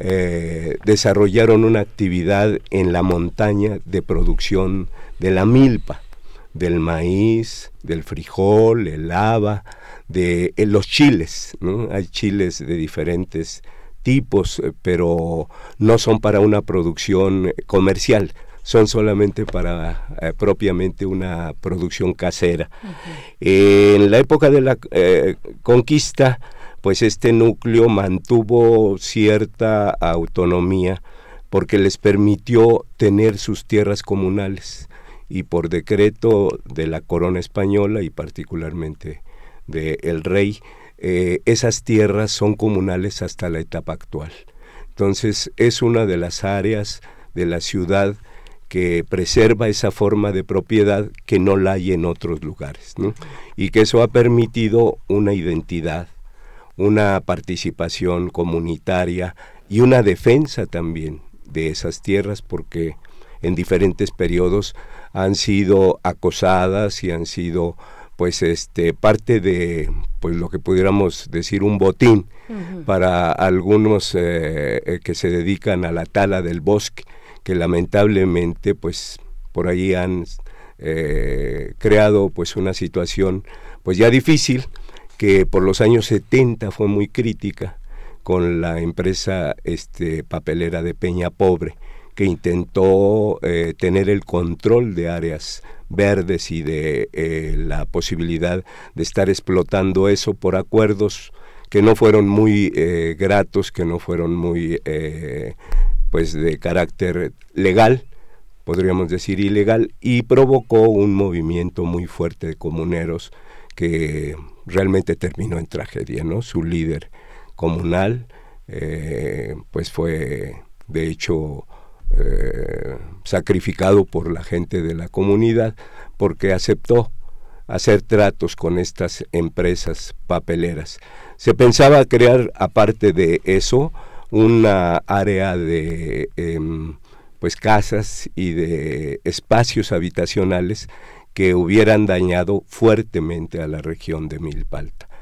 eh, desarrollaron una actividad en la montaña de producción de la milpa, del maíz, del frijol, el haba, de eh, los chiles, ¿no? Hay chiles de diferentes tipos, pero no son para una producción comercial, son solamente para eh, propiamente una producción casera. Uh-huh. Eh, en la época de la eh, conquista, pues este núcleo mantuvo cierta autonomía porque les permitió tener sus tierras comunales, y por decreto de la corona española y particularmente del rey, Eh, esas tierras son comunales hasta la etapa actual. Entonces es una de las áreas de la ciudad que preserva esa forma de propiedad que no la hay en otros lugares, ¿no? Y que eso ha permitido una identidad, una participación comunitaria y una defensa también de esas tierras, porque en diferentes periodos han sido acosadas y han sido pues este parte de pues lo que pudiéramos decir un botín uh-huh. para algunos eh, eh, que se dedican a la tala del bosque, que lamentablemente pues por ahí han eh, creado pues una situación pues ya difícil, que por los años setenta fue muy crítica con la empresa este papelera de Peña Pobre, que intentó eh, tener el control de áreas verdes y de eh, la posibilidad de estar explotando eso por acuerdos que no fueron muy eh, gratos, que no fueron muy eh, pues de carácter legal, podríamos decir ilegal, y provocó un movimiento muy fuerte de comuneros que realmente terminó en tragedia, ¿no? Su líder comunal eh, pues fue de hecho Eh, sacrificado por la gente de la comunidad, porque aceptó hacer tratos con estas empresas papeleras. Se pensaba crear, aparte de eso, una área de eh, pues casas y de espacios habitacionales que hubieran dañado fuertemente a la región de Milpalta.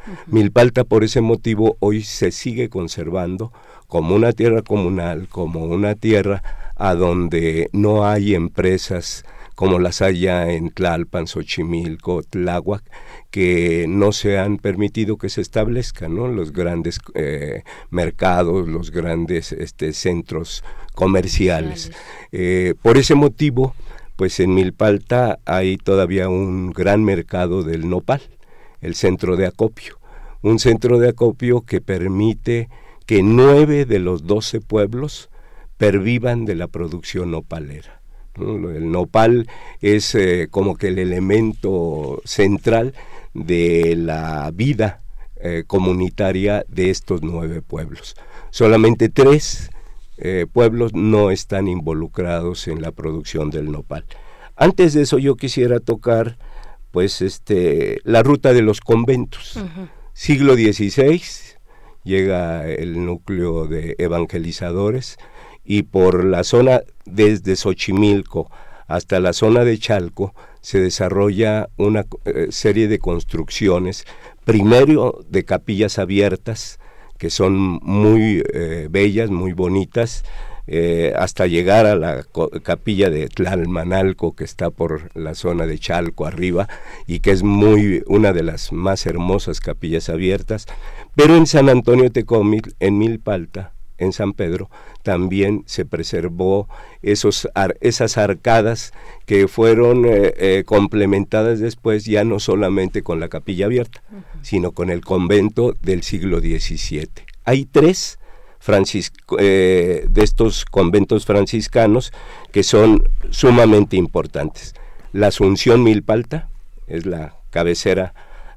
Milpalta, por ese motivo, hoy se sigue conservando como una tierra comunal, como una tierra a donde no hay empresas como las haya en Tlalpan, Xochimilco, Tláhuac, que no se han permitido que se establezcan, ¿no? Los grandes eh, mercados, los grandes este, centros comerciales. Eh, por ese motivo, pues en Milpalta hay todavía un gran mercado del nopal, el centro de acopio, un centro de acopio que permite que nueve de los doce pueblos pervivan de la producción nopalera. El nopal es eh, como que el elemento central de la vida eh, comunitaria de estos nueve pueblos. Solamente tres eh, pueblos no están involucrados en la producción del nopal. Antes de eso yo quisiera tocar pues este la ruta de los conventos. Uh-huh. Siglo dieciséis, llega el núcleo de evangelizadores, y por la zona desde Xochimilco hasta la zona de Chalco se desarrolla una eh, serie de construcciones, primero de capillas abiertas, que son muy eh, bellas, muy bonitas, eh, hasta llegar a la capilla de Tlalmanalco, que está por la zona de Chalco arriba, y que es muy una de las más hermosas capillas abiertas. Pero en San Antonio Tecómitl, en Milpalta, en San Pedro, también se preservó esos ar, esas arcadas que fueron eh, eh, complementadas después ya no solamente con la capilla abierta, uh-huh. sino con el convento del siglo diecisiete. Hay tres francis, eh, de estos conventos franciscanos que son sumamente importantes. La Asunción Milpalta es la cabecera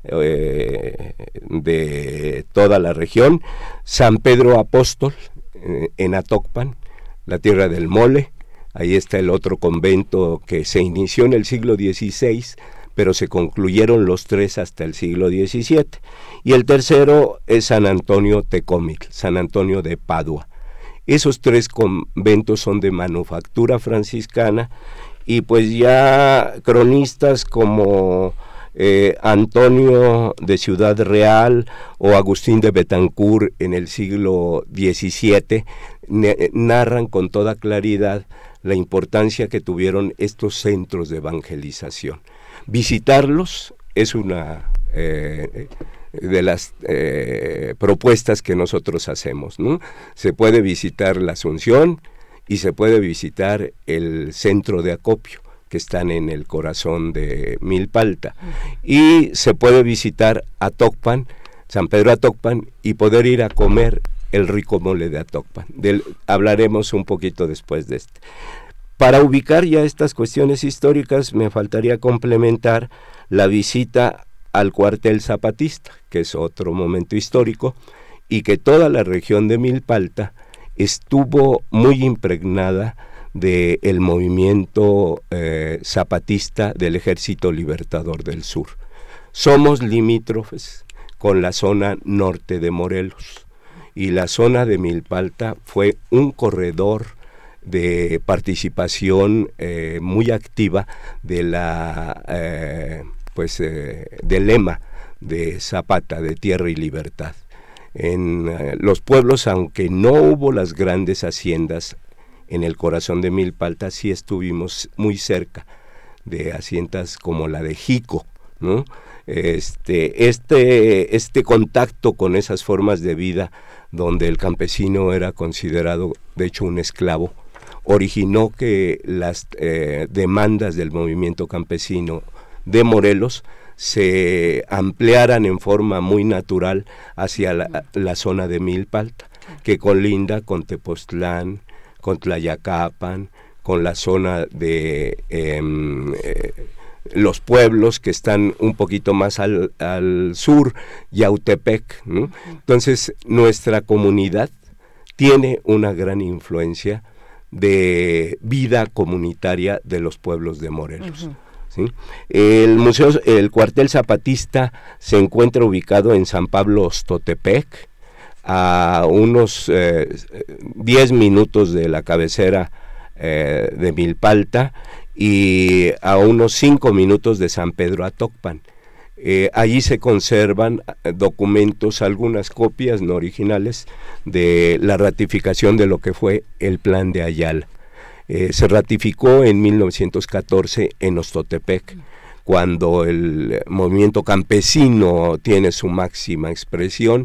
Eh, de toda la región, San Pedro Apóstol eh, en Atocpan, la tierra del mole. Ahí está el otro convento que se inició en el siglo dieciséis, pero se concluyeron los tres hasta el siglo diecisiete. Y el tercero es San Antonio Tecómitl, San Antonio de Padua. Esos tres conventos son de manufactura franciscana, y pues ya cronistas como Eh, Antonio de Ciudad Real o Agustín de Betancourt en el siglo diecisiete narran con toda claridad la importancia que tuvieron estos centros de evangelización. Visitarlos es una eh, de las eh, propuestas que nosotros hacemos, ¿no? Se puede visitar la Asunción y se puede visitar el centro de acopio, que están en el corazón de Milpalta, y se puede visitar Atocpan, San Pedro Atocpan, y poder ir a comer el rico mole de Atocpan. Del, hablaremos un poquito después de este. Para ubicar ya estas cuestiones históricas me faltaría complementar la visita al cuartel zapatista, que es otro momento histórico, y que toda la región de Milpalta estuvo muy impregnada del el movimiento eh, zapatista del Ejército Libertador del Sur. Somos limítrofes con la zona norte de Morelos, y la zona de Milpalta fue un corredor de participación eh, muy activa de la eh, pues eh, del lema de Zapata, de tierra y libertad. En eh, los pueblos, aunque no hubo las grandes haciendas en el corazón de Milpalta, sí estuvimos muy cerca de haciendas como la de Jico, ¿no? Este, este, este contacto con esas formas de vida donde el campesino era considerado, de hecho, un esclavo, originó que las eh, demandas del movimiento campesino de Morelos se ampliaran en forma muy natural hacia la, la zona de Milpalta, que colinda con Tepoztlán, con Tlayacapan, con la zona de eh, eh, los pueblos que están un poquito más al, al sur, Yautepec, ¿no? Entonces, nuestra comunidad tiene una gran influencia de vida comunitaria de los pueblos de Morelos. Uh-huh. ¿Sí? El museo, el cuartel zapatista se encuentra ubicado en San Pablo Ostotepec, a unos eh, diez minutos de la cabecera eh, de Milpalta y a unos cinco minutos de San Pedro Atocpan. Eh, allí se conservan documentos, algunas copias no originales, de la ratificación de lo que fue el Plan de Ayala. Eh, se ratificó en mil novecientos catorce en Ostotepec, cuando el movimiento campesino tiene su máxima expresión,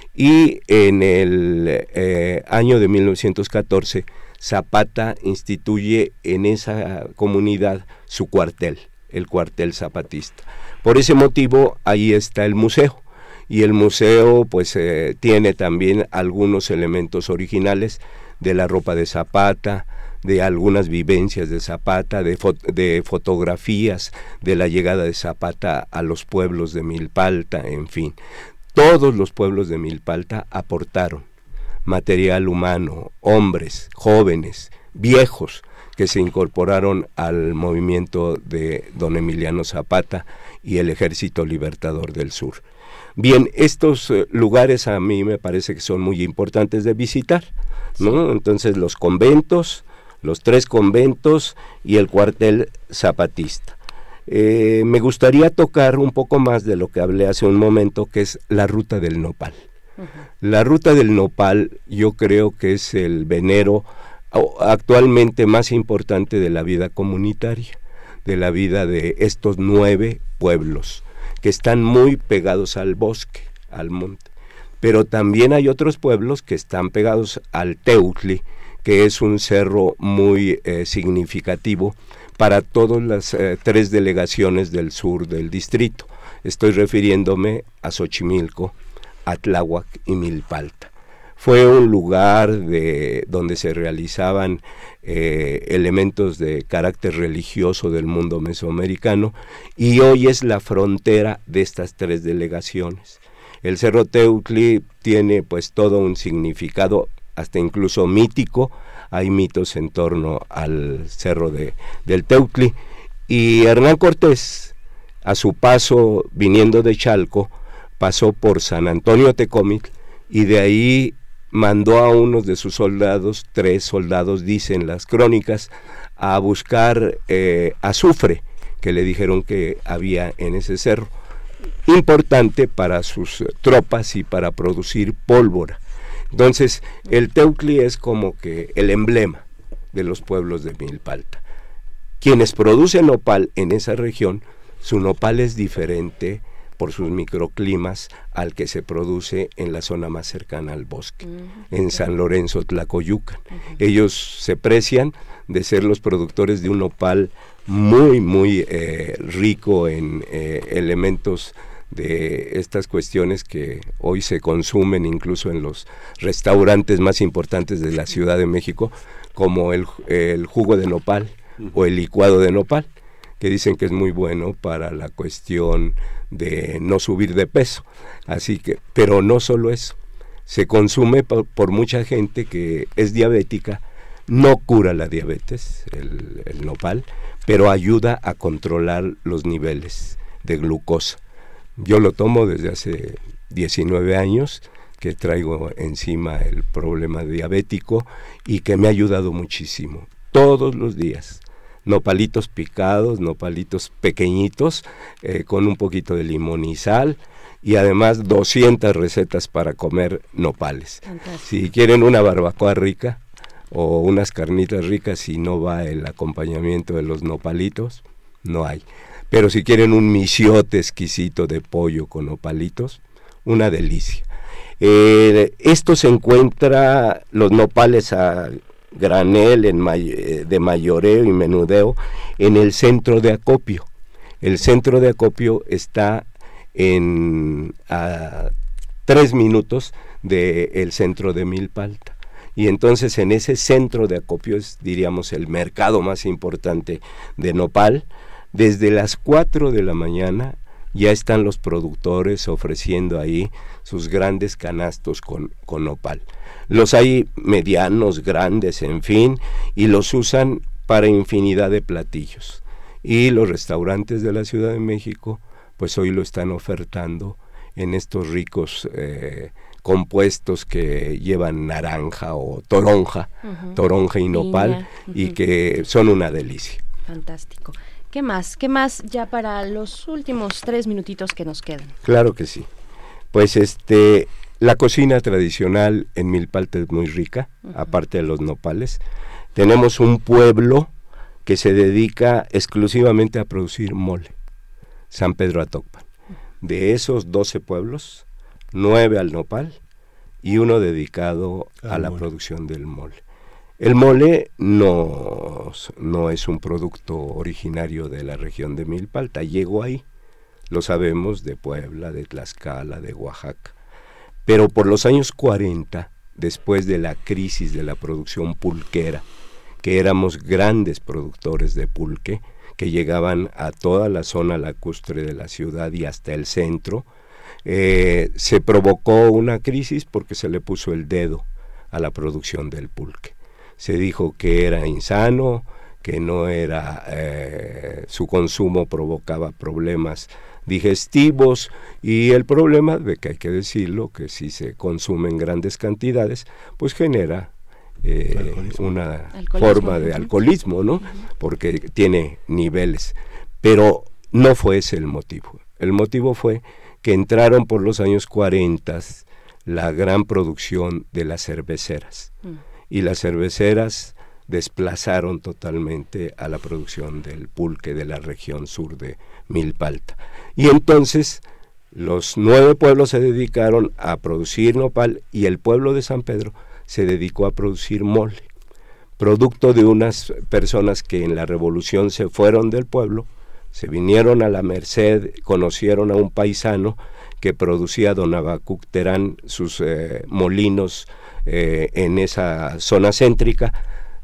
y en el eh, año de mil novecientos catorce Zapata instituye en esa comunidad su cuartel, el cuartel zapatista. Por ese motivo ahí está el museo, y el museo pues eh, tiene también algunos elementos originales de la ropa de Zapata, de algunas vivencias de Zapata, de, fo de fotografías de la llegada de Zapata a los pueblos de Milpalta, en fin. Todos los pueblos de Milpalta aportaron material humano, hombres, jóvenes, viejos, que se incorporaron al movimiento de don Emiliano Zapata y el Ejército Libertador del Sur. Bien, estos eh, lugares a mí me parece que son muy importantes de visitar, ¿no? Entonces los conventos, los tres conventos y el cuartel zapatista. Eh, me gustaría tocar un poco más de lo que hablé hace un momento, que es la ruta del nopal. Uh-huh. La ruta del nopal yo creo que es el venero actualmente más importante de la vida comunitaria, de la vida de estos nueve pueblos, que están muy pegados al bosque, al monte. Pero también hay otros pueblos que están pegados al Teutli, que es un cerro muy eh, significativo para todas las eh, tres delegaciones del sur del distrito. Estoy refiriéndome a Xochimilco, a Tláhuac y Milpalta. Fue un lugar de, donde se realizaban eh, elementos de carácter religioso del mundo mesoamericano, y hoy es la frontera de estas tres delegaciones. El Cerro Teutli tiene pues todo un significado, hasta incluso mítico. Hay mitos en torno al Cerro de, del Teutli, y Hernán Cortés, a su paso viniendo de Chalco, pasó por San Antonio Tecómitl, y de ahí mandó a unos de sus soldados, tres soldados dicen las crónicas, a buscar eh, azufre, que le dijeron que había en ese cerro, importante para sus tropas y para producir pólvora. Entonces el Teutli es como que el emblema de los pueblos de Milpalta. Quienes producen nopal en esa región, su nopal es diferente por sus microclimas al que se produce en la zona más cercana al bosque, uh-huh. en San Lorenzo, Tlacoyucan. Uh-huh. Ellos se precian de ser los productores de un nopal muy, muy eh, rico en eh, elementos de estas cuestiones que hoy se consumen incluso en los restaurantes más importantes de la Ciudad de México, como el, el jugo de nopal uh-huh. o el licuado de nopal, que dicen que es muy bueno para la cuestión de no subir de peso. Así que, pero no solo eso, se consume por, por mucha gente que es diabética. No cura la diabetes el, el nopal, pero ayuda a controlar los niveles de glucosa. Yo lo tomo desde hace diecinueve años, que traigo encima el problema diabético y que me ha ayudado muchísimo, todos los días. Nopalitos picados, nopalitos pequeñitos, eh, con un poquito de limón y sal, y además doscientas recetas para comer nopales. Fantástico. Si quieren una barbacoa rica o unas carnitas ricas y no va el acompañamiento de los nopalitos, no hay. Pero si quieren un misiote exquisito de pollo con nopalitos, una delicia. Eh, esto se encuentra, los nopales a granel en may- de mayoreo y menudeo, en el centro de acopio. El centro de acopio está en a tres minutos del centro de Milpalta, y entonces en ese centro de acopio es, diríamos, el mercado más importante de nopal. Desde las cuatro de la mañana ya están los productores ofreciendo ahí sus grandes canastos con, con nopal. Los hay medianos, grandes, en fin, y los usan para infinidad de platillos. Y los restaurantes de la Ciudad de México, pues hoy lo están ofertando en estos ricos eh, compuestos que llevan naranja o toronja, uh-huh. toronja y nopal, uh-huh. y que son una delicia. Fantástico. ¿Qué más? ¿Qué más ya para los últimos tres minutitos que nos quedan? Claro que sí. Pues este, la cocina tradicional en Milpalta es muy rica, uh-huh. aparte de los nopales. Tenemos un pueblo que se dedica exclusivamente a producir mole, San Pedro Atocpan. De esos doce pueblos, nueve al nopal y uno dedicado a la mole. Producción del mole. El mole no, no es un producto originario de la región de Milpalta, llegó ahí, lo sabemos, de Puebla, de Tlaxcala, de Oaxaca. Pero por los años cuarenta, después de la crisis de la producción pulquera, que éramos grandes productores de pulque, que llegaban a toda la zona lacustre de la ciudad y hasta el centro, eh, se provocó una crisis porque se le puso el dedo a la producción del pulque. Se dijo que era insano, que no era, eh, su consumo provocaba problemas digestivos y el problema de que hay que decirlo, que si se consume en grandes cantidades, pues genera eh, una alcoholismo. forma de alcoholismo, ¿no? Uh-huh. Porque tiene niveles, pero no fue ese el motivo. El motivo fue que entraron por los años cuarenta la gran producción de las cerveceras. Uh-huh. Y las cerveceras desplazaron totalmente a la producción del pulque de la región sur de Milpalta. Y entonces los nueve pueblos se dedicaron a producir nopal y el pueblo de San Pedro se dedicó a producir mole, producto de unas personas que en la revolución se fueron del pueblo, se vinieron a la Merced, conocieron a un paisano que producía don Abacuc Terán sus eh, molinos Eh, en esa zona céntrica,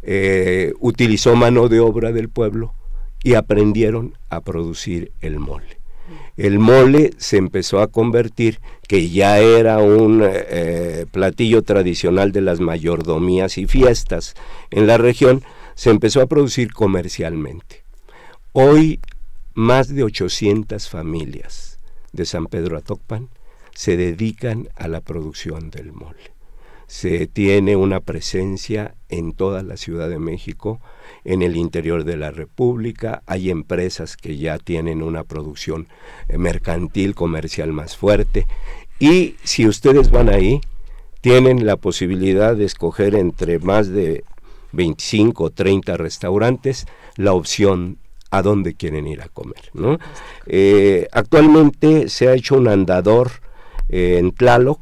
eh, utilizó mano de obra del pueblo y aprendieron a producir el mole. El mole se empezó a convertir, que ya era un eh, platillo tradicional de las mayordomías y fiestas en la región, se empezó a producir comercialmente. Hoy más de ochocientas familias de San Pedro Atocpan se dedican a la producción del mole. Se tiene una presencia en toda la Ciudad de México, en el interior de la República, hay empresas que ya tienen una producción eh, mercantil, comercial más fuerte, y si ustedes van ahí, tienen la posibilidad de escoger entre más de veinticinco o treinta restaurantes la opción a dónde quieren ir a comer, ¿no? Eh, actualmente se ha hecho un andador Eh, en Tlaloc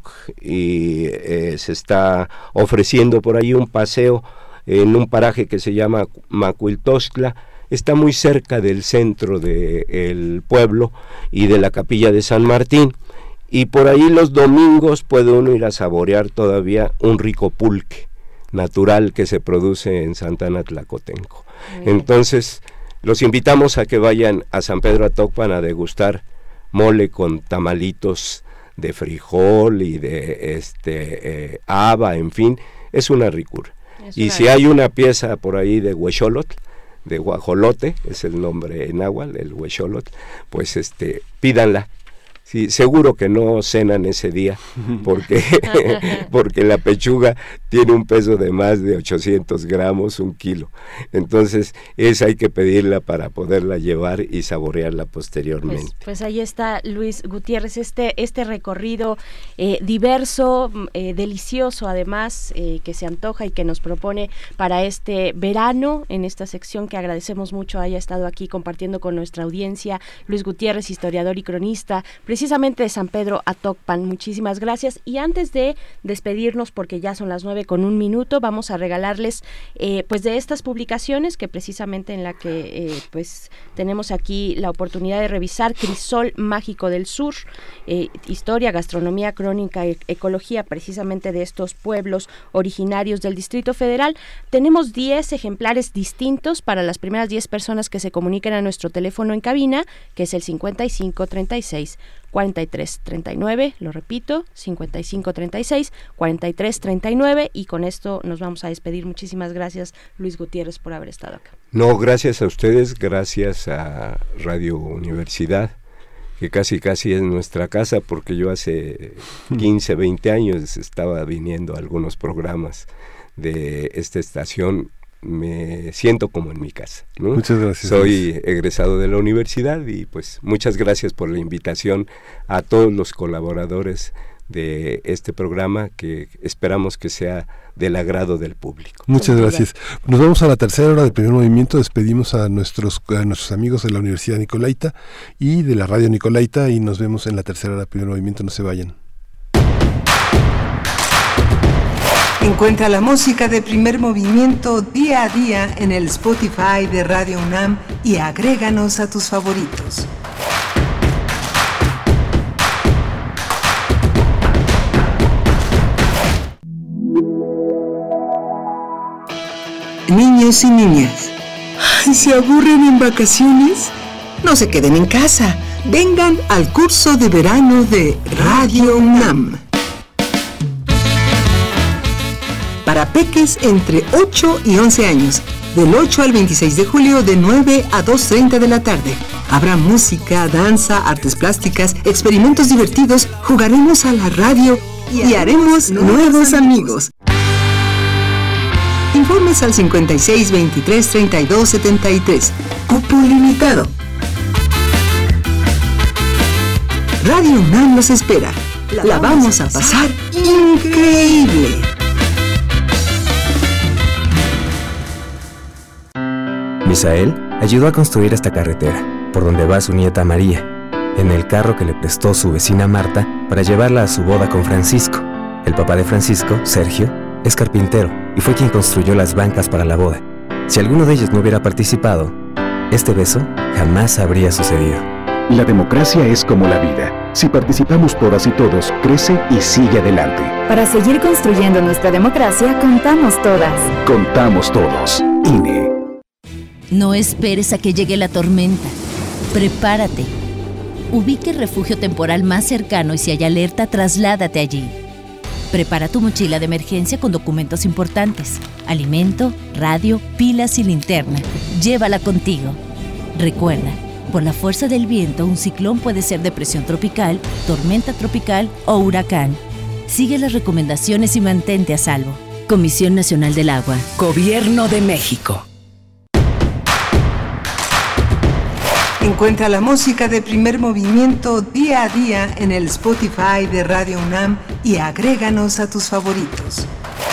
y eh, se está ofreciendo por ahí un paseo en un paraje que se llama Macuiltostla. Está muy cerca del centro del pueblo y de la capilla de San Martín, y por ahí los domingos puede uno ir a saborear todavía un rico pulque natural que se produce en Santana Tlacotenco. Entonces los invitamos a que vayan a San Pedro Atocpan a degustar mole con tamalitos de frijol y de este eh, haba, en fin, es una ricura. Es y una si ricura. Hay una pieza por ahí de huexolotl, de guajolote, es el nombre en náhuatl, el huexolotl, pues este, pídanla. Sí, seguro que no cenan ese día porque porque la pechuga tiene un peso de más de ochocientos gramos, un kilo. Entonces, esa hay que pedirla para poderla llevar y saborearla posteriormente. Pues, pues ahí está, Luis Gutiérrez, este este recorrido eh, diverso, eh, delicioso además, eh, que se antoja y que nos propone para este verano, en esta sección que agradecemos mucho haya estado aquí compartiendo con nuestra audiencia. Luis Gutiérrez, historiador y cronista, precisamente de San Pedro Atocpan. Muchísimas gracias. Y antes de despedirnos, porque ya son las nueve con un minuto, vamos a regalarles eh, pues de estas publicaciones que precisamente en la que eh, pues tenemos aquí la oportunidad de revisar: Crisol Mágico del Sur, eh, historia, gastronomía, crónica, e- ecología, precisamente de estos pueblos originarios del Distrito Federal. Tenemos diez ejemplares distintos para las primeras diez personas que se comuniquen a nuestro teléfono en cabina, que es el cincuenta y cinco treinta y seis cuarenta y tres treinta y nueve, lo repito, cincuenta y cinco treinta y seis cuarenta y tres treinta y nueve, y con esto nos vamos a despedir. Muchísimas gracias, Luis Gutiérrez, por haber estado acá. No, gracias a ustedes, gracias a Radio Universidad, que casi casi es nuestra casa, porque yo hace quince, veinte años estaba viniendo a algunos programas de esta estación me siento como en mi casa, ¿no? Muchas gracias. Soy egresado de la universidad y pues muchas gracias por la invitación a todos los colaboradores de este programa, que esperamos que sea del agrado del público. Muchas gracias. Nos vamos a la tercera hora del Primer Movimiento. Despedimos a nuestros a nuestros amigos de la Universidad Nicolaita y de la Radio Nicolaita, y nos vemos en la tercera hora del Primer Movimiento. No se vayan. Encuentra la música de Primer Movimiento día a día en el Spotify de Radio UNAM y agréganos a tus favoritos. Niños y niñas, ¿ay, se aburren en vacaciones? No se queden en casa, vengan al curso de verano de Radio UNAM. Para peques entre ocho y once años, del ocho al veintiséis de julio de nueve a dos treinta de la tarde. Habrá música, danza, artes plásticas, experimentos divertidos, jugaremos a la radio y haremos nuevos amigos. Informes al cincuenta y seis, veintitrés, treinta y dos, setenta y tres. Cupo limitado. Radio UNAM los espera. La vamos a pasar increíble. Misael ayudó a construir esta carretera, por donde va su nieta María, en el carro que le prestó su vecina Marta para llevarla a su boda con Francisco. El papá de Francisco, Sergio, es carpintero y fue quien construyó las bancas para la boda. Si alguno de ellos no hubiera participado, este beso jamás habría sucedido. La democracia es como la vida. Si participamos todas y todos, crece y sigue adelante. Para seguir construyendo nuestra democracia, contamos todas. Contamos todos. I N E. No esperes a que llegue la tormenta. Prepárate. Ubique el refugio temporal más cercano y si hay alerta, trasládate allí. Prepara tu mochila de emergencia con documentos importantes, alimento, radio, pilas y linterna. Llévala contigo. Recuerda, por la fuerza del viento, un ciclón puede ser depresión tropical, tormenta tropical o huracán. Sigue las recomendaciones y mantente a salvo. Comisión Nacional del Agua. Gobierno de México. Encuentra la música de Primer Movimiento día a día en el Spotify de Radio UNAM y agréganos a tus favoritos.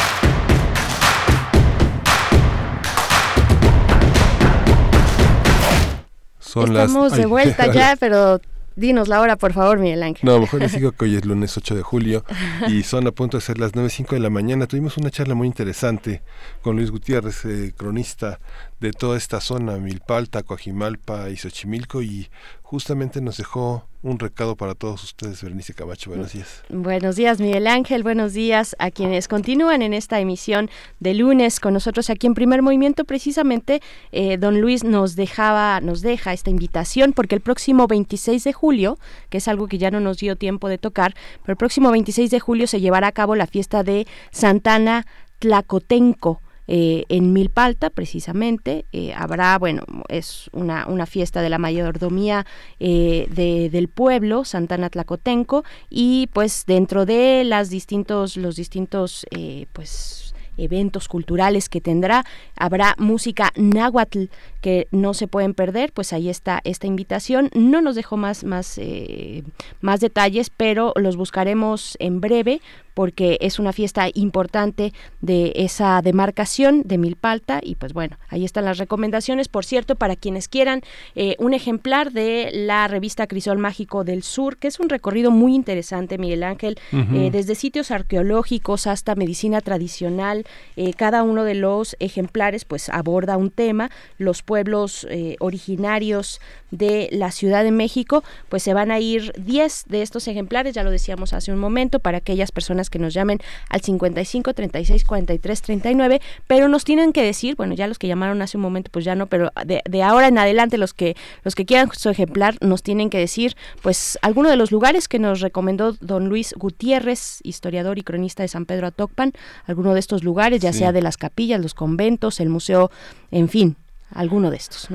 Son Estamos las... de Ay. vuelta ya, pero dinos la hora, por favor, Miguel Ángel. No, mejor les digo que hoy es lunes ocho de julio y son a punto de ser las nueve cinco de la mañana. Tuvimos una charla muy interesante con Luis Gutiérrez, eh, cronista de toda esta zona, Milpalta, Coajimalpa y Xochimilco, y justamente nos dejó un recado para todos ustedes. Berenice Camacho, buenos días. Buenos días, Miguel Ángel, buenos días a quienes continúan en esta emisión de lunes con nosotros aquí en Primer Movimiento. Precisamente, eh, don Luis nos dejaba, nos deja esta invitación porque el próximo veintiséis de julio, que es algo que ya no nos dio tiempo de tocar, pero el próximo veintiséis de julio se llevará a cabo la fiesta de Santana Tlacotenco. Eh, en Milpalta, precisamente, eh, habrá, bueno, es una, una fiesta de la mayordomía eh, de, del pueblo, Santana Tlacotenco, y pues dentro de las distintos, los distintos, eh, pues, eventos culturales que tendrá, habrá música náhuatl que no se pueden perder. Pues ahí está esta invitación. No nos dejó más, más, eh, más detalles, pero los buscaremos en breve porque es una fiesta importante de esa demarcación de Milpalta y pues bueno, ahí están las recomendaciones. Por cierto, para quienes quieran eh, un ejemplar de la revista Crisol Mágico del Sur, que es un recorrido muy interesante, Miguel Ángel, uh-huh. eh, desde sitios arqueológicos hasta medicina tradicional, eh, cada uno de los ejemplares pues aborda un tema. Los pueblos eh, originarios de la Ciudad de México, pues se van a ir diez de estos ejemplares, ya lo decíamos hace un momento, para aquellas personas que nos llamen al cincuenta y cinco, treinta y seis, cuarenta y tres, treinta y nueve, pero nos tienen que decir, bueno, ya los que llamaron hace un momento pues ya no, pero de, de ahora en adelante los que los que quieran su ejemplar nos tienen que decir pues alguno de los lugares que nos recomendó don Luis Gutiérrez, historiador y cronista de San Pedro Atocpan, alguno de estos lugares, ya sí. sea de las capillas, los conventos, el museo, en fin, alguno de estos, ¿no?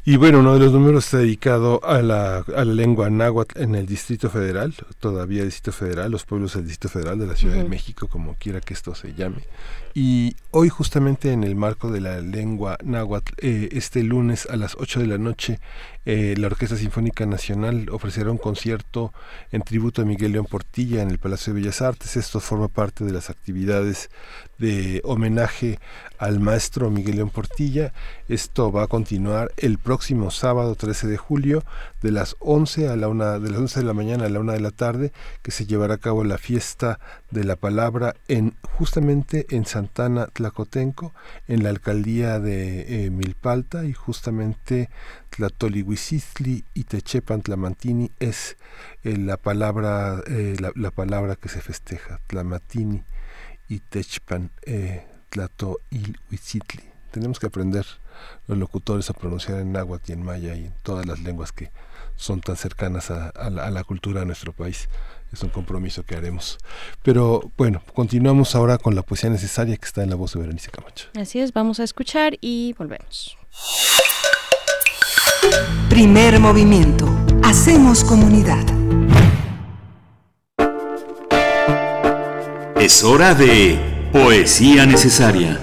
Y bueno, uno de los números está dedicado a la, a la lengua náhuatl en el Distrito Federal, todavía Distrito Federal, los pueblos del Distrito Federal de la Ciudad uh-huh. de México, como quiera que esto se llame. Y hoy justamente en el marco de la lengua náhuatl, eh, este lunes a las ocho de la noche, eh, la Orquesta Sinfónica Nacional ofrecerá un concierto en tributo a Miguel León Portilla en el Palacio de Bellas Artes. Esto forma parte de las actividades de homenaje al maestro Miguel León Portilla. Esto va a continuar el próximo sábado trece de julio de las once a la una, de las once de la mañana a la una de la tarde, que se llevará a cabo la fiesta de la palabra en justamente en Santana Tlacotenco, en la alcaldía de eh, Milpalta, y justamente Tlatolihuicistli y Techepan Tlamantini es eh, la palabra eh, la, la palabra que se festeja, Tlamatini y Techpan eh, Tlatoilhuicitli. Tenemos que aprender los locutores a pronunciar en náhuatl y en maya y en todas las lenguas que son tan cercanas a, a, la, a la cultura de nuestro país. Es un compromiso que haremos. Pero bueno, continuamos ahora con la poesía necesaria, que está en la voz de Berenice Camacho. Así es, vamos a escuchar y volvemos. Primer movimiento. Hacemos comunidad. Es hora de poesía necesaria.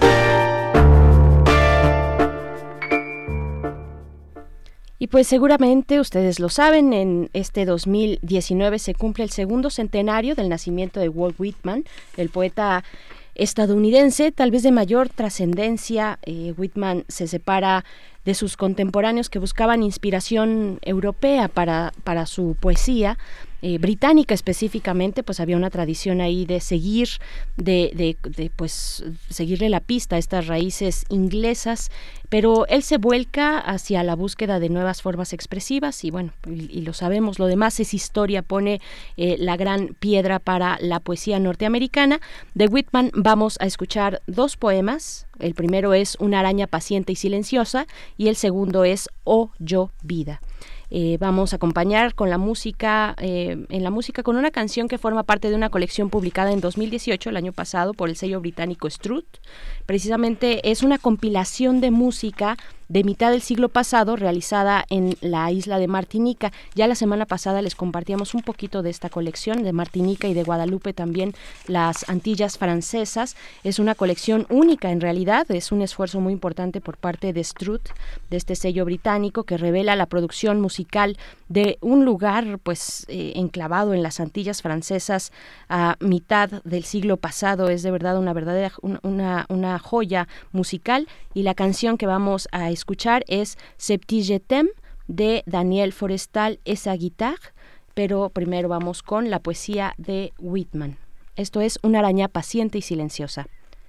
Y pues seguramente ustedes lo saben, en este dos mil diecinueve se cumple el segundo centenario del nacimiento de Walt Whitman, el poeta estadounidense, tal vez de mayor trascendencia. eh, Whitman se separa de sus contemporáneos que buscaban inspiración europea para, para su poesía. Eh, británica específicamente, pues había una tradición ahí de seguir, de, de, de pues seguirle la pista a estas raíces inglesas, pero él se vuelca hacia la búsqueda de nuevas formas expresivas y bueno, y, y lo sabemos, lo demás es historia, pone eh, la gran piedra para la poesía norteamericana. De Whitman vamos a escuchar dos poemas. El primero es Una araña paciente y silenciosa y el segundo es Oh yo vida. Eh, vamos a acompañar con la música, eh, en la música con una canción que forma parte de una colección publicada en dos mil dieciocho, el año pasado, por el sello británico Struth. Precisamente es una compilación de música de mitad del siglo pasado realizada en la isla de Martinica. Ya la semana pasada les compartíamos un poquito de esta colección de Martinica y de Guadalupe, también las Antillas francesas. Es una colección única en realidad, es un esfuerzo muy importante por parte de Struth, de este sello británico, que revela la producción musical de un lugar pues eh, enclavado en las Antillas francesas a mitad del siglo pasado. Es de verdad una verdadera una, una joya musical, y la canción que vamos a escuchar es Ce petit je t'aime de Daniel Forestal esa guitarra, pero primero vamos con la poesía de Whitman. Esto es Una araña paciente y silenciosa.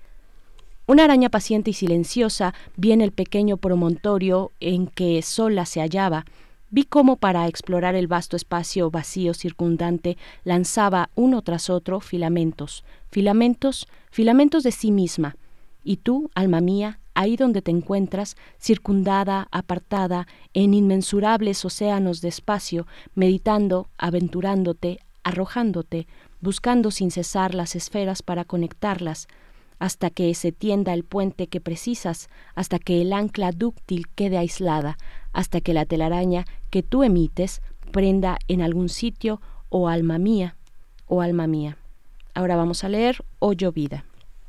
Una araña paciente y silenciosa vi en el pequeño promontorio en que sola se hallaba. Vi cómo para explorar el vasto espacio vacío circundante lanzaba uno tras otro filamentos, filamentos, filamentos de sí misma. Y tú, alma mía, ahí donde te encuentras, circundada, apartada, en inmensurables océanos de espacio, meditando, aventurándote, arrojándote, buscando sin cesar las esferas para conectarlas, hasta que se tienda el puente que precisas, hasta que el ancla dúctil quede aislada, hasta que la telaraña que tú emites prenda en algún sitio, oh alma mía, oh alma mía. Ahora vamos a leer Oh yo vida.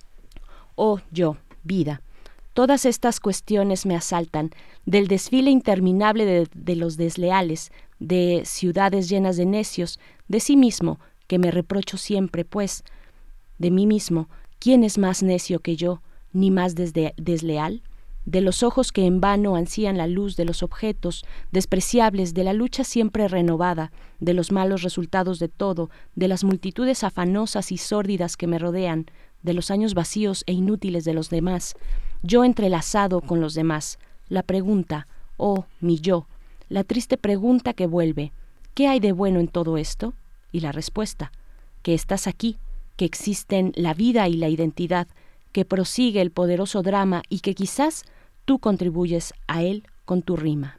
Oh yo, vida. Todas estas cuestiones me asaltan, del desfile interminable de, de los desleales, de ciudades llenas de necios, de sí mismo, que me reprocho siempre, pues, de mí mismo, ¿quién es más necio que yo, ni más desde, desleal? De los ojos que en vano ansían la luz de los objetos, despreciables, de la lucha siempre renovada, de los malos resultados de todo, de las multitudes afanosas y sórdidas que me rodean, de los años vacíos e inútiles de los demás, yo entrelazado con los demás, la pregunta, oh, mi yo, la triste pregunta que vuelve, ¿qué hay de bueno en todo esto? Y la respuesta, que estás aquí, que existen la vida y la identidad, que prosigue el poderoso drama y que quizás tú contribuyes a él con tu rima.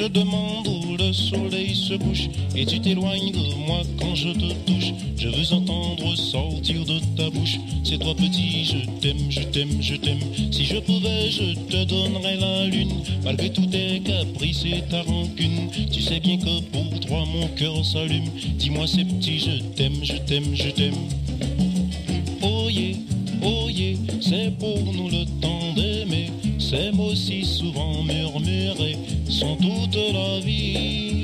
demande où le soleil se couche et tu t'éloignes de moi quand je te touche. Je veux entendre sortir de ta bouche c'est toi petit, je t'aime, je t'aime, je t'aime. Si je pouvais, je te donnerais la lune, malgré tous tes caprices et ta rancune. Tu sais bien que pour toi mon cœur s'allume. Dis-moi c'est petit, je t'aime, je t'aime, je t'aime. Oh yeah, oh yeah, c'est pour nous le temps d'aimer. Ces mots si souvent murmurés sont toute la vie.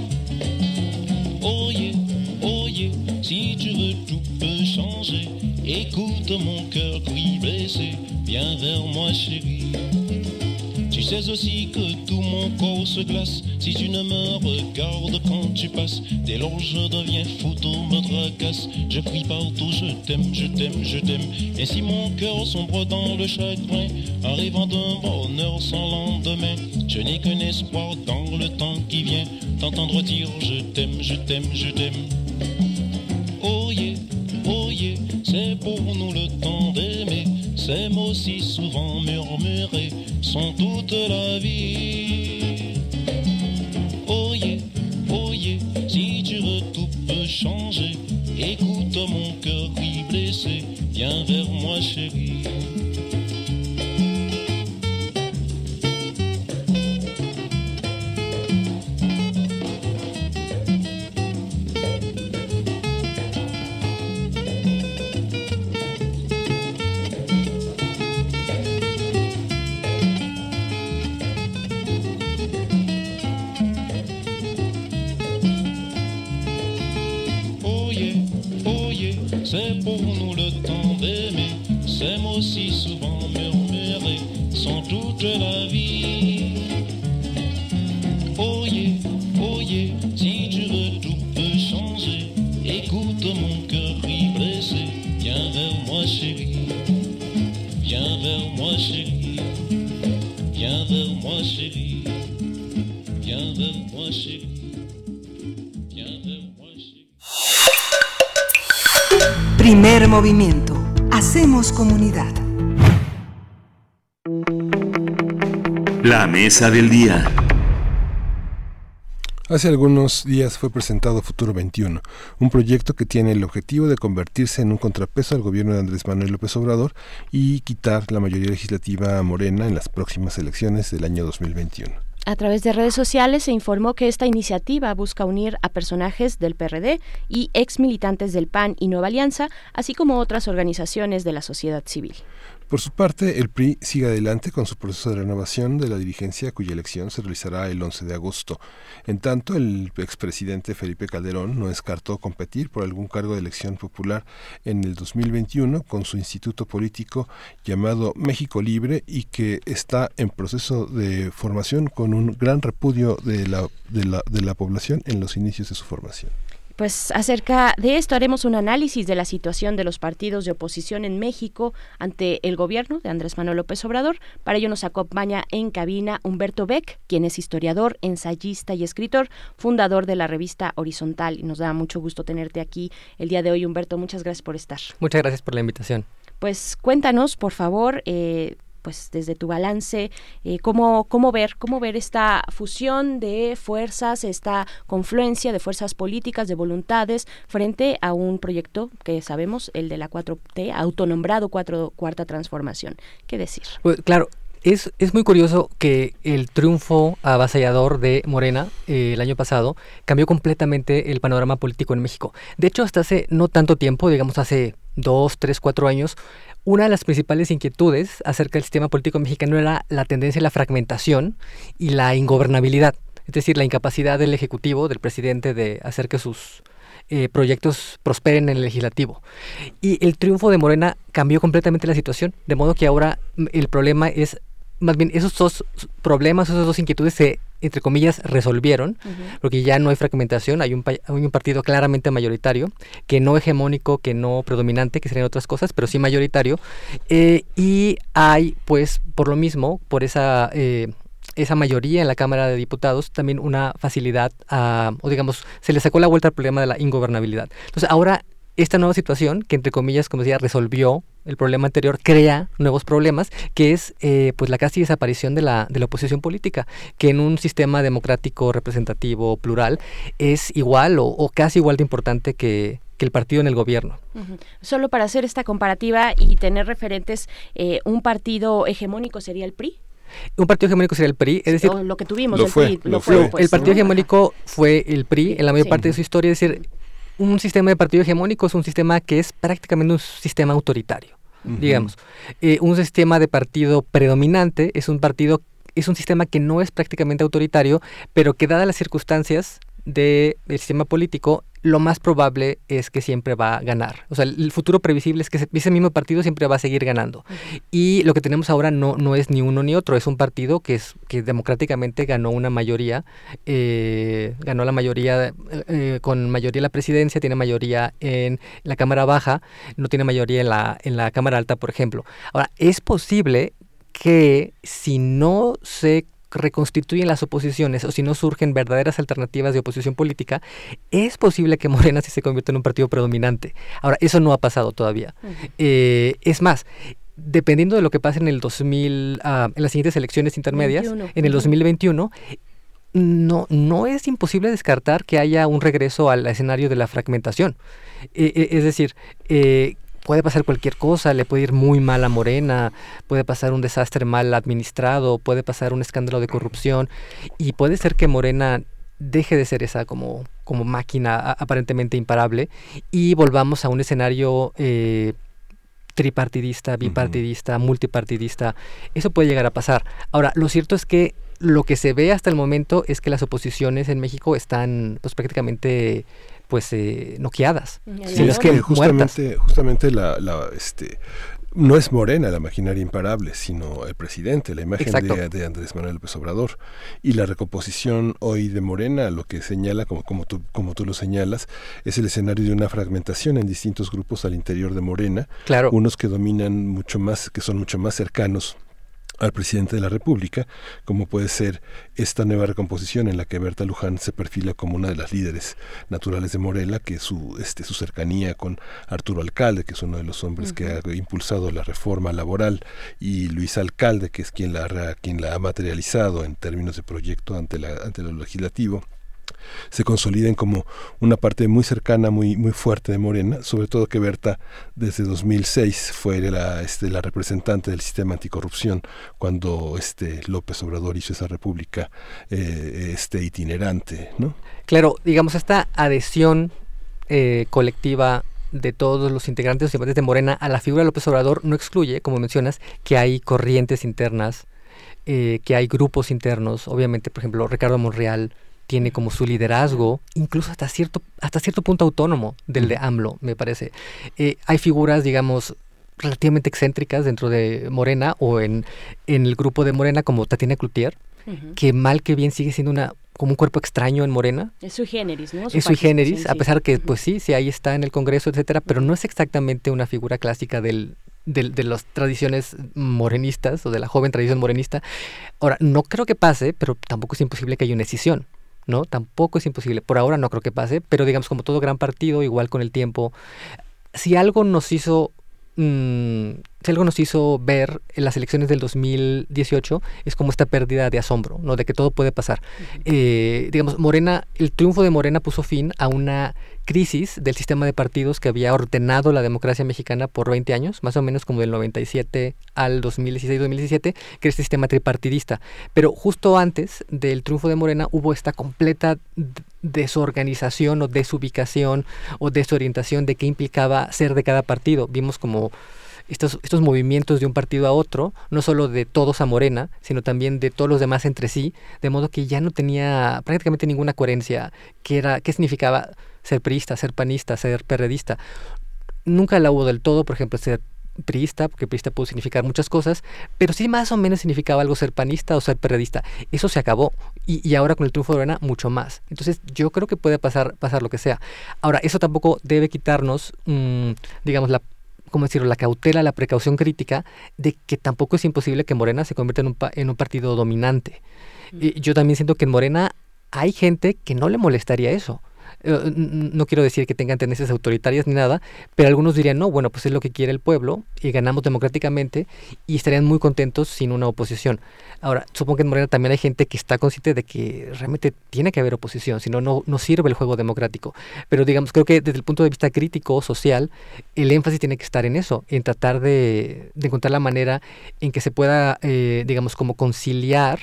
Oh yeah, oh yeah, si tu veux tout peut changer. Écoute mon cœur qui blessé, viens vers moi chérie. Tu sais aussi que tout mon corps se glace si tu ne me regardes quand tu passes. Dès lors je deviens fou, tout me tracasse. Je crie partout, je t'aime, je t'aime, je t'aime. Et si mon cœur sombre dans le chagrin, en rêvant d'un bonheur sans lendemain, je n'ai qu'un espoir dans le temps qui vient, t'entendre dire je t'aime, je t'aime, je t'aime. Oh yeah, oh yeah, c'est pour nous le temps d'aimer. Ces mots si souvent murmurés sont toute la vie. Oh yeah, oh yeah, si tu veux tout peut changer. Écoute mon cœur qui blessé, viens vers moi chérie. C'est pour nous le temps d'aimer. Ces mots si souvent murmurés sont toute la vie. Oh yeah, oh yeah, si tu veux tout peut changer. Écoute mon cœur qui blessé, viens vers moi chérie. Viens vers moi chérie. Viens vers moi chérie. Viens vers moi chérie. Primer movimiento. Hacemos comunidad. La mesa del día. Hace algunos días fue presentado Futuro veintiuno, un proyecto que tiene el objetivo de convertirse en un contrapeso al gobierno de Andrés Manuel López Obrador y quitar la mayoría legislativa morena en las próximas elecciones del año dos mil veintiuno. A través de redes sociales se informó que esta iniciativa busca unir a personajes del P R D y ex militantes del P A N y Nueva Alianza, así como otras organizaciones de la sociedad civil. Por su parte, el P R I sigue adelante con su proceso de renovación de la dirigencia, cuya elección se realizará el once de agosto. En tanto, el expresidente Felipe Calderón no descartó competir por algún cargo de elección popular en el dos mil veintiuno con su instituto político llamado México Libre y que está en proceso de formación con un gran repudio de la, de la, de la población en los inicios de su formación. Pues acerca de esto haremos un análisis de la situación de los partidos de oposición en México ante el gobierno de Andrés Manuel López Obrador. Para ello nos acompaña en cabina Humberto Beck, quien es historiador, ensayista y escritor, fundador de la revista Horizontal. Y nos da mucho gusto tenerte aquí el día de hoy, Humberto. Muchas gracias por estar. Muchas gracias por la invitación. Pues cuéntanos, por favor, eh, pues desde tu balance, eh, cómo, cómo ver, cómo ver esta fusión de fuerzas, esta confluencia de fuerzas políticas, de voluntades, frente a un proyecto que sabemos, el de la cuatro T, autonombrado cuatro, Cuarta Transformación. ¿Qué decir? Pues, claro, es, es muy curioso que el triunfo avasallador de Morena eh, el año pasado cambió completamente el panorama político en México. De hecho, hasta hace no tanto tiempo, digamos hace dos, tres, cuatro años, una de las principales inquietudes acerca del sistema político mexicano era la tendencia a la fragmentación y la ingobernabilidad, es decir, la incapacidad del Ejecutivo, del presidente, de hacer que sus eh, proyectos prosperen en el Legislativo. Y el triunfo de Morena cambió completamente la situación, de modo que ahora el problema es, más bien esos dos problemas, esas dos inquietudes se, entre comillas, resolvieron, uh-huh. porque ya no hay fragmentación, hay un, hay un partido claramente mayoritario, que no hegemónico, que no predominante, que serían otras cosas, pero sí mayoritario, eh, y hay, pues, por lo mismo, por esa... Eh, esa mayoría en la Cámara de Diputados, también una facilidad, a, o digamos, se le sacó la vuelta al problema de la ingobernabilidad. Entonces, ahora esta nueva situación, que entre comillas, como decía, resolvió el problema anterior, crea nuevos problemas, que es eh, pues la casi desaparición de la, de la oposición política, que en un sistema democrático, representativo, plural, es igual o, o casi igual de importante que, que el partido en el gobierno. Uh-huh. Solo para hacer esta comparativa y tener referentes, eh, ¿un partido hegemónico sería el P R I? Un partido hegemónico sería el P R I, es decir, o lo que tuvimos, lo el fue, P R I, lo lo fue. fue pues, el partido ¿no? hegemónico fue el P R I en la mayor sí. parte de su historia, es decir, un sistema de partido hegemónico es un sistema que es prácticamente un sistema autoritario, uh-huh. digamos. Eh, un sistema de partido predominante es un partido, es un sistema que no es prácticamente autoritario, pero que dadas las circunstancias de, del sistema político, lo más probable es que siempre va a ganar. O sea, el futuro previsible es que ese mismo partido siempre va a seguir ganando. Uh-huh. Y lo que tenemos ahora no, no es ni uno ni otro, es un partido que, es, que democráticamente ganó una mayoría, eh, ganó la mayoría, eh, con mayoría en la presidencia, tiene mayoría en la Cámara Baja, no tiene mayoría en la, en la Cámara Alta, por ejemplo. Ahora, es posible que si no se reconstituyen las oposiciones o si no surgen verdaderas alternativas de oposición política, es posible que Morena sí se convierta en un partido predominante. Ahora, eso no ha pasado todavía. Uh-huh. Eh, es más, dependiendo de lo que pase en el dos mil, uh, en las siguientes elecciones intermedias, veintiuno. En el dos mil veintiuno, no, no es imposible descartar que haya un regreso al escenario de la fragmentación. Eh, eh, es decir, eh, puede pasar cualquier cosa, le puede ir muy mal a Morena, puede pasar un desastre mal administrado, puede pasar un escándalo de corrupción y puede ser que Morena deje de ser esa como, como máquina a, aparentemente imparable y volvamos a un escenario eh, tripartidista, bipartidista, uh-huh. multipartidista. Eso puede llegar a pasar. Ahora, lo cierto es que lo que se ve hasta el momento es que las oposiciones en México están pues prácticamente pues eh, noqueadas. Sí, es que justamente, justamente la, la este no es Morena la maquinaria imparable, sino el presidente, la imagen de, de Andrés Manuel López Obrador. Y la recomposición hoy de Morena, lo que señala, como, como, tú, como tú lo señalas, es el escenario de una fragmentación en distintos grupos al interior de Morena. Claro. Unos que dominan mucho más, que son mucho más cercanos al presidente de la República, como puede ser esta nueva recomposición en la que Berta Luján se perfila como una de las líderes naturales de Morena, que su este su cercanía con Arturo Alcalde, que es uno de los hombres uh-huh. que ha impulsado la reforma laboral, y Luis Alcalde, que es quien la quien la ha materializado en términos de proyecto ante la ante lo legislativo, se consoliden como una parte muy cercana, muy muy fuerte de Morena, sobre todo que Berta desde dos mil seis fue la este la representante del sistema anticorrupción cuando este López Obrador hizo esa república eh, este itinerante, ¿no? Claro, digamos esta adhesión eh, colectiva de todos los integrantes de Morena a la figura de López Obrador no excluye, como mencionas, que hay corrientes internas, eh, que hay grupos internos, obviamente, por ejemplo, Ricardo Monreal tiene como su liderazgo, incluso hasta cierto hasta cierto punto autónomo del de AMLO, me parece. Eh, hay figuras, digamos, relativamente excéntricas dentro de Morena o en, en el grupo de Morena como Tatiana Cloutier, uh-huh. que mal que bien sigue siendo una como un cuerpo extraño en Morena. Es sui generis, ¿no? Su es sui generis, sí. a pesar que, pues sí, sí, ahí está en el Congreso, etcétera, pero no es exactamente una figura clásica del De, de las tradiciones morenistas o de la joven tradición morenista. Ahora, no creo que pase, pero tampoco es imposible que haya una escisión, ¿no? Tampoco es imposible. Por ahora no creo que pase, pero digamos como todo gran partido, igual con el tiempo, si algo nos hizo mmm, si algo nos hizo ver en las elecciones del dos mil dieciocho es como esta pérdida de asombro, ¿no? De que todo puede pasar. Uh-huh. Eh, digamos, Morena, el triunfo de Morena puso fin a una crisis del sistema de partidos que había ordenado la democracia mexicana por veinte años, más o menos como del noventa y siete al dos mil dieciséis dos mil diecisiete, que era este sistema tripartidista. Pero justo antes del triunfo de Morena hubo esta completa desorganización o desubicación o desorientación de qué implicaba ser de cada partido. Vimos como estos, estos movimientos de un partido a otro, no solo de todos a Morena, sino también de todos los demás entre sí, de modo que ya no tenía prácticamente ninguna coherencia. ¿Qué era, qué significaba ser priista, ser panista, ser perredista? Nunca la hubo del todo, por ejemplo, ser priista, porque priista pudo significar muchas cosas, pero sí más o menos significaba algo ser panista o ser perredista. Eso se acabó, y, y ahora con el triunfo de Morena, mucho más. Entonces yo creo que puede pasar, pasar lo que sea. Ahora, eso tampoco debe quitarnos, mmm, digamos, la ¿cómo decirlo?, la cautela, la precaución crítica de que tampoco es imposible que Morena se convierta en un, pa- en un partido dominante. Mm. Y yo también siento que en Morena hay gente que no le molestaría eso. Eh, no quiero decir que tengan tendencias autoritarias ni nada, pero algunos dirían, no, bueno, pues es lo que quiere el pueblo y ganamos democráticamente y estarían muy contentos sin una oposición. Ahora, supongo que en Morena también hay gente que está consciente de que realmente tiene que haber oposición, si no, no no sirve el juego democrático. Pero digamos, creo que desde el punto de vista crítico, social, el énfasis tiene que estar en eso, en tratar de, de encontrar la manera en que se pueda, eh, digamos, como conciliar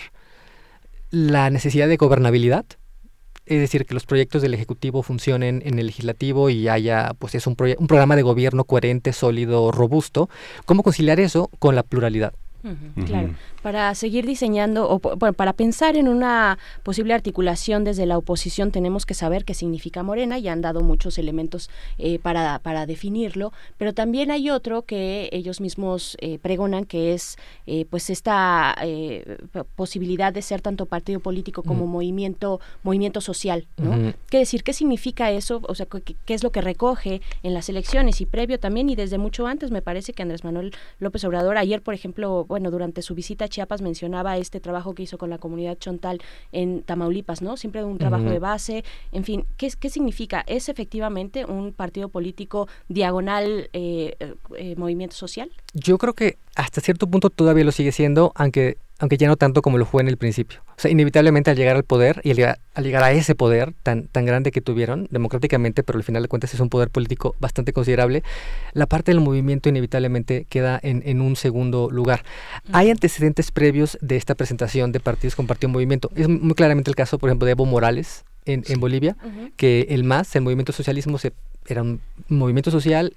la necesidad de gobernabilidad, es decir, que los proyectos del Ejecutivo funcionen en el Legislativo y haya, pues, es un, proye- un programa de gobierno coherente, sólido, robusto. ¿Cómo conciliar eso con la pluralidad? Uh-huh, claro, uh-huh. Para seguir diseñando o bueno, para pensar en una posible articulación desde la oposición tenemos que saber qué significa Morena, y han dado muchos elementos eh, para, para definirlo, pero también hay otro que ellos mismos eh, pregonan, que es eh, pues esta eh, posibilidad de ser tanto partido político como uh-huh. movimiento movimiento social, ¿no? Uh-huh. ¿Qué decir? ¿Qué significa eso? O sea, ¿qué, qué es lo que recoge en las elecciones y previo también y desde mucho antes? Me parece que Andrés Manuel López Obrador ayer, por ejemplo, bueno, durante su visita a Chiapas mencionaba este trabajo que hizo con la comunidad chontal en Tamaulipas, ¿no? Siempre un trabajo uh-huh. de base, en fin, ¿qué, qué significa? ¿Es efectivamente un partido político diagonal eh, eh, movimiento social? Yo creo que hasta cierto punto todavía lo sigue siendo, aunque aunque ya no tanto como lo fue en el principio. O sea, inevitablemente al llegar al poder y al llegar, al llegar a ese poder tan, tan grande que tuvieron democráticamente, pero al final de cuentas es un poder político bastante considerable, la parte del movimiento inevitablemente queda en, en un segundo lugar. Uh-huh. Hay antecedentes previos de esta presentación de partidos con partido movimiento. Es muy claramente el caso, por ejemplo, de Evo Morales en, sí. en Bolivia, uh-huh. que el M A S, el movimiento socialismo, se, era un movimiento social.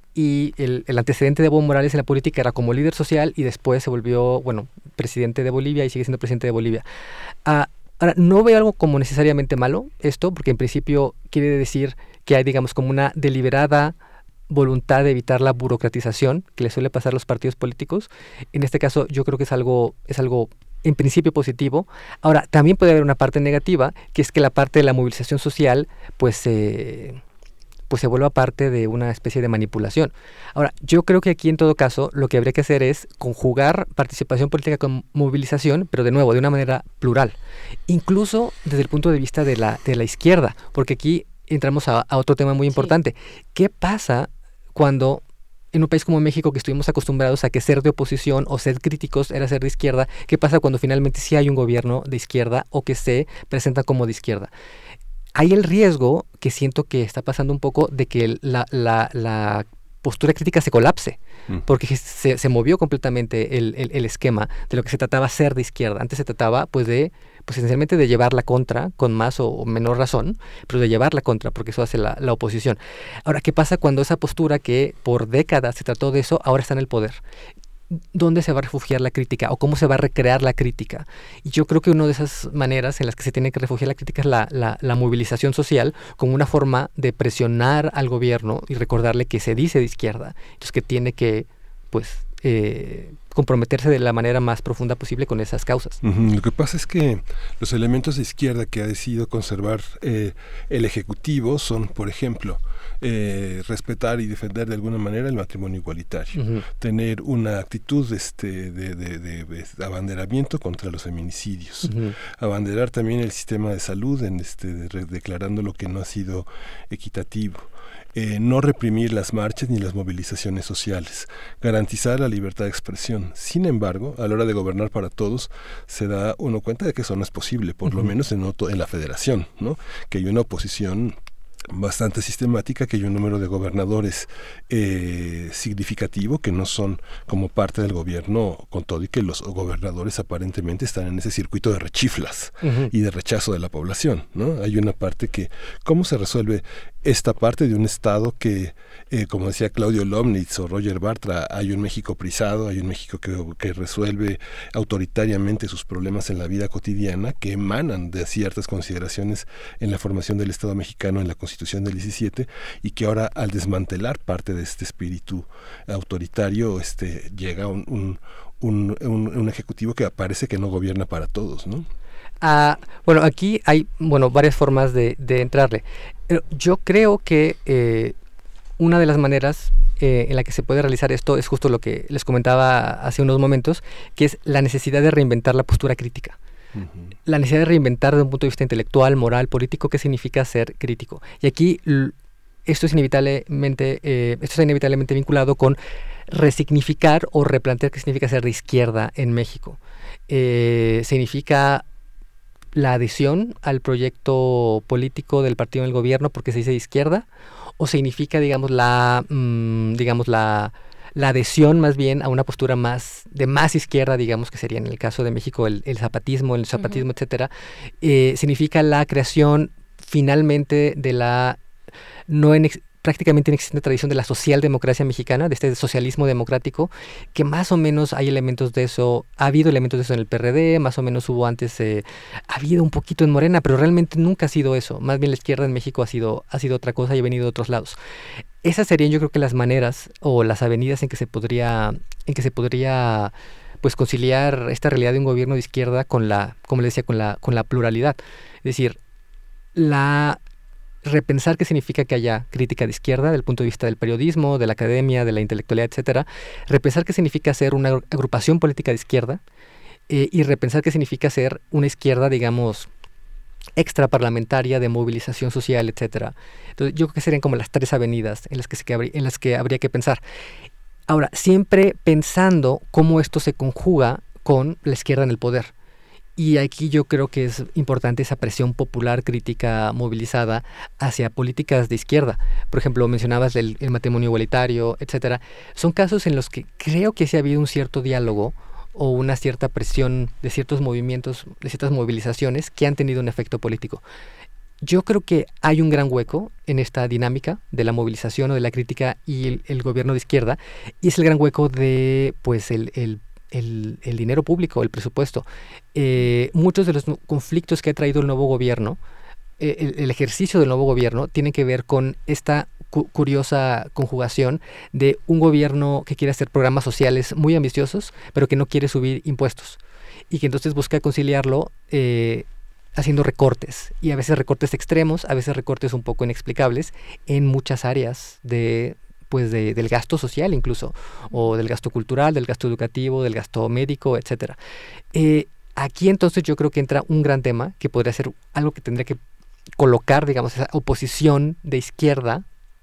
Y el, el antecedente de Evo Morales en la política era como líder social y después se volvió, bueno, presidente de Bolivia y sigue siendo presidente de Bolivia. Uh, ahora, no veo algo como necesariamente malo esto, porque en principio quiere decir que hay, digamos, como una deliberada voluntad de evitar la burocratización que le suele pasar a los partidos políticos. En este caso, yo creo que es algo, es algo en principio positivo. Ahora, también puede haber una parte negativa, que es que la parte de la movilización social, pues... Eh, pues se vuelva parte de una especie de manipulación. Ahora, yo creo que aquí en todo caso lo que habría que hacer es conjugar participación política con movilización, pero de nuevo, de una manera plural, incluso desde el punto de vista de la, de la izquierda, porque aquí entramos a, a otro tema muy importante. Sí. ¿Qué pasa cuando en un país como México, que estuvimos acostumbrados a que ser de oposición o ser críticos era ser de izquierda, qué pasa cuando finalmente sí hay un gobierno de izquierda o que se presenta como de izquierda? Hay el riesgo, que siento que está pasando un poco, de que la, la, la postura crítica se colapse, mm. porque se, se movió completamente el, el, el esquema de lo que se trataba ser de izquierda. Antes se trataba, pues, de, pues esencialmente de llevar la contra, con más o menor razón, pero de llevar la contra, porque eso hace la, la oposición. Ahora, ¿qué pasa cuando esa postura que por décadas se trató de eso, ahora está en el poder? ¿Dónde se va a refugiar la crítica o cómo se va a recrear la crítica? Y yo creo que una de esas maneras en las que se tiene que refugiar la crítica es la, la, la movilización social, como una forma de presionar al gobierno y recordarle que se dice de izquierda, entonces que tiene que, pues, eh, comprometerse de la manera más profunda posible con esas causas. Uh-huh. Lo que pasa es que los elementos de izquierda que ha decidido conservar eh, el Ejecutivo son, por ejemplo, eh, respetar y defender de alguna manera el matrimonio igualitario, uh-huh. tener una actitud este, de, de, de, de abanderamiento contra los feminicidios, uh-huh. abanderar también el sistema de salud, en este, de, declarando lo que no ha sido equitativo. Eh, no reprimir las marchas ni las movilizaciones sociales, garantizar la libertad de expresión. Sin embargo, a la hora de gobernar para todos, se da uno cuenta de que eso no es posible, por uh-huh. lo menos en, en la federación, ¿no? Que hay una oposición bastante sistemática, que hay un número de gobernadores eh, significativo que no son como parte del gobierno, con todo y que los gobernadores aparentemente están en ese circuito de rechiflas uh-huh. y de rechazo de la población, ¿no? Hay una parte que, ¿cómo se resuelve esta parte de un Estado que, eh, como decía Claudio Lomnitz o Roger Bartra, hay un México prisado, hay un México que, que resuelve autoritariamente sus problemas en la vida cotidiana, que emanan de ciertas consideraciones en la formación del Estado mexicano en la Constitución del diecisiete, y que ahora, al desmantelar parte de este espíritu autoritario, este llega un, un, un, un, un ejecutivo que parece que no gobierna para todos, ¿no? Ah, bueno, aquí hay bueno varias formas de, de entrarle. Yo creo que eh, una de las maneras eh, en la que se puede realizar esto es justo lo que les comentaba hace unos momentos, que es la necesidad de reinventar la postura crítica. Uh-huh. La necesidad de reinventar desde un punto de vista intelectual, moral, político, qué significa ser crítico. Y aquí l- esto es inevitablemente, eh, esto está inevitablemente vinculado con resignificar o replantear qué significa ser de izquierda en México. Eh, significa la adhesión al proyecto político del partido en el gobierno porque se dice de izquierda, o significa, digamos, la, mmm, digamos, la, la adhesión más bien a una postura más de más izquierda, digamos, que sería en el caso de México el, el zapatismo, el zapatismo, uh-huh. etcétera. Eh, significa la creación finalmente de la no en ex- prácticamente inexistente tradición de la socialdemocracia mexicana, de este socialismo democrático, que más o menos hay elementos de eso, ha habido elementos de eso en el P R D, más o menos hubo antes, eh, ha habido un poquito en Morena, pero realmente nunca ha sido eso. Más bien la izquierda en México ha sido, ha sido otra cosa y ha venido de otros lados. Esas serían, yo creo que las maneras o las avenidas en que se podría, en que se podría pues conciliar esta realidad de un gobierno de izquierda con la, como le decía, con la, con la pluralidad. Es decir, la repensar qué significa que haya crítica de izquierda desde el punto de vista del periodismo, de la academia, de la intelectualidad, etcétera. Repensar qué significa ser una agrupación política de izquierda eh, y repensar qué significa ser una izquierda, digamos, extraparlamentaria de movilización social, etcétera. Entonces, yo creo que serían como las tres avenidas en las que, se, en las que habría que pensar. Ahora, siempre pensando cómo esto se conjuga con la izquierda en el poder. Y aquí yo creo que es importante esa presión popular crítica movilizada hacia políticas de izquierda. Por ejemplo, mencionabas el, el matrimonio igualitario, etcétera. Son casos en los que creo que sí ha habido un cierto diálogo o una cierta presión de ciertos movimientos, de ciertas movilizaciones que han tenido un efecto político. Yo creo que hay un gran hueco en esta dinámica de la movilización o de la crítica y el, el gobierno de izquierda, y es el gran hueco de pues el, el El, el dinero público, el presupuesto. Eh, muchos de los conflictos que ha traído el nuevo gobierno, eh, el, el ejercicio del nuevo gobierno, tienen que ver con esta cu- curiosa conjugación de un gobierno que quiere hacer programas sociales muy ambiciosos, pero que no quiere subir impuestos, y que entonces busca conciliarlo eh, haciendo recortes, y a veces recortes extremos, a veces recortes un poco inexplicables en muchas áreas de pues de, del gasto social incluso, o del gasto cultural, del gasto educativo, del gasto médico, etcétera. Eh, aquí entonces yo creo que entra un gran tema que podría ser algo que tendría que colocar, digamos, esa oposición de izquierda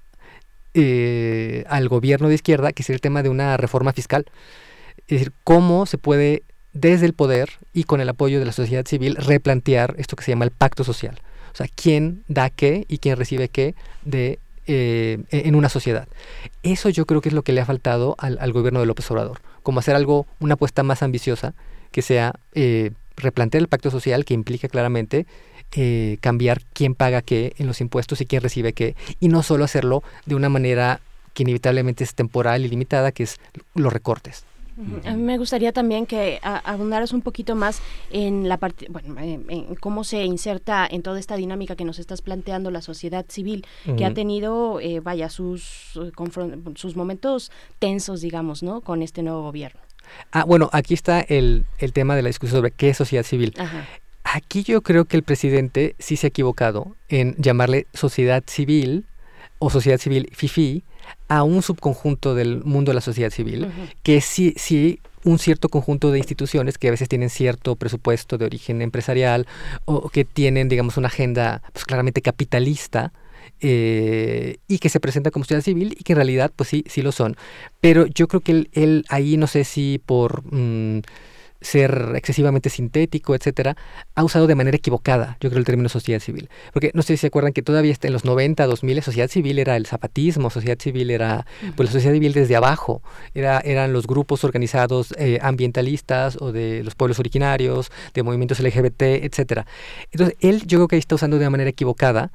eh, al gobierno de izquierda, que es el tema de una reforma fiscal. Es decir, cómo se puede desde el poder y con el apoyo de la sociedad civil replantear esto que se llama el pacto social. O sea, quién da qué y quién recibe qué de Eh, en una sociedad. Eso yo creo que es lo que le ha faltado al, al gobierno de López Obrador, como hacer algo, una apuesta más ambiciosa, que sea eh, replantear el pacto social, que implica claramente eh, cambiar quién paga qué en los impuestos y quién recibe qué, y no solo hacerlo de una manera que inevitablemente es temporal y limitada, que es los recortes. Uh-huh. A mí me gustaría también que a, abundaras un poquito más en la parte, bueno, en, en cómo se inserta en toda esta dinámica que nos estás planteando la sociedad civil, uh-huh. que ha tenido, eh, vaya, sus confron- sus momentos tensos, digamos, ¿no? Con este nuevo gobierno. Ah, bueno, aquí está el, el tema de la discusión sobre qué es sociedad civil. Ajá. Aquí yo creo que el presidente sí se ha equivocado en llamarle sociedad civil o sociedad civil fifí a un subconjunto del mundo de la sociedad civil, uh-huh. que sí, sí un cierto conjunto de instituciones que a veces tienen cierto presupuesto de origen empresarial o que tienen, digamos, una agenda pues claramente capitalista eh, y que se presenta como sociedad civil y que en realidad pues sí, sí lo son. Pero yo creo que él, él ahí, no sé si por mmm, ser excesivamente sintético, etcétera, ha usado de manera equivocada, yo creo, el término sociedad civil. Porque no sé si se acuerdan que todavía está en los noventa, dos mil, sociedad civil era el zapatismo, sociedad civil era, pues la sociedad civil desde abajo, era, eran los grupos organizados eh, ambientalistas o de los pueblos originarios, de movimientos L G B T, etcétera. Entonces, él yo creo que ahí está usando de manera equivocada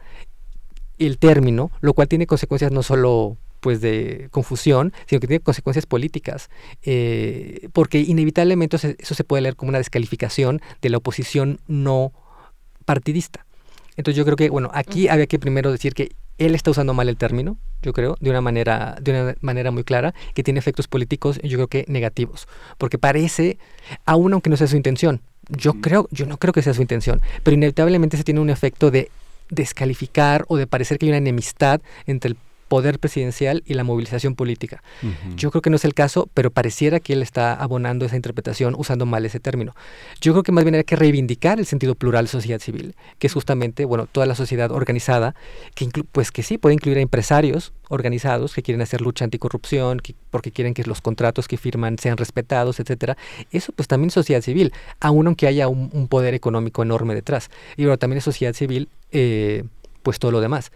el término, lo cual tiene consecuencias no solo pues de confusión, sino que tiene consecuencias políticas, eh, porque inevitablemente eso se, eso se puede leer como una descalificación de la oposición no partidista. Entonces yo creo que, bueno, aquí uh-huh. había que primero decir que él está usando mal el término, yo creo, de una manera, de una manera muy clara, que tiene efectos políticos, yo creo que negativos, porque parece, aún aunque no sea su intención, yo uh-huh. creo, yo no creo que sea su intención, pero inevitablemente se tiene un efecto de descalificar o de parecer que hay una enemistad entre el poder presidencial y la movilización política. Ujú. Yo creo que no es el caso, pero pareciera que él está abonando esa interpretación usando mal ese término. Yo creo que más bien hay que reivindicar el sentido plural de sociedad civil, que es justamente, bueno, toda la sociedad organizada, que inclu- pues que sí puede incluir a empresarios organizados que quieren hacer lucha anticorrupción, que, porque quieren que los contratos que firman sean respetados, etcétera. Eso pues también es sociedad civil, aun aunque haya un, un poder económico enorme detrás. Y bueno, también es sociedad civil, eh, pues todo lo demás.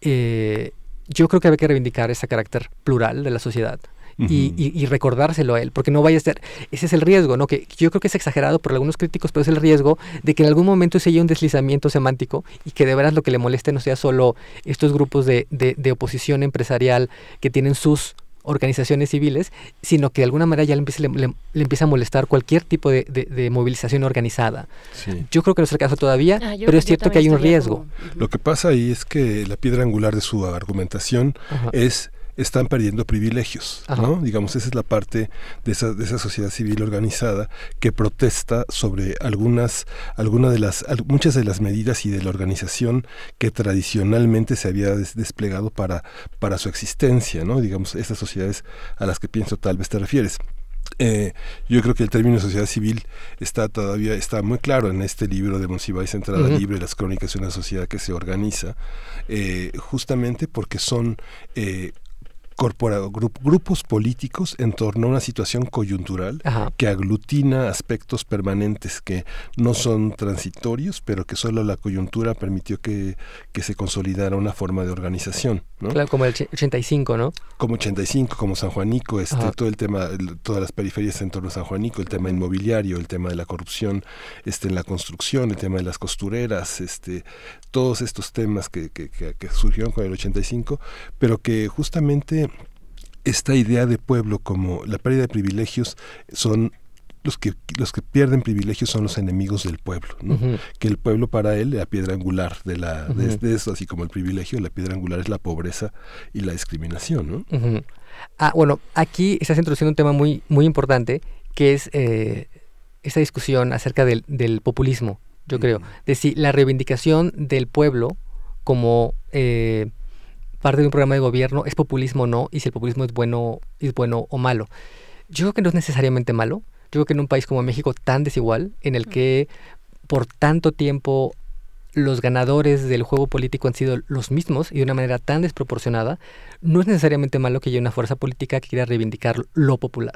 Eh, yo creo que hay que reivindicar ese carácter plural de la sociedad. Ujú. Y, y, y recordárselo a él, porque no vaya a ser, ese es el riesgo, ¿no? Que yo creo que es exagerado por algunos críticos, pero es el riesgo de que en algún momento se haya un deslizamiento semántico y que de veras lo que le moleste no sea solo estos grupos de, de, de oposición empresarial que tienen sus organizaciones civiles, sino que de alguna manera ya le empieza, le, le, le empieza a molestar cualquier tipo de, de, de movilización organizada. Sí. Yo creo que no es el caso todavía, Ah, yo- pero es yo cierto que también hay un estaría riesgo. como- Lo que pasa ahí es que la piedra angular de su argumentación Ajá. es están perdiendo privilegios, Ajá. ¿no? Digamos, esa es la parte de esa, de esa sociedad civil organizada que protesta sobre algunas, algunas de las, al- muchas de las medidas y de la organización que tradicionalmente se había des- desplegado para, para su existencia, ¿no? Digamos, esas sociedades a las que pienso tal vez te refieres. Eh, yo creo que el término sociedad civil está todavía está muy claro en este libro de Monsiváis, Entrada Ujú. Libre, las crónicas de una sociedad que se organiza, eh, justamente porque son eh, corpora- gru- grupos políticos en torno a una situación coyuntural Ajá. que aglutina aspectos permanentes que no son transitorios, pero que solo la coyuntura permitió que, que se consolidara una forma de organización, ¿no? Claro, como el ochenta y cinco, ¿no? Como ochenta y cinco, como San Juanico, este, Ajá. todo el tema, el- todas las periferias en torno a San Juanico, el tema inmobiliario, el tema de la corrupción, este, en la construcción, el tema de las costureras, este, todos estos temas que, que, que, que surgieron con el ochenta y cinco, pero que justamente esta idea de pueblo como la pérdida de privilegios son los que los que pierden privilegios son los enemigos del pueblo, ¿no? Ujú. Que el pueblo para él, la piedra angular de la de, Ujú. de eso, así como el privilegio, la piedra angular es la pobreza y la discriminación, ¿no? Ujú. Ah, bueno, aquí estás introduciendo un tema muy, muy importante, que es eh, esta discusión acerca del, del populismo, yo creo, de si la reivindicación del pueblo como eh, parte de un programa de gobierno es populismo o no, y si el populismo es bueno, es bueno o malo. Yo creo que no es necesariamente malo. Yo creo que en un país como México tan desigual, en el que por tanto tiempo los ganadores del juego político han sido los mismos y de una manera tan desproporcionada, no es necesariamente malo que haya una fuerza política que quiera reivindicar lo popular.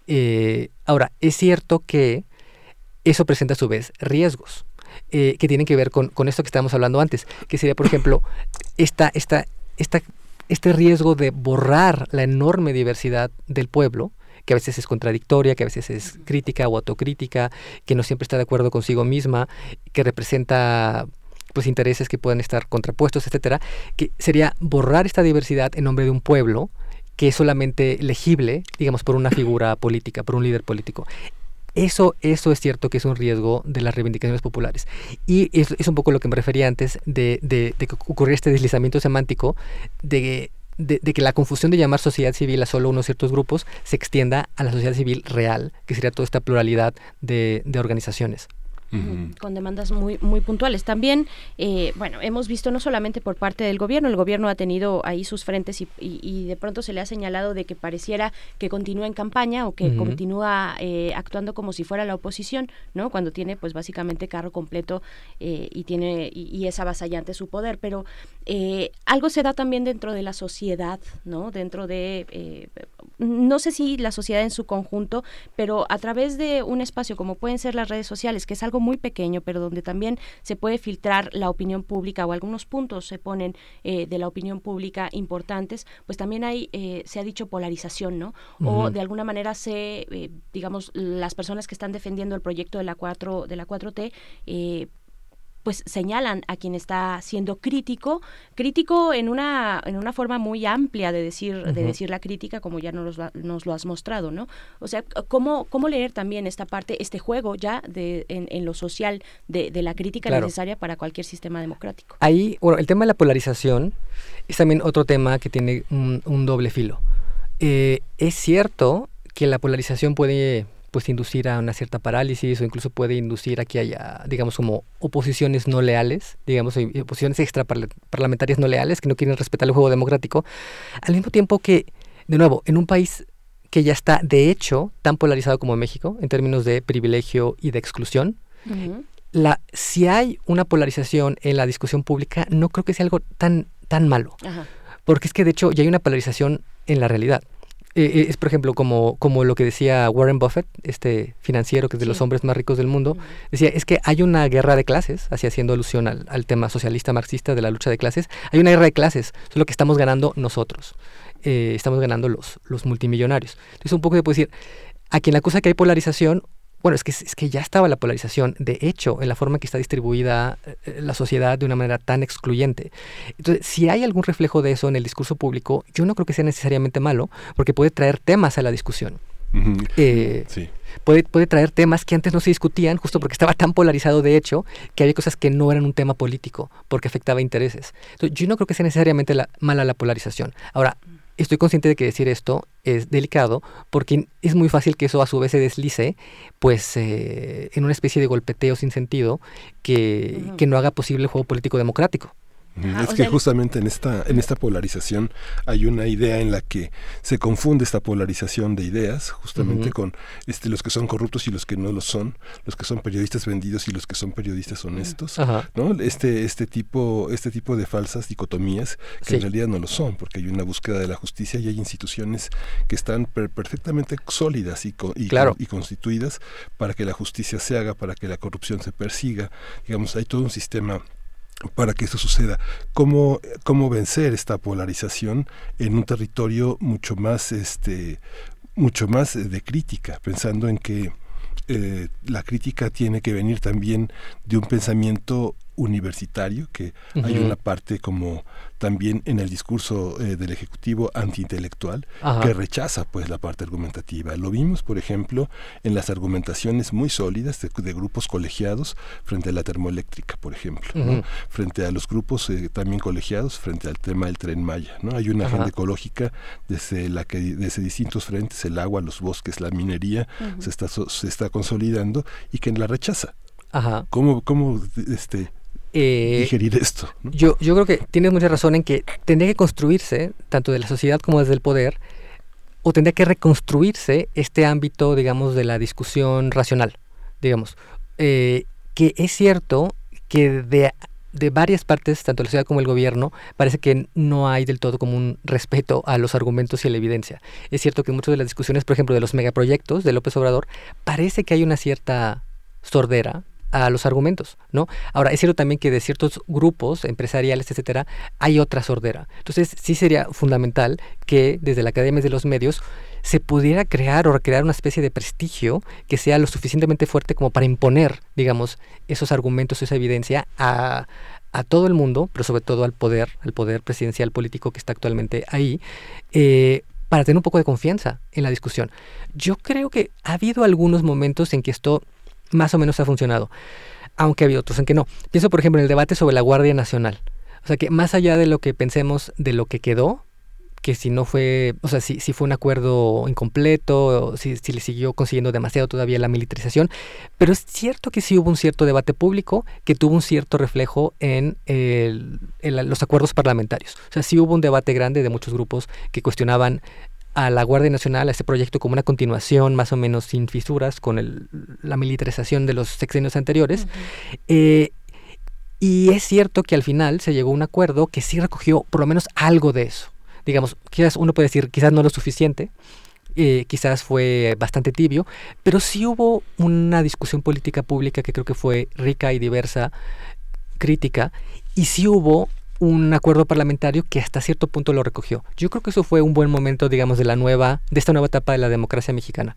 Eh, ahora, es cierto que eso presenta a su vez riesgos eh, que tienen que ver con, con esto que estábamos hablando antes, que sería, por ejemplo, esta, esta, esta, este riesgo de borrar la enorme diversidad del pueblo, que a veces es contradictoria, que a veces es crítica o autocrítica, que no siempre está de acuerdo consigo misma, que representa pues intereses que pueden estar contrapuestos, etcétera, que sería borrar esta diversidad en nombre de un pueblo que es solamente legible, digamos, por una figura política, por un líder político. Eso, eso es cierto que es un riesgo de las reivindicaciones populares. Y es, es un poco lo que me refería antes de, de, de que ocurriera este deslizamiento semántico de... De, de que la confusión de llamar sociedad civil a solo unos ciertos grupos se extienda a la sociedad civil real, que sería toda esta pluralidad de, de organizaciones. Ujú. Con demandas muy muy puntuales. También, eh, bueno, hemos visto no solamente por parte del gobierno, el gobierno ha tenido ahí sus frentes y, y, y de pronto se le ha señalado de que pareciera que continúa en campaña o que Ujú. continúa eh, actuando como si fuera la oposición, ¿no? Cuando tiene pues básicamente carro completo eh, y tiene y, y es avasallante su poder, pero eh, algo se da también dentro de la sociedad, ¿no? Dentro de, eh, no sé si la sociedad en su conjunto, pero a través de un espacio como pueden ser las redes sociales, que es algo muy pequeño, pero donde también se puede filtrar la opinión pública o algunos puntos se ponen eh, de la opinión pública importantes, pues también hay, eh, se ha dicho polarización, ¿no? O Ujú. de alguna manera se, eh, digamos, las personas que están defendiendo el proyecto de la cuatro, de la cuatro T, eh, pues señalan a quien está siendo crítico, crítico en una en una forma muy amplia de decir de Ujú. decir la crítica, como ya nos, lo- nos lo has mostrado, ¿no? O sea, cómo cómo leer también esta parte, este juego ya de en, en lo social de, de la crítica Claro. necesaria para cualquier sistema democrático. Ahí, bueno, el tema de la polarización es también otro tema que tiene un, un doble filo. Eh, es cierto que la polarización puede, pues inducir a una cierta parálisis o incluso puede inducir a que haya, digamos, como oposiciones no leales, digamos, oposiciones extraparlamentarias no leales que no quieren respetar el juego democrático, al mismo tiempo que, de nuevo, en un país que ya está, de hecho, tan polarizado como México, en términos de privilegio y de exclusión, uh-huh. la, si hay una polarización en la discusión pública, no creo que sea algo tan, tan malo, uh-huh. porque es que, de hecho, ya hay una polarización en la realidad. Eh, es, por ejemplo, como, como lo que decía Warren Buffett, este financiero que es de sí. los hombres más ricos del mundo, uh-huh. decía, es que hay una guerra de clases, así haciendo alusión al, al tema socialista marxista de la lucha de clases, hay una guerra de clases, solo que estamos ganando nosotros, eh, estamos ganando los, los multimillonarios. Entonces un poco se puede decir, a quien acusa que hay polarización, bueno, es que, es que ya estaba la polarización, de hecho, en la forma en que está distribuida eh, la sociedad de una manera tan excluyente. Entonces, si hay algún reflejo de eso en el discurso público, yo no creo que sea necesariamente malo, porque puede traer temas a la discusión. Uh-huh. Eh, sí. puede, puede traer temas que antes no se discutían, justo porque estaba tan polarizado, de hecho, que había cosas que no eran un tema político, porque afectaba intereses. Entonces, yo no creo que sea necesariamente la, mala la polarización. Ahora, estoy consciente de que decir esto es delicado porque es muy fácil que eso a su vez se deslice pues eh, en una especie de golpeteo sin sentido que, uh-huh. que no haga posible el juego político democrático. Ah, es que sea, justamente en esta en esta polarización hay una idea en la que se confunde esta polarización de ideas justamente uh-huh. con este los que son corruptos y los que no lo son, los que son periodistas vendidos y los que son periodistas honestos, uh-huh. ¿no? Este este tipo este tipo de falsas dicotomías que sí. en realidad no lo son, porque hay una búsqueda de la justicia y hay instituciones que están per- perfectamente sólidas y, co- y, claro. y constituidas para que la justicia se haga, para que la corrupción se persiga. Digamos, hay todo un sistema para que eso suceda. ¿Cómo, cómo vencer esta polarización en un territorio mucho más, este, mucho más de crítica, pensando en que eh, la crítica tiene que venir también de un pensamiento universitario, que uh-huh. hay una parte como también en el discurso eh, del Ejecutivo antiintelectual uh-huh. que rechaza pues la parte argumentativa. Lo vimos, por ejemplo, en las argumentaciones muy sólidas de, de grupos colegiados frente a la termoeléctrica, por ejemplo, uh-huh. ¿no? Frente a los grupos eh, también colegiados frente al tema del Tren Maya, ¿no? Hay una uh-huh. agenda ecológica desde la que desde distintos frentes, el agua, los bosques, la minería, uh-huh. se está so, se está consolidando y que la rechaza. Ajá. ¿Cómo, cómo este Eh, digerir esto, ¿no? Yo, yo creo que tienes mucha razón en que tendría que construirse, tanto de la sociedad como desde el poder, o tendría que reconstruirse este ámbito, digamos, de la discusión racional, digamos. Eh, que es cierto que de, de varias partes, tanto la sociedad como el gobierno, parece que no hay del todo como un respeto a los argumentos y a la evidencia. Es cierto que en muchas de las discusiones, por ejemplo, de los megaproyectos de López Obrador, parece que hay una cierta sordera a los argumentos, ¿no? Ahora, es cierto también que de ciertos grupos empresariales, etcétera, hay otra sordera. Entonces, sí sería fundamental que desde la academia y de los medios se pudiera crear o recrear una especie de prestigio que sea lo suficientemente fuerte como para imponer, digamos, esos argumentos, esa evidencia a, a todo el mundo, pero sobre todo al poder, al poder presidencial político que está actualmente ahí, eh, para tener un poco de confianza en la discusión. Yo creo que ha habido algunos momentos en que esto más o menos ha funcionado, aunque ha habido otros en que no. Pienso, por ejemplo, en el debate sobre la Guardia Nacional. O sea, que más allá de lo que pensemos de lo que quedó, que si no fue, o sea, si, si fue un acuerdo incompleto, si, si le siguió consiguiendo demasiado todavía la militarización, pero es cierto que sí hubo un cierto debate público que tuvo un cierto reflejo en, el, en los acuerdos parlamentarios. O sea, sí hubo un debate grande de muchos grupos que cuestionaban a la Guardia Nacional, a este proyecto, como una continuación más o menos sin fisuras con el, la militarización de los sexenios anteriores. Uh-huh. Eh, y es cierto que al final se llegó a un acuerdo que sí recogió por lo menos algo de eso. Digamos, quizás uno puede decir, quizás no lo suficiente, eh, quizás fue bastante tibio, pero sí hubo una discusión política pública que creo que fue rica y diversa, crítica, y sí hubo un acuerdo parlamentario que hasta cierto punto lo recogió. Yo creo que eso fue un buen momento, digamos, de la nueva, de esta nueva etapa de la democracia mexicana.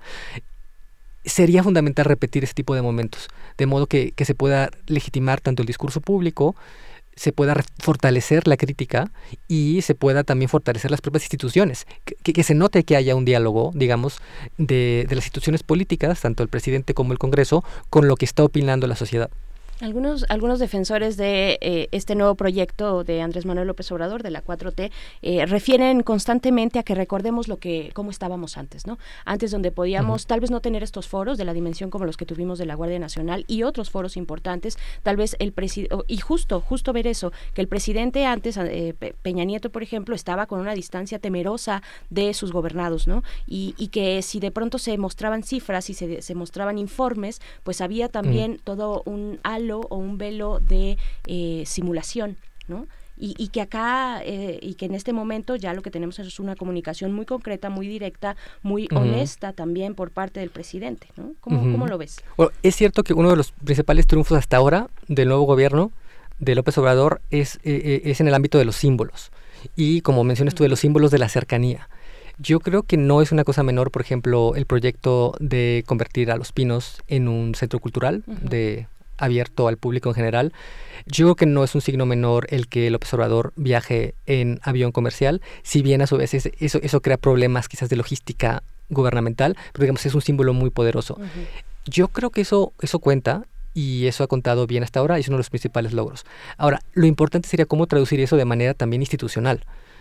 Sería fundamental repetir ese tipo de momentos, de modo que, que se pueda legitimar tanto el discurso público, se pueda fortalecer la crítica y se pueda también fortalecer las propias instituciones, que, que se note que haya un diálogo, digamos, de, de las instituciones políticas, tanto el presidente como el Congreso, con lo que está opinando la sociedad. Algunos, algunos defensores de eh, este nuevo proyecto de Andrés Manuel López Obrador, de la cuatro T, eh, refieren constantemente a que recordemos lo que cómo estábamos antes, ¿no? Antes, donde podíamos uh-huh. tal vez no tener estos foros de la dimensión como los que tuvimos de la Guardia Nacional y otros foros importantes, tal vez el presidente, y justo, justo ver eso, que el presidente antes, eh, Peña Nieto, por ejemplo, estaba con una distancia temerosa de sus gobernados, ¿no? Y, y que si de pronto se mostraban cifras y se, se mostraban informes, pues había también uh-huh. todo un halo o un velo de eh, simulación, ¿no? Y, y que acá, eh, y que en este momento ya lo que tenemos es una comunicación muy concreta, muy directa, muy uh-huh. honesta también por parte del presidente, ¿no? ¿Cómo, uh-huh. ¿cómo lo ves? Bueno, es cierto que uno de los principales triunfos hasta ahora del nuevo gobierno de López Obrador es, eh, es en el ámbito de los símbolos. Y como mencionas tú, de los símbolos de la cercanía. Yo creo que no es una cosa menor, por ejemplo, el proyecto de convertir a Los Pinos en un centro cultural uh-huh. de... abierto al público en general. Yo creo que no es un signo menor el que López Obrador viaje en avión comercial, si bien a su vez eso, eso crea problemas quizás de logística gubernamental, pero digamos es un símbolo muy poderoso. Uh-huh. Yo creo que eso, eso cuenta y eso ha contado bien hasta ahora y es uno de los principales logros. Ahora, lo importante sería cómo traducir eso de manera también institucional.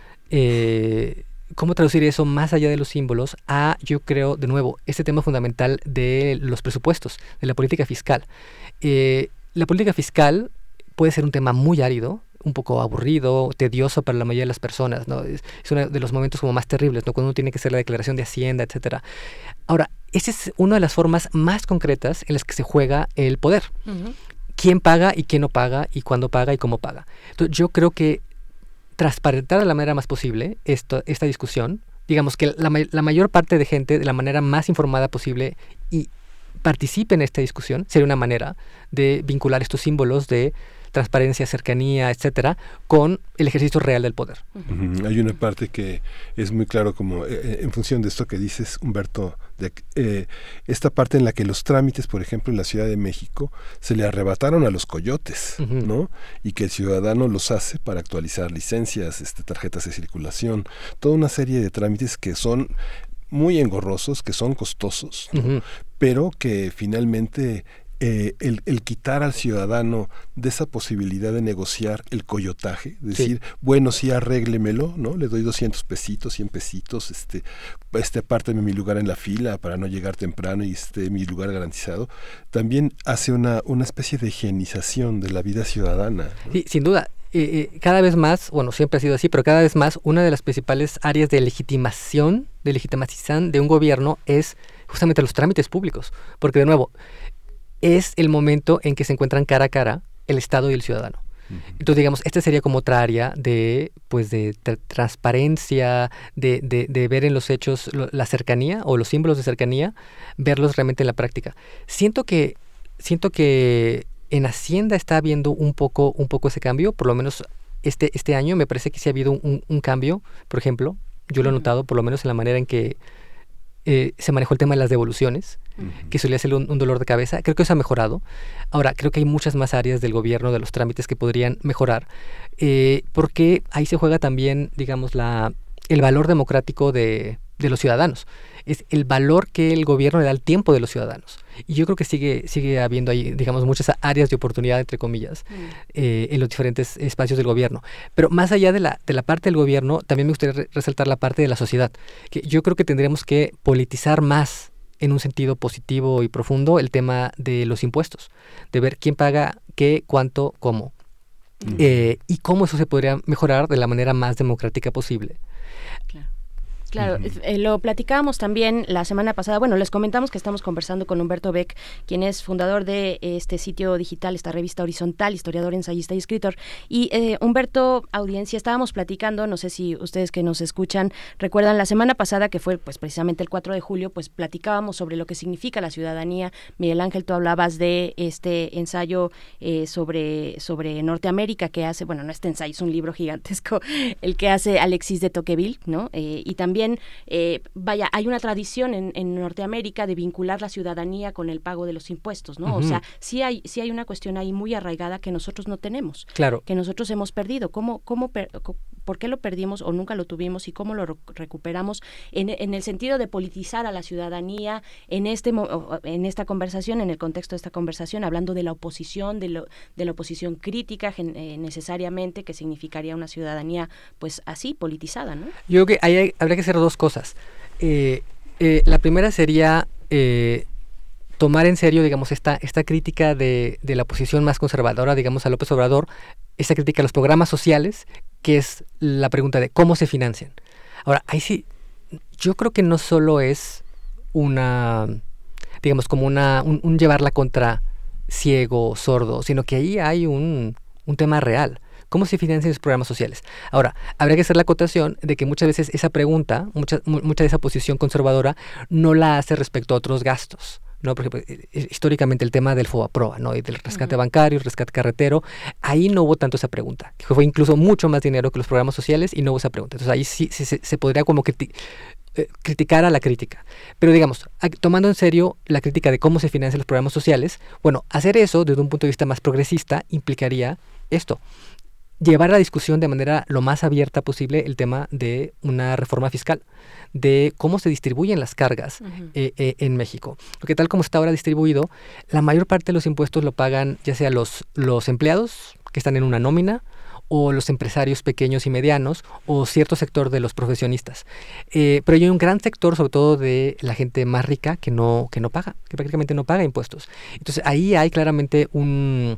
Eh... ¿Cómo traducir eso más allá de los símbolos a, yo creo, de nuevo, este tema fundamental de los presupuestos, de la política fiscal? Eh, la política fiscal puede ser un tema muy árido, un poco aburrido, tedioso para la mayoría de las personas, ¿no? Es, es uno de los momentos como más terribles, ¿no? Cuando uno tiene que hacer la declaración de Hacienda, etcétera. Ahora, esa es una de las formas más concretas en las que se juega el poder. Uh-huh. ¿Quién paga y quién no paga y cuándo paga y cómo paga? Entonces, yo creo que transparentar de la manera más posible esto, esta discusión, digamos que la, la mayor parte de gente de la manera más informada posible y participe en esta discusión, sería una manera de vincular estos símbolos de transparencia, cercanía, etcétera, con el ejercicio real del poder. Uh-huh. Hay una parte que es muy claro como eh, en función de esto que dices, Humberto, de, eh, esta parte en la que los trámites, por ejemplo, en la Ciudad de México, se le arrebataron a los coyotes, uh-huh. ¿no? Y que el ciudadano los hace para actualizar licencias, este, tarjetas de circulación, toda una serie de trámites que son muy engorrosos, que son costosos, ¿no? Uh-huh. Pero que finalmente Eh, el, el quitar al ciudadano de esa posibilidad de negociar el coyotaje, decir, sí. bueno, sí, arréglemelo, ¿no? Le doy doscientos pesitos, cien pesitos, este, este, apárteme mi lugar en la fila para no llegar temprano y esté mi lugar garantizado, también hace una, una especie de higienización de la vida ciudadana, ¿no? Sí, sin duda. Eh, eh, cada vez más, bueno, siempre ha sido así, pero cada vez más una de las principales áreas de legitimación, de legitimación de un gobierno es justamente los trámites públicos, porque de nuevo, es el momento en que se encuentran cara a cara el Estado y el ciudadano. Uh-huh. Entonces, digamos, esta sería como otra área de, pues, de tra- transparencia, de, de, de ver en los hechos lo, la cercanía o los símbolos de cercanía, verlos realmente en la práctica. Siento que, siento que en Hacienda está habiendo un poco, un poco ese cambio, por lo menos este, este año me parece que sí ha habido un, un cambio, por ejemplo, yo lo he notado por lo menos en la manera en que Eh, se manejó el tema de las devoluciones, uh-huh. que solía ser un, un dolor de cabeza. Creo que eso ha mejorado. Ahora, creo que hay muchas más áreas del gobierno, de los trámites que podrían mejorar, eh, porque ahí se juega también, digamos, la, el valor democrático de, de los ciudadanos. Es el valor que el gobierno le da al tiempo de los ciudadanos. Y yo creo que sigue sigue habiendo ahí, digamos, muchas áreas de oportunidad, entre comillas, mm. eh, en los diferentes espacios del gobierno. Pero más allá de la, de la parte del gobierno, también me gustaría re- resaltar la parte de la sociedad. Que yo creo que tendríamos que politizar más, en un sentido positivo y profundo, el tema de los impuestos. De ver quién paga qué, cuánto, cómo. Mm. Eh, y cómo eso se podría mejorar de la manera más democrática posible. Claro. Claro, uh-huh. eh, lo platicábamos también la semana pasada. Bueno, les comentamos que estamos conversando con Humberto Beck, quien es fundador de este sitio digital, esta revista Horizontal, historiador, ensayista y escritor. Y eh, Humberto, audiencia, estábamos platicando, no sé si ustedes que nos escuchan recuerdan la semana pasada, que fue pues precisamente el cuatro de julio, pues platicábamos sobre lo que significa la ciudadanía. Miguel Ángel, tú hablabas de este ensayo eh, sobre, sobre Norteamérica que hace, bueno, no este ensayo, es un libro gigantesco, el que hace Alexis de Tocqueville, ¿no? Eh, y también Eh, vaya, hay una tradición en, en Norteamérica de vincular la ciudadanía con el pago de los impuestos, ¿no? Uh-huh. O sea, sí hay sí hay una cuestión ahí muy arraigada que nosotros no tenemos, claro, que nosotros hemos perdido. ¿Cómo cómo per, por qué lo perdimos o nunca lo tuvimos y cómo lo re- recuperamos en, en el sentido de politizar a la ciudadanía en este en esta conversación, en el contexto de esta conversación, hablando de la oposición, de, lo, de la oposición crítica gen, eh, necesariamente, que significaría una ciudadanía pues así, politizada, ¿no? Yo creo que ahí hay, habría que hacer dos cosas. Eh, eh, la primera sería eh, tomar en serio, digamos, esta, esta crítica de, de la oposición más conservadora, digamos, a López Obrador, esta crítica a los programas sociales, que es la pregunta de cómo se financian. Ahora, ahí sí, yo creo que no solo es una, digamos, como una un, un llevarla contra ciego, sordo, sino que ahí hay un, un tema real. ¿Cómo se financian los programas sociales? Ahora, habría que hacer la acotación de que muchas veces esa pregunta, mucha, mucha de esa posición conservadora, no la hace respecto a otros gastos, ¿no? Por ejemplo, históricamente el tema del FOBAPROA, ¿no? Y del rescate uh-huh. bancario, el rescate carretero, ahí no hubo tanto esa pregunta, que fue incluso mucho más dinero que los programas sociales y no hubo esa pregunta. Entonces ahí sí, sí se, se podría como criti- eh, criticar a la crítica. Pero digamos, tomando en serio la crítica de cómo se financian los programas sociales, bueno, hacer eso desde un punto de vista más progresista implicaría esto: llevar a la discusión de manera lo más abierta posible el tema de una reforma fiscal, de cómo se distribuyen las cargas uh-huh. eh, eh, en México. Porque tal como está ahora distribuido, la mayor parte de los impuestos lo pagan ya sea los, los empleados que están en una nómina, o los empresarios pequeños y medianos, o cierto sector de los profesionistas. Eh, pero hay un gran sector, sobre todo de la gente más rica, que no, que no paga, que prácticamente no paga impuestos. Entonces ahí hay claramente un...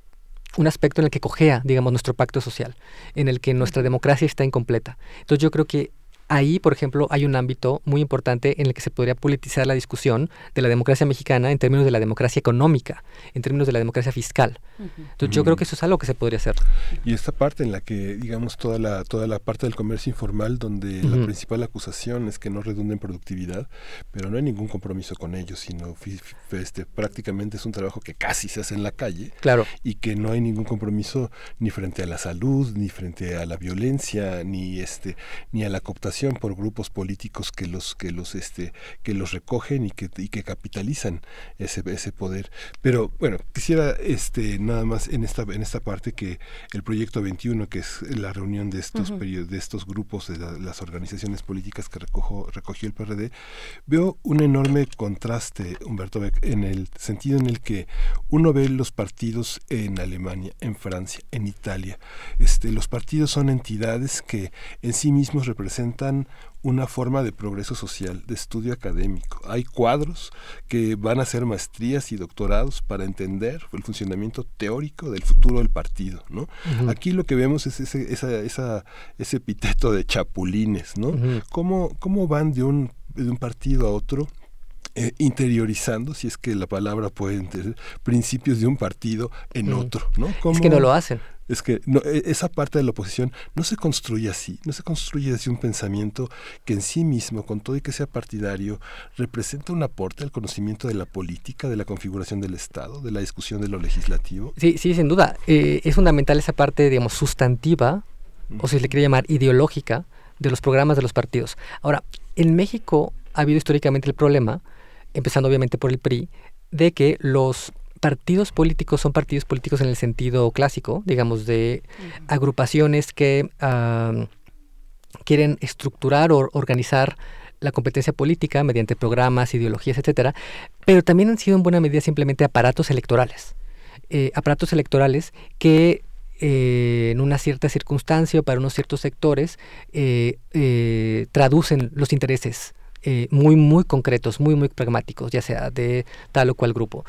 un aspecto en el que cojea, digamos, nuestro pacto social, en el que nuestra democracia está incompleta. Entonces yo creo que ahí, por ejemplo, hay un ámbito muy importante en el que se podría politizar la discusión de la democracia mexicana en términos de la democracia económica, en términos de la democracia fiscal. Uh-huh. Entonces yo uh-huh. creo que eso es algo que se podría hacer. Y esta parte en la que, digamos, toda la toda la parte del comercio informal, donde uh-huh. la principal acusación es que no redunda en productividad, pero no hay ningún compromiso con ellos, sino f- f- este, prácticamente es un trabajo que casi se hace en la calle, claro. y que no hay ningún compromiso ni frente a la salud, ni frente a la violencia, ni este ni a la cooptación por grupos políticos que los que los este que los recogen y que y que capitalizan ese ese poder. Pero bueno, quisiera este nada más en esta en esta parte que el proyecto veintiuno, que es la reunión de estos uh-huh. periodos, de estos grupos de la, las organizaciones políticas que recojo, recogió el P R D, veo un enorme contraste, Humberto Beck, en el sentido en el que uno ve los partidos en Alemania, en Francia, en Italia. Este los partidos son entidades que en sí mismos representan una forma de progreso social, de estudio académico. Hay cuadros que van a hacer maestrías y doctorados para entender el funcionamiento teórico del futuro del partido, ¿no? Uh-huh. Aquí lo que vemos es ese, esa, esa, ese epíteto de chapulines, ¿no? Uh-huh. ¿Cómo, cómo van de un, de un partido a otro? Eh, interiorizando, si es que la palabra puede entender, principios de un partido en mm. otro, ¿no? Es que no lo hacen. Es que no, esa parte de la oposición no se construye así, no se construye desde un pensamiento que en sí mismo, con todo y que sea partidario, representa un aporte al conocimiento de la política, de la configuración del Estado, de la discusión de lo legislativo. Sí, sí, sin duda. Eh, es fundamental esa parte, digamos, sustantiva, mm. o si se le quiere llamar ideológica, de los programas de los partidos. Ahora, en México ha habido históricamente el problema, empezando obviamente por el P R I, de que los partidos políticos son partidos políticos en el sentido clásico, digamos, de uh-huh. agrupaciones que uh, quieren estructurar o organizar la competencia política mediante programas, ideologías, etcétera, pero también han sido en buena medida simplemente aparatos electorales. Eh, aparatos electorales que eh, en una cierta circunstancia o para unos ciertos sectores eh, eh, traducen los intereses Eh, muy, muy concretos, muy, muy pragmáticos, ya sea de tal o cual grupo.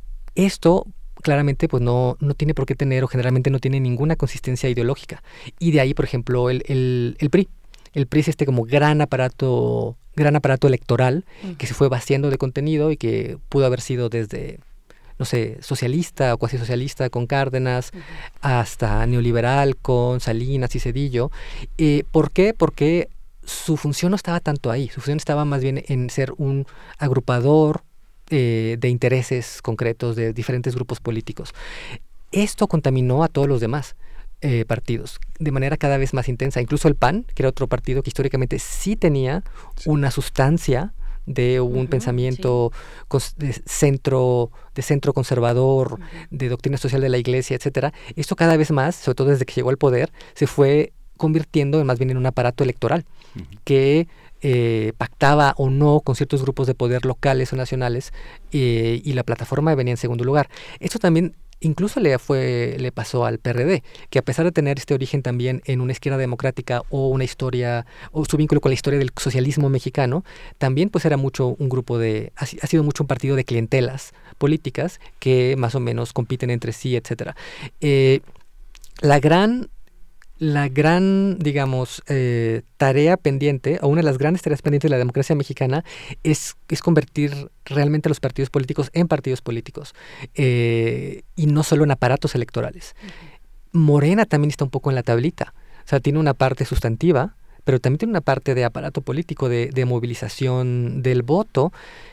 Esto claramente pues no, no tiene por qué tener, o generalmente no tiene ninguna consistencia ideológica. Y de ahí, por ejemplo, el, el, el P R I. El P R I es este como gran aparato, gran aparato electoral uh-huh. que se fue vaciando de contenido y que pudo haber sido desde, no sé, socialista o cuasi socialista con Cárdenas, uh-huh. hasta neoliberal con Salinas y Zedillo. Eh, ¿Por qué? Porque su función no estaba tanto ahí, su función estaba más bien en ser un agrupador eh, de intereses concretos de diferentes grupos políticos. Esto contaminó a todos los demás eh, partidos de manera cada vez más intensa. Incluso el P A N, que era otro partido que históricamente sí tenía sí. una sustancia de un uh-huh, pensamiento sí. cons- de centro de centro conservador, uh-huh. de doctrina social de la Iglesia, etcétera. Esto cada vez más, sobre todo desde que llegó al poder, se fue convirtiendo en, más bien en un aparato electoral uh-huh. que eh, pactaba o no con ciertos grupos de poder locales o nacionales eh, y la plataforma venía en segundo lugar. Esto también incluso le fue le pasó al P R D, que a pesar de tener este origen también en una izquierda democrática o una historia, o su vínculo con la historia del socialismo mexicano, también pues era mucho un grupo de, ha, ha sido mucho un partido de clientelas políticas que más o menos compiten entre sí, etcétera. Eh, la gran La gran, digamos, eh, tarea pendiente, o una de las grandes tareas pendientes de la democracia mexicana es, es convertir realmente a los partidos políticos en partidos políticos eh, y no solo en aparatos electorales. Uh-huh. Morena también está un poco en la tablita, o sea, tiene una parte sustantiva, pero también tiene una parte de aparato político, de, de movilización del voto.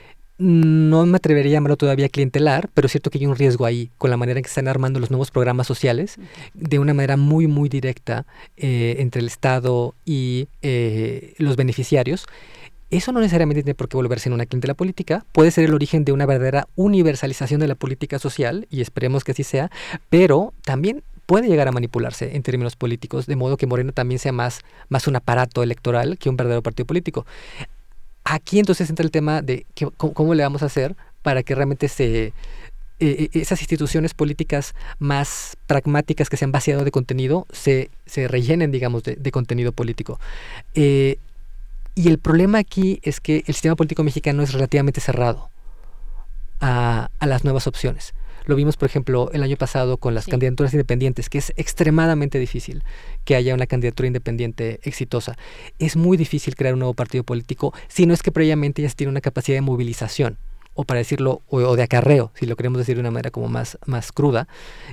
No me atrevería a llamarlo todavía clientelar, pero es cierto que hay un riesgo ahí con la manera en que se están armando los nuevos programas sociales de una manera muy, muy directa eh, entre el Estado y eh, los beneficiarios. Eso no necesariamente tiene por qué volverse en una clientela política, puede ser el origen de una verdadera universalización de la política social, y esperemos que así sea, pero también puede llegar a manipularse en términos políticos, de modo que Morena también sea más, más un aparato electoral que un verdadero partido político. Aquí entonces entra el tema de que, cómo, cómo le vamos a hacer para que realmente se, eh, esas instituciones políticas más pragmáticas que se han vaciado de contenido se, se rellenen, digamos, de, de contenido político. Eh, y el problema aquí es que el sistema político mexicano es relativamente cerrado a, a las nuevas opciones. Lo vimos, por ejemplo, el año pasado con las sí. candidaturas independientes, que es extremadamente difícil que haya una candidatura independiente exitosa. Es muy difícil crear un nuevo partido político si no es que previamente ya se tiene una capacidad de movilización, o para decirlo, o, o de acarreo, si lo queremos decir de una manera como más, más cruda.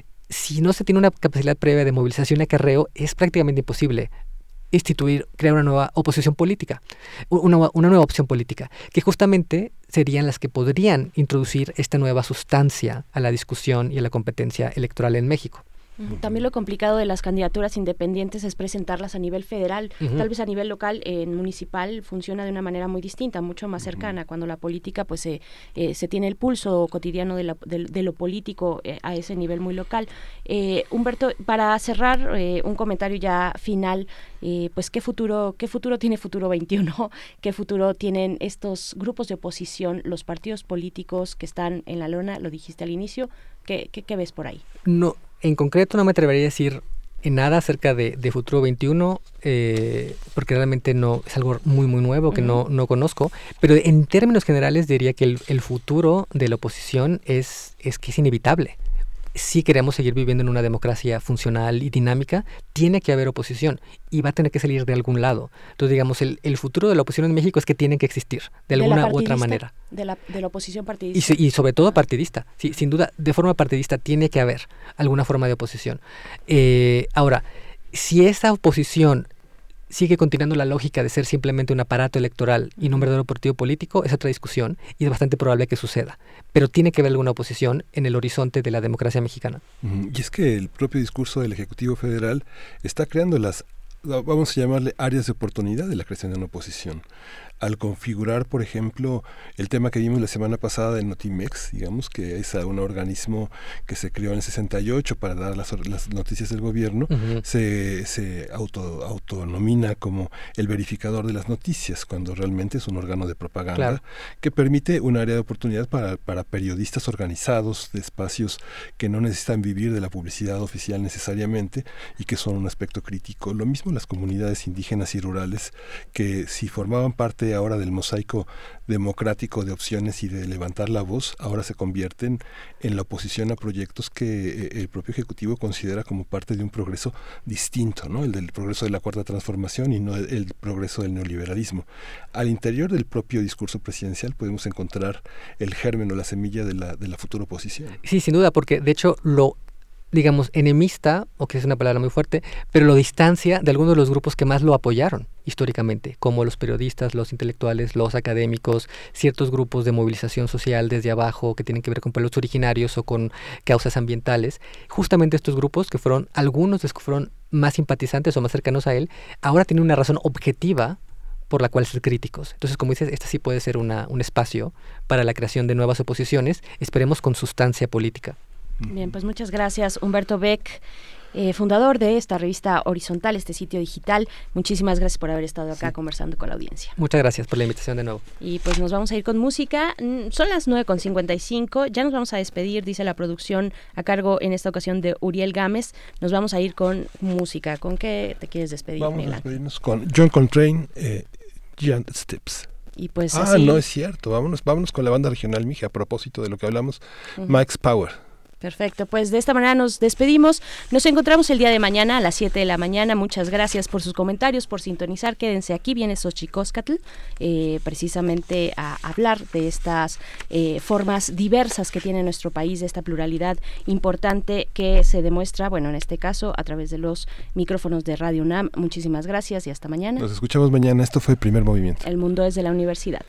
Si no se tiene una capacidad previa de movilización y acarreo, es prácticamente imposible instituir, crear una nueva oposición política, una, una nueva opción política, que justamente serían las que podrían introducir esta nueva sustancia a la discusión y a la competencia electoral en México. También lo complicado de las candidaturas independientes es presentarlas a nivel federal. Uh-huh. Tal vez a nivel local, en eh, municipal, funciona de una manera muy distinta, mucho más cercana, uh-huh. cuando la política pues eh, eh, se tiene el pulso cotidiano de, la, de, de lo político eh, a ese nivel muy local. Eh, Humberto, para cerrar, eh, un comentario ya final, eh, pues qué futuro, qué futuro tiene Futuro veintiuno, qué futuro tienen estos grupos de oposición, los partidos políticos que están en la lona, lo dijiste al inicio, ¿qué, qué, qué ves por ahí? No. En concreto no me atrevería a decir en nada acerca de, de Futuro veintiuno, eh, porque realmente no es algo muy muy nuevo que uh-huh. no, no conozco, pero en términos generales diría que el, el futuro de la oposición es, es que es inevitable. Si queremos seguir viviendo en una democracia funcional y dinámica, tiene que haber oposición y va a tener que salir de algún lado. Entonces, digamos, el, el futuro de la oposición en México es que tiene que existir de alguna u otra manera. De la, de la oposición partidista. Y, y sobre todo partidista. Sí, sin duda, de forma partidista tiene que haber alguna forma de oposición. Eh, ahora, si esa oposición sigue continuando la lógica de ser simplemente un aparato electoral y no un verdadero partido político, es otra discusión y es bastante probable que suceda. Pero tiene que haber alguna oposición en el horizonte de la democracia mexicana. Y es que el propio discurso del Ejecutivo Federal está creando las, vamos a llamarle, áreas de oportunidad de la creación de una oposición. Al configurar, por ejemplo, el tema que vimos la semana pasada de Notimex, digamos que es un organismo que se creó en el sesenta y ocho para dar las, las noticias del gobierno, uh-huh. se, se auto, autonomina como el verificador de las noticias, cuando realmente es un órgano de propaganda claro. que permite un área de oportunidad para, para periodistas organizados de espacios que no necesitan vivir de la publicidad oficial necesariamente y que son un aspecto crítico. Lo mismo las comunidades indígenas y rurales, que si formaban parte ahora del mosaico democrático de opciones y de levantar la voz, ahora se convierten en la oposición a proyectos que el propio Ejecutivo considera como parte de un progreso distinto, ¿no? El del progreso de la Cuarta Transformación y no el progreso del neoliberalismo. Al interior del propio discurso presidencial podemos encontrar el germen o la semilla de la, de la futura oposición. Sí, sin duda, porque de hecho lo digamos, enemista, o que es una palabra muy fuerte, pero lo distancia de algunos de los grupos que más lo apoyaron históricamente, como los periodistas, los intelectuales, los académicos, ciertos grupos de movilización social desde abajo que tienen que ver con pueblos originarios o con causas ambientales. Justamente estos grupos, que fueron algunos de los que fueron más simpatizantes o más cercanos a él, ahora tienen una razón objetiva por la cual ser críticos. Entonces, como dices, este sí puede ser una, un espacio para la creación de nuevas oposiciones, esperemos con sustancia política. Bien, pues muchas gracias, Humberto Beck. eh, fundador de esta revista Horizontal, este sitio digital. Muchísimas gracias por haber estado acá sí. conversando con la audiencia. Muchas gracias por la invitación de nuevo. Y pues nos vamos a ir con música. Son las nueve con cincuenta y cinco, ya nos vamos a despedir, dice la producción a cargo en esta ocasión de Uriel Gámez. Nos vamos a ir con música. ¿Con qué te quieres despedir, Vamos Miguel? a despedirnos con John Coltrane, eh, Giant Steps. Y pues ah, así... no es cierto. Vámonos, vámonos con la banda regional, mija, a propósito de lo que hablamos, uh-huh. Mike's Power. Perfecto, pues de esta manera nos despedimos. Nos encontramos el día de mañana a las siete de la mañana. Muchas gracias por sus comentarios, por sintonizar. Quédense aquí, viene Xochicóscatl, eh, precisamente a hablar de estas eh, formas diversas que tiene nuestro país, de esta pluralidad importante que se demuestra, bueno, en este caso, a través de los micrófonos de Radio UNAM. Muchísimas gracias y hasta mañana. Nos escuchamos mañana. Esto fue Primer Movimiento. El mundo desde la universidad.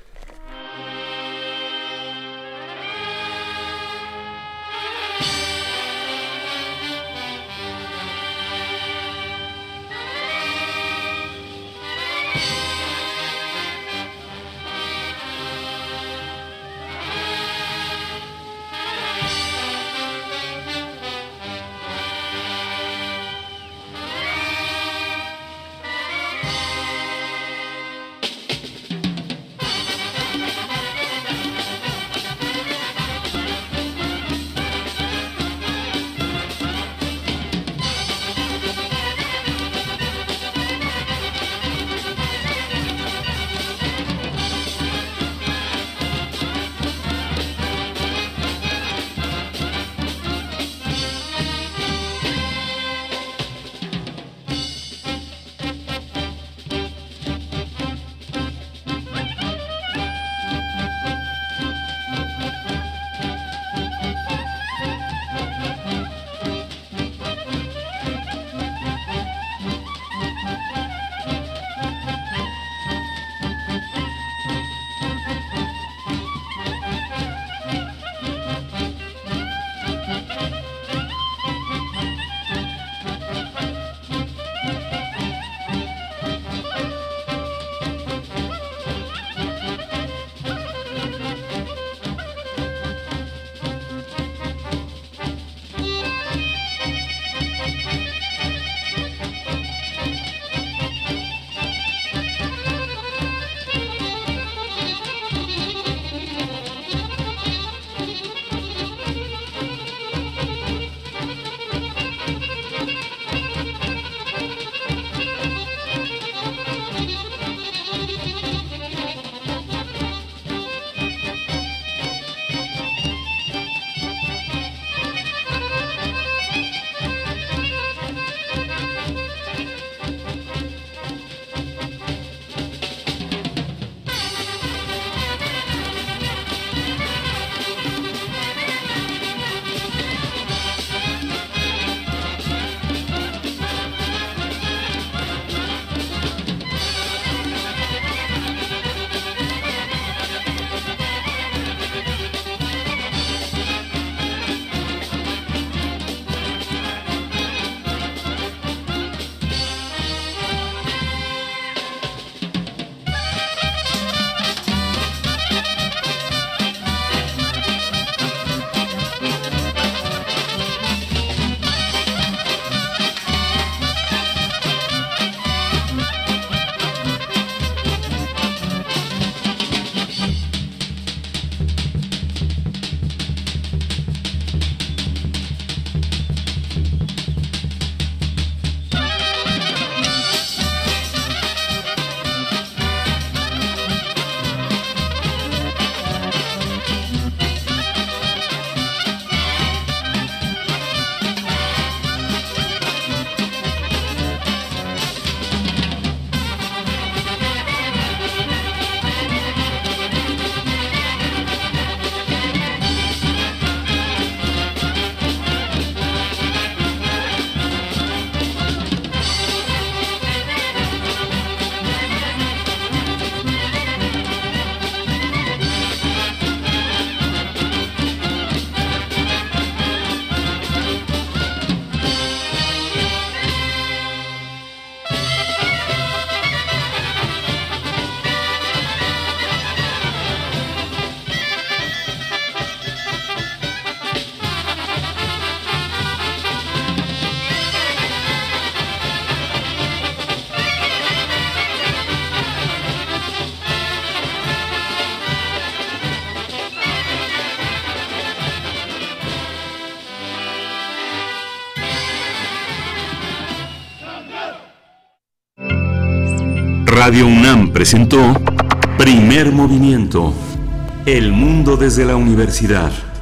Radio UNAM presentó Primer Movimiento. El mundo desde la universidad.